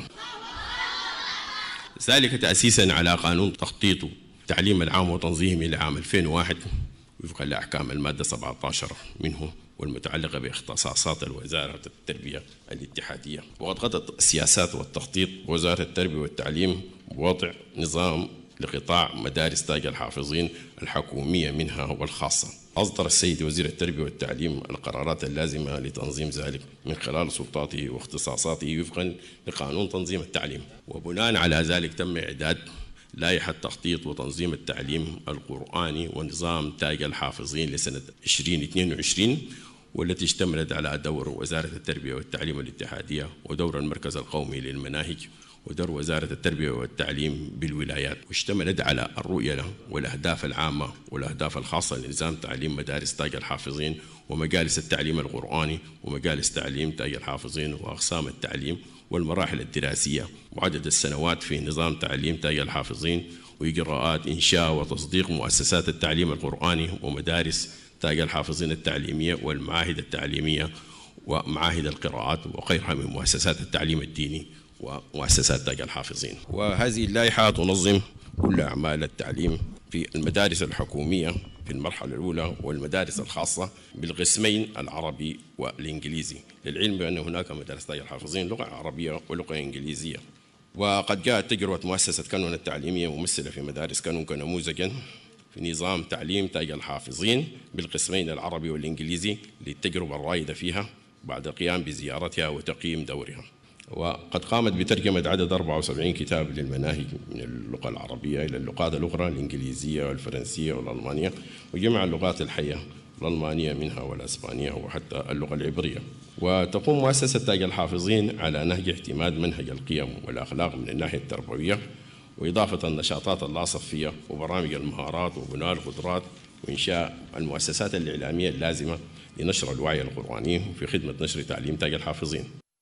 ذلك تأسيسا على قانون تخطيط التعليم العام وتنظيمه لعام ألفين وواحد وفقا لأحكام المادة سبعة عشر منه والمتعلقة باختصاصات الوزارة التربية الاتحادية. وقد غطت السياسات والتخطيط وزارة التربية والتعليم بوضع نظام لقطاع مدارس تاج الحافظين الحكومية منها والخاصة. أصدر السيد وزير التربية والتعليم القرارات اللازمة لتنظيم ذلك من خلال سلطاته واختصاصاته وفقا لقانون تنظيم التعليم، وبناء على ذلك تم إعداد لائحة تخطيط وتنظيم التعليم القرآني ونظام تاج الحافظين لسنة ألفين واثنين وعشرين، والتي اشتملت على دور وزارة التربية والتعليم الاتحادية ودور المركز القومي للمناهج ودور وزارة التربية والتعليم بالولايات، واشتملت على الرؤية والأهداف العامة والأهداف الخاصة لنظام تعليم مدارس تاج الحافظين ومجالس التعليم القرآني ومجالس تعليم تاج الحافظين وأقسام التعليم والمراحل الدراسية وعدد السنوات في نظام تعليم تاج الحافظين وإجراءات إنشاء وتصديق مؤسسات التعليم القرآني ومدارس تاج الحافظين التعليمية والمعاهد التعليمية ومعاهد القراءات وغيرها من مؤسسات التعليم الديني ومؤسسات تاج الحافظين. وهذه اللائحة تنظم كل أعمال التعليم في المدارس الحكومية في المرحلة الأولى والمدارس الخاصة بالقسمين العربي والإنجليزي، للعلم بأن هناك مدارس تاج الحافظين لغة عربية ولغة إنجليزية. وقد جاءت تجربة مؤسسة كانون التعليمية ممثلة في مدارس كانون كنموذجا في نظام تعليم تاج الحافظين بالقسمين العربي والإنجليزي للتجربة الرائدة فيها بعد القيام بزيارتها وتقييم دورها. وقد قامت بترجمة عدد أربعة وسبعين كتاب للمناهج من اللغة العربية إلى اللغات الأخرى الإنجليزية والفرنسية والألمانية وجميع اللغات الحية الألمانية منها والأسبانية وحتى اللغة العبرية. وتقوم مؤسسة تاج الحافظين على نهج اعتماد منهج القيم والأخلاق من الناحية التربوية وإضافة النشاطات اللاصفية وبرامج المهارات وبناء القدرات وإنشاء المؤسسات الإعلامية اللازمة لنشر الوعي القرآني في خدمة نشر تعليم تاج الحافظين.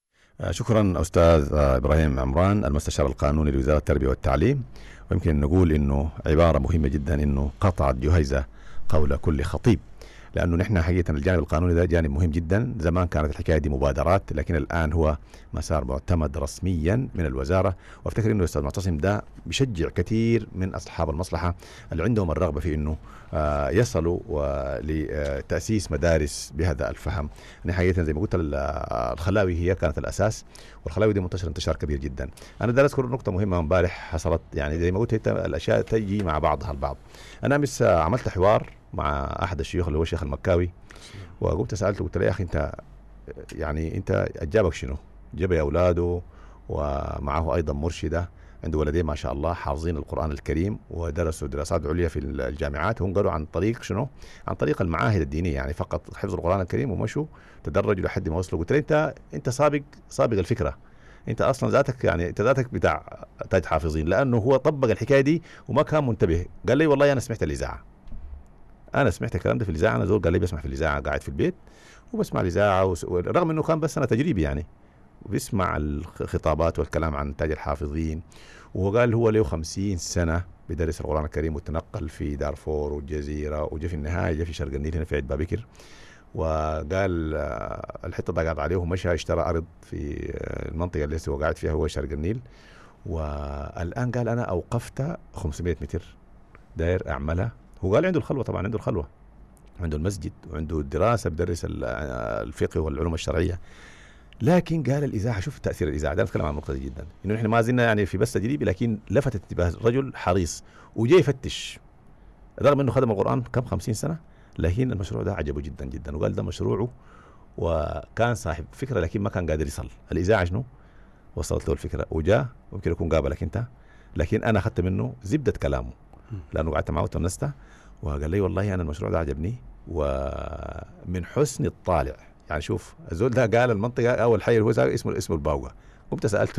شكرا أستاذ إبراهيم عمران المستشار القانوني لوزارة التربية والتعليم. ويمكن نقول إنه عبارة مهمة جدا إنه قطعت جهيزة قول كل خطيب، لأنه نحن حقيقة الجانب القانوني ده جانب مهم جدا. زمان كانت الحكاية دي مبادرات، لكن الآن هو مسار معتمد رسميا من الوزارة. وافتكر إنه الأستاذ معتصم ده بيشجع كثير من أصحاب المصلحة اللي عندهم الرغبة في إنه يصلوا لتأسيس مدارس بهذا الفهم. يعني حقيقة زي ما قلت الخلاوي هي كانت الأساس، والخلاوي دي منتشر انتشار كبير جدا. أنا دار أذكر نقطة مهمة امبارح حصلت، يعني زي ما قلت الأشياء تجي مع بعضها البعض. أنا أمس عملت حوار مع أحد الشيوخ اللي هو الشيخ المكاوي، وقمت سألته قلت له يا أخي أنت يعني أنت أجابك شنو؟ جاب أولاده ومعه أيضا مرشدة، عنده ولدين ما شاء الله حافظين القرآن الكريم ودرسوا دراسات عليا في الجامعات. هم قالوا عن طريق شنو؟ عن طريق المعاهد الدينية، يعني فقط حفظوا القرآن الكريم ومشوا تدرجوا لحد ما وصلوا. قلت له أنت أنت سابق سابق الفكرة، أنت أصلا ذاتك يعني أنت ذاتك بتاع تاج حافظين، لأنه هو طبق الحكاية دي وما كان منتبه. قال لي والله أنا سمعت الإذاعة، أنا سمعت الكلام ده في الإذاعة. أنا زول قال لي بسمع في الإذاعة قاعد في البيت وبسمع الإذاعة، رغم إنه كان بس أنا تجريبي يعني، وبيسمع الخطابات والكلام عن تاج الحافظين. وهو قال هو له خمسين سنة بدرس القرآن الكريم وتنقل في دارفور والجزيرة وجا في النهاية جا في شرق النيل هنا في عيد بابكر. وقال الحتة ضاقت عليه ومشى اشترى أرض في المنطقة اللي هو قاعد فيها هو شرق النيل. والآن قال أنا أوقفت خمسمائة متر داير أعملها. هو قال عنده الخلوة، طبعا عنده الخلوة، عنده المسجد وعنده الدراسة بدرس الفقه والعلوم الشرعية. لكن قال الإذاعة، شوف تأثير الإذاعة ده، نتكلم عن النقطة دي جدا، إنه نحن ما زلنا يعني في بس تجريبي، لكن لفتت انتباه رجل حريص وجاي يفتش رغم إنه خدم القرآن كم خمسين سنة، لكن المشروع ده عجبه جدا جدا وقال ده مشروعه، وكان صاحب فكرة لكن ما كان قادر يصل. الإذاعة شنو؟ وصلت له الفكرة وجاء، ممكن يكون قابلك أنت، لكن أنا أخذت منه زبدة كلامه لأنه قعدت معه وتونسته، وقال لي والله أنا المشروع ده عجبني ومن حسن الطالع. يعني شوف الزول ده قال المنطقة أول حي اللي هو اسمه اسمه الباوقة. قمت سألته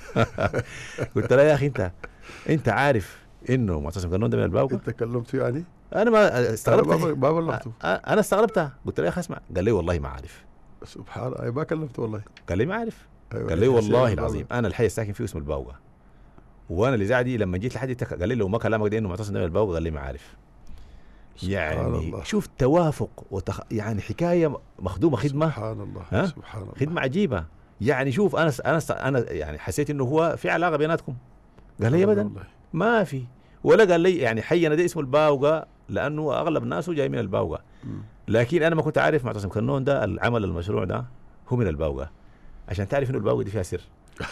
قلت له يا أخي أنت أنت عارف إنه معتصم قانون ده من الباوقة؟ أنت كلمته يعني؟ أنا ما استغربت، ما بلغته. أنا استغربتها، قلت له يا أخي اسمع. قال لي والله ما عارف. سبحان الله، ما كلمته والله. قال لي ما عارف. أيوة. قال لي والله العظيم أنا الحي الساكن فيه اسمه الباوقة، وانا الاذاعه دي لما جيت لحد قال لي لو ما كلامك ده انه معتصم نبيل الباوقه، قال لي ما عارف. يعني الله. شوف توافق وتخ... يعني حكايه مخدومه خدمه سبحان الله ها؟ سبحان الله خدمه عجيبه. يعني شوف انا انا انا يعني حسيت انه هو في علاقه بيناتكم. قال لي ابدا ما في، ولا قال لي يعني حينا ده اسمه الباوقه لانه اغلب الناس جاي من الباوقه، لكن انا ما كنت عارف معتصم كنون ده العمل المشروع ده هو من الباوقه، عشان تعرف انه الباوقه دي فيها سر.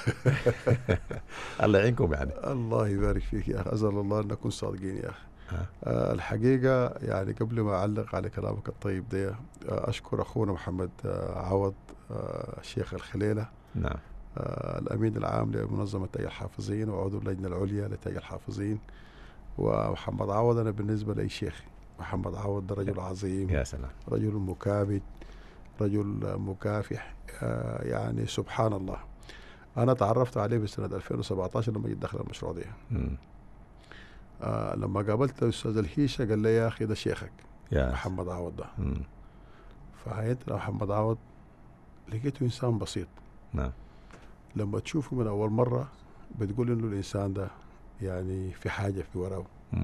الله يعينكم يعني. الله يبارك فيك يا اخي، اسال الله ان نكون صادقين يا اخي. آه الحقيقه يعني قبل ما اعلق على كلامك الطيب ده، آه اشكر اخونا محمد آه عوض آه الشيخ الخليله، نعم، آه الامين العام لمنظمه تاج الحافظين وعضو اللجنه العليا لتاج الحافظين. ومحمد عوض انا بالنسبه لي شيخي، محمد عوض ده رجل عظيم، يا سلام، رجل مكابد، رجل مكافح، آه يعني سبحان الله. أنا تعرفت عليه بسنة ألفين وسبعة عشر لما جيت داخل المشروع ده. آه لما قابلت الأستاذ الهيشة قال لي يا أخي ده شيخك يا محمد عوض ده. فعينت محمد عوض لقيته إنسان بسيط. نعم. لما تشوفه من أول مرة بتقول إنه الإنسان ده يعني في حاجة في وراه.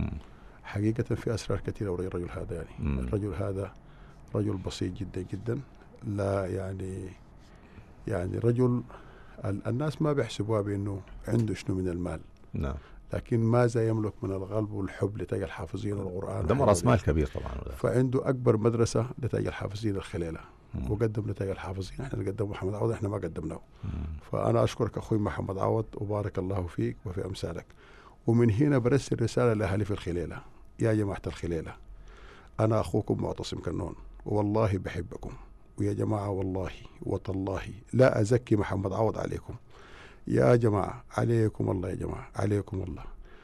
حقيقة في أسرار كثيرة ورا الرجل هذا يعني. مم. الرجل هذا رجل بسيط جدا جدا، لا يعني يعني رجل الناس ما بيحسبوها بأنه عنده شنو من المال، نعم، لكن ماذا يملك من القلب والحب لتاج الحافظين والقرآن. ده رأس مال كبير طبعا. فعنده أكبر مدرسة لتاج الحافظين الخليلة، وقدم لتاج الحافظين. احنا اللي قدمه محمد عوض، احنا ما قدمناه. فأنا أشكرك أخوي محمد عوض وبارك الله فيك وفي أمثالك. ومن هنا برسل رسالة لأهلي في الخليلة، يا جماعة الخليلة، أنا أخوكم معتصم كنون والله بحبكم، ويا جماعة والله وتالله لا أزكي محمد عوض عليكم. يا جماعة عليكم الله، يا جماعة عليكم الله،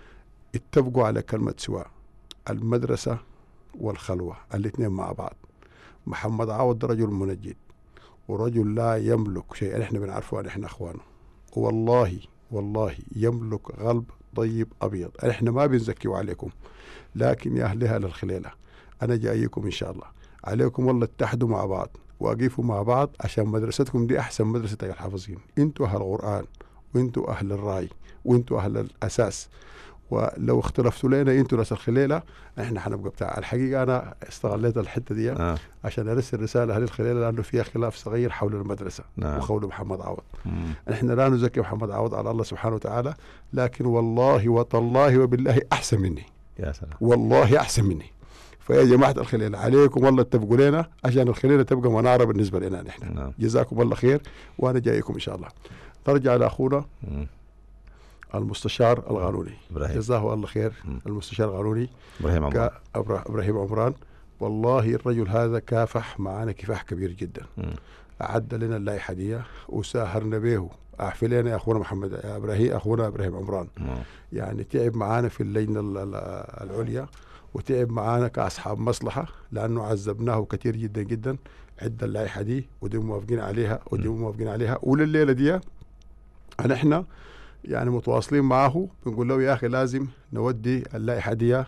اتفقوا على كلمة سواء، المدرسة والخلوة الاثنين مع بعض. محمد عوض رجل منجد ورجل لا يملك شيئا، احنا بنعرفه ان احنا اخوانه، والله والله يملك قلب طيب أبيض. احنا ما بنزكيه عليكم، لكن يا أهلها للخليلة أنا جايكم إن شاء الله، عليكم والله اتحدوا مع بعض وأقفوا مع بعض عشان مدرستكم دي أحسن مدرسة تاج الحافظين. أنتوا أهل القرآن وأنتوا أهل الرأي وأنتوا أهل الأساس، ولو اختلفتوا لنا أنتوا ناس الخليلة احنا حنبقى بتاع. الحقيقة أنا استغليت الحتة دي آه. عشان أرسل رسالة أهل الخليلة لأنه فيها خلاف صغير حول المدرسة نعم. وحول محمد عوض. مم. احنا لا نزكي محمد عوض على الله سبحانه وتعالى، لكن والله وتالله وبالله أحسن مني. يا سلام، والله أحسن مني. فيا جماعة الخليلة عليكم والله اتفقوا لنا عشان الخليلة تبقى منارة بالنسبة لنا نحن. نعم. جزاكم الله خير وأنا جايكم إن شاء الله. نرجع لأخونا مم. المستشار القانوني إبراهيم. جزاه الله خير. مم. المستشار القانوني إبراهيم عمران. إبراهيم عمران، والله الرجل هذا كافح معنا كفاح كبير جدا. مم. أعد لنا اللائحة دي وساهرنا به. أعفي لنا يا أخونا محمد يا إبراهيم، أخونا إبراهيم عمران. مم. يعني تعب معانا في اللجنة العليا وتعب معانا كأصحاب مصلحة، لأنه عذبناه كثير جدا جدا. عد اللائحة دي ودي موافقين عليها ودي موافقين عليها، ولليلة دي نحن يعني متواصلين معه بنقول له يا أخي لازم نودي اللائحة دي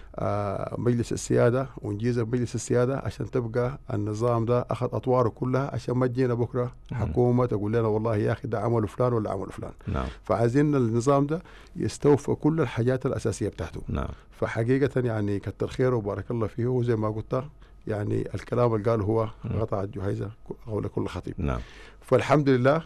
آه مجلس السيادة ونجيزها بمجلس السيادة عشان تبقى النظام ده أخذ أطواره كلها، عشان ما تجينا بكرة حكومة تقول لنا والله يا أخي ده عمله فلان ولا عمله فلان. نعم. فعايزين النظام ده يستوفى كل الحاجات الأساسية بتاعته. نعم. فحقيقة يعني كتر خيره وبارك الله فيه، وزي ما قلت يعني الكلام اللي قاله هو غطى الجهيزة قول كل خطيب. نعم. فالحمد لله.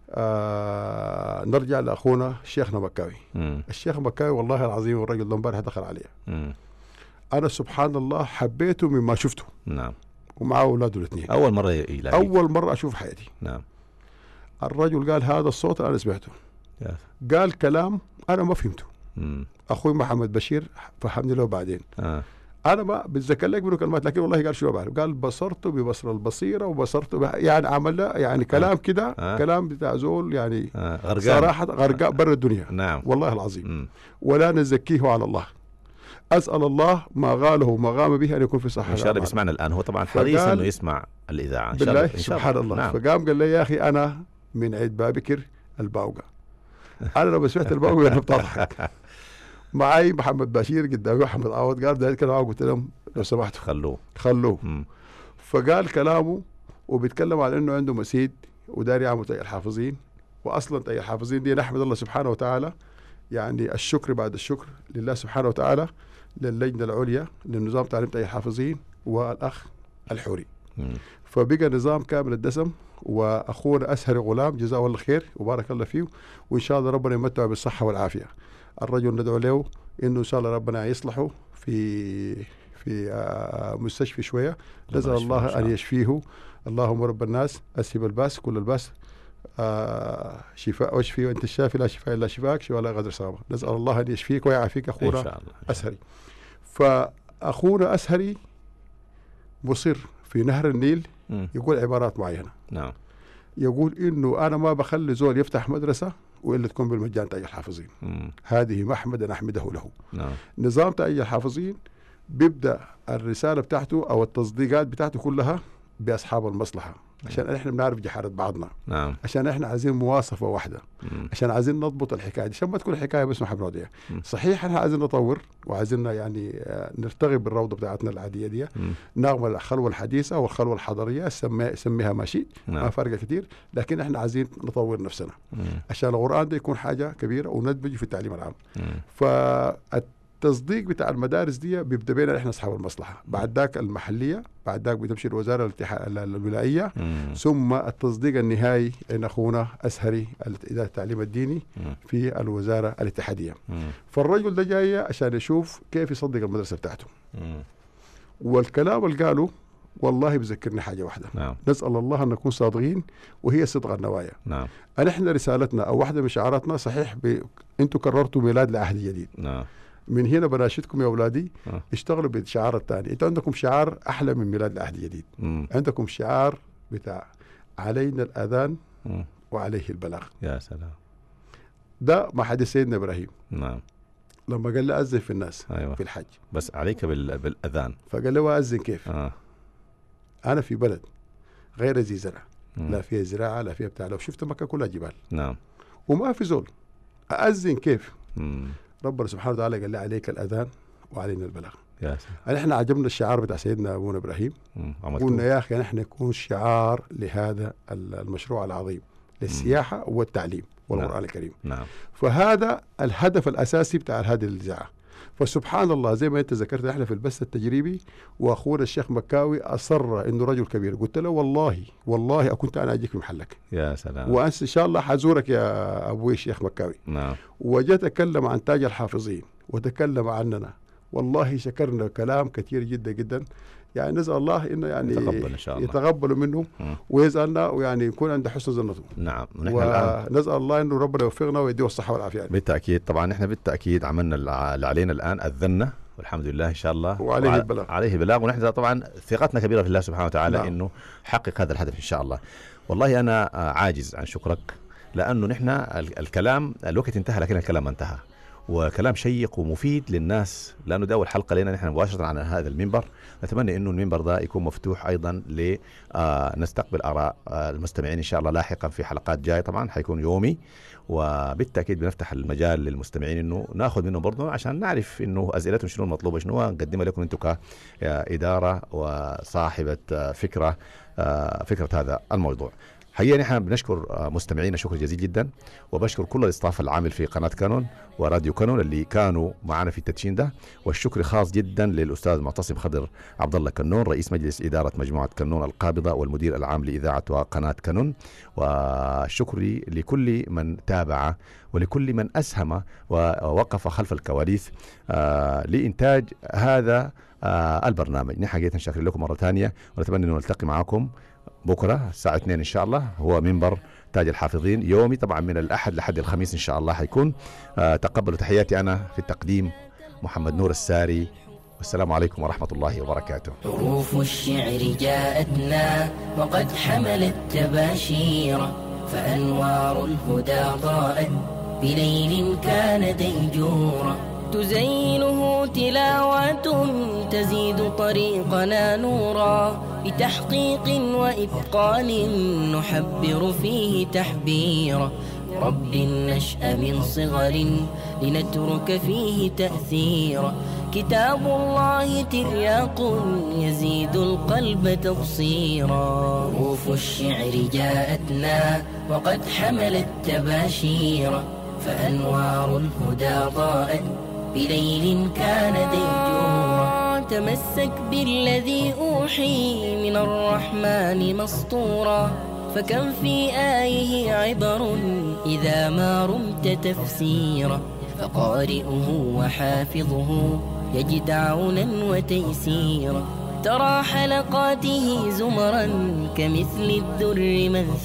آه نرجع لأخونا شيخنا مكاوي. مم. الشيخ مكاوي والله العظيم الرجل ده امبارح دخل عليه. مم. أنا سبحان الله حبيته مما شفته. نعم. ومعه أولاده الاثنين. أول مرة يلاقي. أول مرة أشوف حياتي. نعم. الرجل قال هذا الصوت أنا سمعته. يا. قال كلام أنا ما فهمته. مم. أخوي محمد بشير فهمني له بعدين. آه. أنا ما بتذكر لك منه كلمات، لكن والله قال شو بعرف، قال بصرته ببصر البصيرة وبصرته يعني عمل يعني كلام كده. آه. كلام بتاع زول يعني آه. غرقان. صراحة غرقاء برا الدنيا. نعم. والله العظيم. م. ولا نزكيه على الله، أسأل الله ما غاله وما غام به أن يكون في صحة. إن شاء الله بيسمعنا الآن، هو طبعا حريص إنه يسمع الإذاعة إن شاء بالله. الله. سبحان الله. نعم. فقام قال لي يا أخي أنا من عيد بابكر الباوقة. أنا لما سمعت الباوقة أنا بضحك. معي محمد بشير قدامي محمد عوض، قال ده كلام، قلت لهم لو سمحتوا خلوه خلوه. مم. فقال كلامه وبيتكلم على انه عنده مسيد وداري يعمل تاج الحافظين، واصلا تاج الحافظين دي نحمد الله سبحانه وتعالى يعني الشكر بعد الشكر لله سبحانه وتعالى، للجنة العليا للنظام تعليم تأهيل الحافظين والأخ الحوري. فبقى نظام كامل الدسم، وأخونا أسهري غلام جزاه الله خير وبارك الله فيه، وإن شاء الله ربنا يمتعه بالصحة والعافية. الرجل ندعو له إنه إن شاء الله ربنا يصلحه في في مستشفى شوية، نسأل الله أن يشفيه. اللهم رب الناس أسهب الباس كل الباس، آه شفاء واشفي وانت الشافي لا شفاء الا شفاك شفاء لا غادر سقما. نسال الله ان يشفيك ويعافيك اخونا اسهري. فاخونا اسهري مصر في نهر النيل م. يقول عبارات معينه. نعم. يقول انه انا ما بخلي زول يفتح مدرسه والا تكون بالمجان تأهيل الحافظين. م. هذه محمدا احمده له. نعم. نظام تأهيل الحافظين بيبدا الرساله بتاعته او التصديقات بتاعته كلها باصحاب المصلحه، عشان احنا بنعرف جحارة بعضنا. نعم. عشان احنا عايزين مواصفة واحدة. مم. عشان عايزين نضبط الحكاية دي، عشان ما تكون الحكاية بس محمد راضية. صحيح احنا عايزين نطور وعايزين يعني نرتغي بالروضة بتاعتنا العادية دي، نعمل الخلوة الحديثة والخلوة الحضرية، سميها سميها ما شئت. نعم. ما فرق كتير، لكن احنا عايزين نطور نفسنا. مم. عشان القرآن ده يكون حاجة كبيرة وندمج في التعليم العام. ف التصديق بتاع المدارس دي بيبدا بينا احنا اصحاب المصلحه، بعد ذاك المحليه، بعد ذاك بتمشي الوزاره الولائيه، مم. ثم التصديق النهائي ان اخونا اسهري اداره التعليم الديني مم. في الوزاره الاتحاديه. مم. فالرجل ده جاي عشان يشوف كيف يصدق المدرسه بتاعته. مم. والكلام اللي قاله والله بذكرني حاجه واحده. نعم. نسال الله ان نكون صادقين، وهي صدق النوايا. نعم. ان احنا رسالتنا او واحده من شعاراتنا صحيح ب... انتم كررتوا ميلاد لعهد جديد. نعم. من هنا بناشدكم يا أولادي أه. اشتغلوا بالشعار الثاني. انتوا عندكم شعار أحلى من ميلاد العهد الجديد. مم. عندكم شعار بتاع علينا الأذان مم. وعليه البلاغ. يا سلام. ده ما حدث سيدنا إبراهيم. نعم. لما قال له أذن في الناس. أيوة. في الحج. بس عليك بال... بالأذان. فقال له أذن كيف؟ أه. أنا في بلد غير ذي زرع، لا فيها زراعة لا فيها بتاع، لو شفت مكة كلها جبال. نعم. وما في زول، أذن كيف؟ مم. ربنا سبحانه وتعالى قال لي عليك الأذان وعلينا البلاغ. يا سلام. احنا عجبنا الشعار بتاع سيدنا ابونا ابراهيم، قلنا يا اخي نحن نكون شعار لهذا المشروع العظيم للسياحه مم. والتعليم والقران نعم. الكريم. نعم. فهذا الهدف الاساسي بتاع هذه الاذاعه. فسبحان الله زي ما انت ذكرت احنا في البث التجريبي، واخونا الشيخ مكاوي اصر انه رجل كبير، قلت له والله والله كنت انا اجيك في محلك. يا سلام. وانس ان شاء الله حزورك يا ابوي الشيخ مكاوي. نعم. وجاء تكلم عن تاج الحافظين وتكلم عننا، والله شكرنا كلام كثير جدا جدا، يعني نسأل الله انه يعني يتقبل ان شاء الله يتقبلوا منه ويزعلنا ويعني يكون عنده حسن ظنته. نعم. ونسأل الله انه ربنا يوفقنا ويديه الصحة والعافية. بالتأكيد طبعا نحن بالتأكيد عملنا اللي علينا الآن، أذنا والحمد لله ان شاء الله وعليه وع... البلاغ. عليه البلاغ، ونحن طبعا ثقتنا كبيرة في الله سبحانه وتعالى. نعم. انه حقق هذا الهدف ان شاء الله. والله انا عاجز عن شكرك، لانه نحن الكلام الوقت انتهى لكن الكلام انتهى، وكلام شيق ومفيد للناس، لأنه ده أول حلقة لنا نحن مباشرة عن هذا المنبر. نتمنى إنه المنبر ده يكون مفتوح أيضا لنستقبل آراء المستمعين إن شاء الله لاحقا في حلقات جاية، طبعا حيكون يومي، وبالتأكيد بنفتح المجال للمستمعين إنه ناخذ منهم برضه عشان نعرف إنه أسئلتهم شنو المطلوبة، شنو نقدمها لكم أنتم كإدارة وصاحبة فكرة فكرة هذا الموضوع. حقيقة نحن بنشكر مستمعينا شكر جزيل جدا، وبشكر كل الاستاف العامل في قناة كانون وراديو كانون اللي كانوا معنا في التدشين ده، والشكر خاص جدا للأستاذ معتصم خضر عبد الله كنون رئيس مجلس إدارة مجموعة كانون القابضة والمدير العام لإذاعة وقناة كانون، والشكر لكل من تابع ولكل من أسهم ووقف خلف الكواليس آه لإنتاج هذا آه البرنامج. نحن حقيقة شاكر لكم مرة ثانية، ونتمنى أن نلتقي معكم بكرة الساعة اثنين إن شاء الله، هو منبر تاج الحافظين يومي طبعا من الأحد لحد الخميس إن شاء الله حيكون. آه تقبلوا تحياتي أنا في التقديم محمد نور الساري، والسلام عليكم ورحمة الله وبركاته. حروف الشعر جاءتنا وقد حملت تباشيرا، فأنوار الهدى ضاءت بليل كان ديجورا، تزينه تلاوات تزيد طريقنا نورا، بتحقيق وإتقان نحبر فيه تحبيرا، رب النشأ من صغر لنترك فيه تأثيرا، كتاب الله ترياق يزيد القلب تبصيرا، حروف الشعر جاءتنا وقد حملت تباشيرا، فأنوار الهدى ضاءت بليل كان ديجورا. تمسك بالذي أوحي من الرحمن مسطورا، فكم في آيه عبر إذا ما رمت تفسيرا، فقارئه وحافظه يجد عونا وتيسيرا. ترى حلقاته زمرا كمثل الدر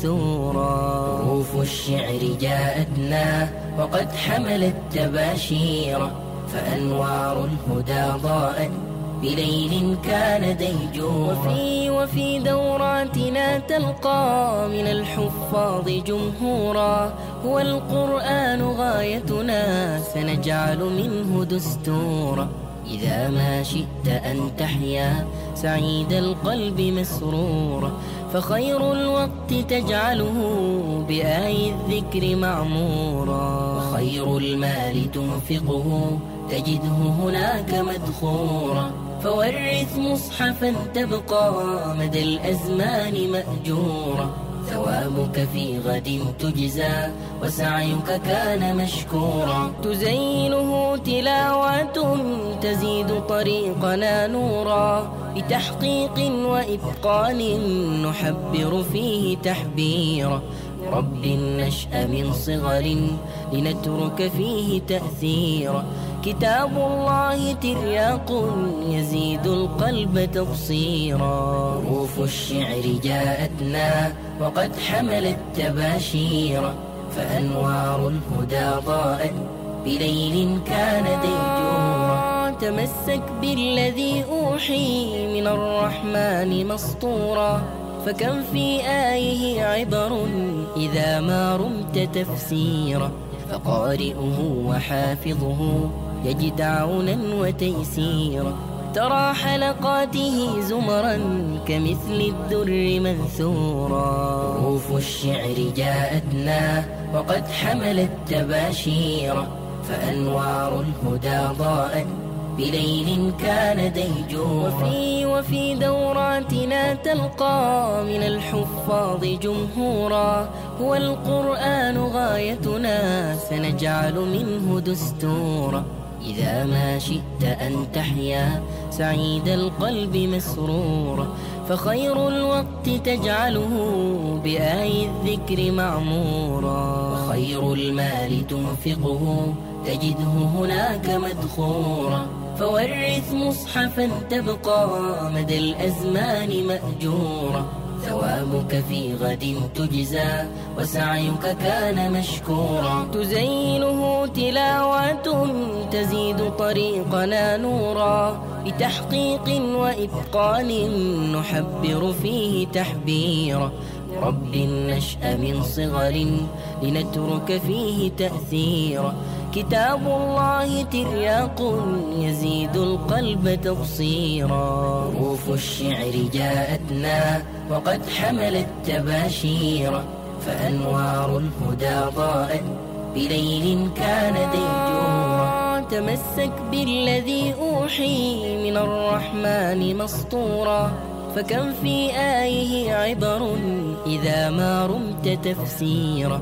منثورا. حروف الشعر جاءتنا وقد حملت تباشيرا، فأنوار الهدى ضاءت بليل كان ديجورا. وفي, وفي دوراتنا تلقى من الحفاظ جمهورا، هو القرآن غايتنا سنجعل منه دستورا. إذا ما شئت أن تحيا سعيد القلب مسرورا، فخير الوقت تجعله بآي الذكر معمورا. وخير المال تنفقه تجده هناك مدخورا، فورث مصحفا تبقى مدى الأزمان مأجورا. ثوابك في غد تجزى وسعيك كان مشكورا. تزينه تلاوات تزيد طريقنا نورا، بتحقيق وإتقان نحبر فيه تحبيرا. رب النشأ من صغر لنترك فيه تأثيرا، كتاب الله ترياق يزيد القلب تبصيرا. حروف الشعر جاءتنا وقد حملت تباشيرا، فأنوار الهدى ضاءت بليل كان ديجورا. تمسك بالذي أوحي من الرحمن مسطورا، فكم في آيه عبر إذا ما رمت تفسيرا، فقارئه وحافظه يجد عونا وتيسيرا. ترى حلقاته زمرا كمثل الدر منثورا. حروف الشعر جاءتنا وقد حملت تباشيرا، فأنوار الهدى ضاءت بليل كان ديجورا. وفي, وفي دوراتنا تلقى من الحفاظ جمهورا، هو القرآن غايتنا سنجعل منه دستورا. إذا ما شئت أن تحيا سعيد القلب مسرورا، فخير الوقت تجعله بآي الذكر معمورا. وخير المال تنفقه تجده هناك مدخورا، فورث مصحفا تبقى مدى الأزمان مأجورا. ثوابك في غد تجزى وسعيك كان مشكورا. تزينه تلاوات تزيد طريقنا نورا، بتحقيق وإتقان نحبر فيه تحبيرا. رب النشأ من صغر لنترك فيه تأثيرا، كتاب الله ترياق يزيد القلب تبصيرا. حروف الشعر جاءتنا وقد حملت تباشيرا، فأنوار الهدى ضاءت بليل كان ديجورا. تمسك بالذي أوحي من الرحمن مسطورا، فكم في آيه عبر إذا ما رمت تفسيرا،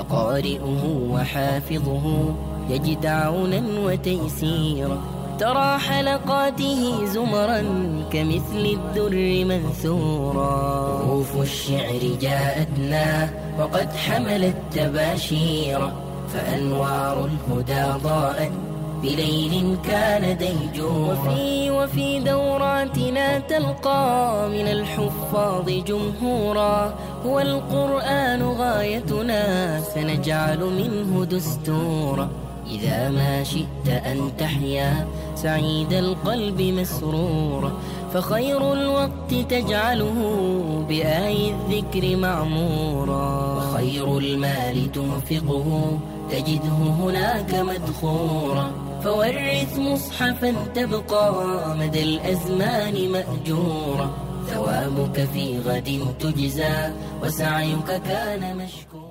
فقارئه وحافظه يجد عونا وتيسيرا. ترى حلقاته زمرا كمثل الدر منثورا. حروف الشعر جاءتنا وقد حملت تباشيرا، فأنوار الهدى ضاءت بليل كان ديجورا. وفي, وفي دوراتنا تلقى من الحفاظ جمهورا، هو القرآن غايتنا سنجعل منه دستورا. إذا ما شئت أن تحيا سعيد القلب مسرورا، فخير الوقت تجعله بآي الذكر معمورا. وخير المال تنفقه تجده هناك مدخورا، فورث مصحفا تبقى مدى الأزمان مأجورا. ثوابك في غد تجزى وسعيك كان مشكورا.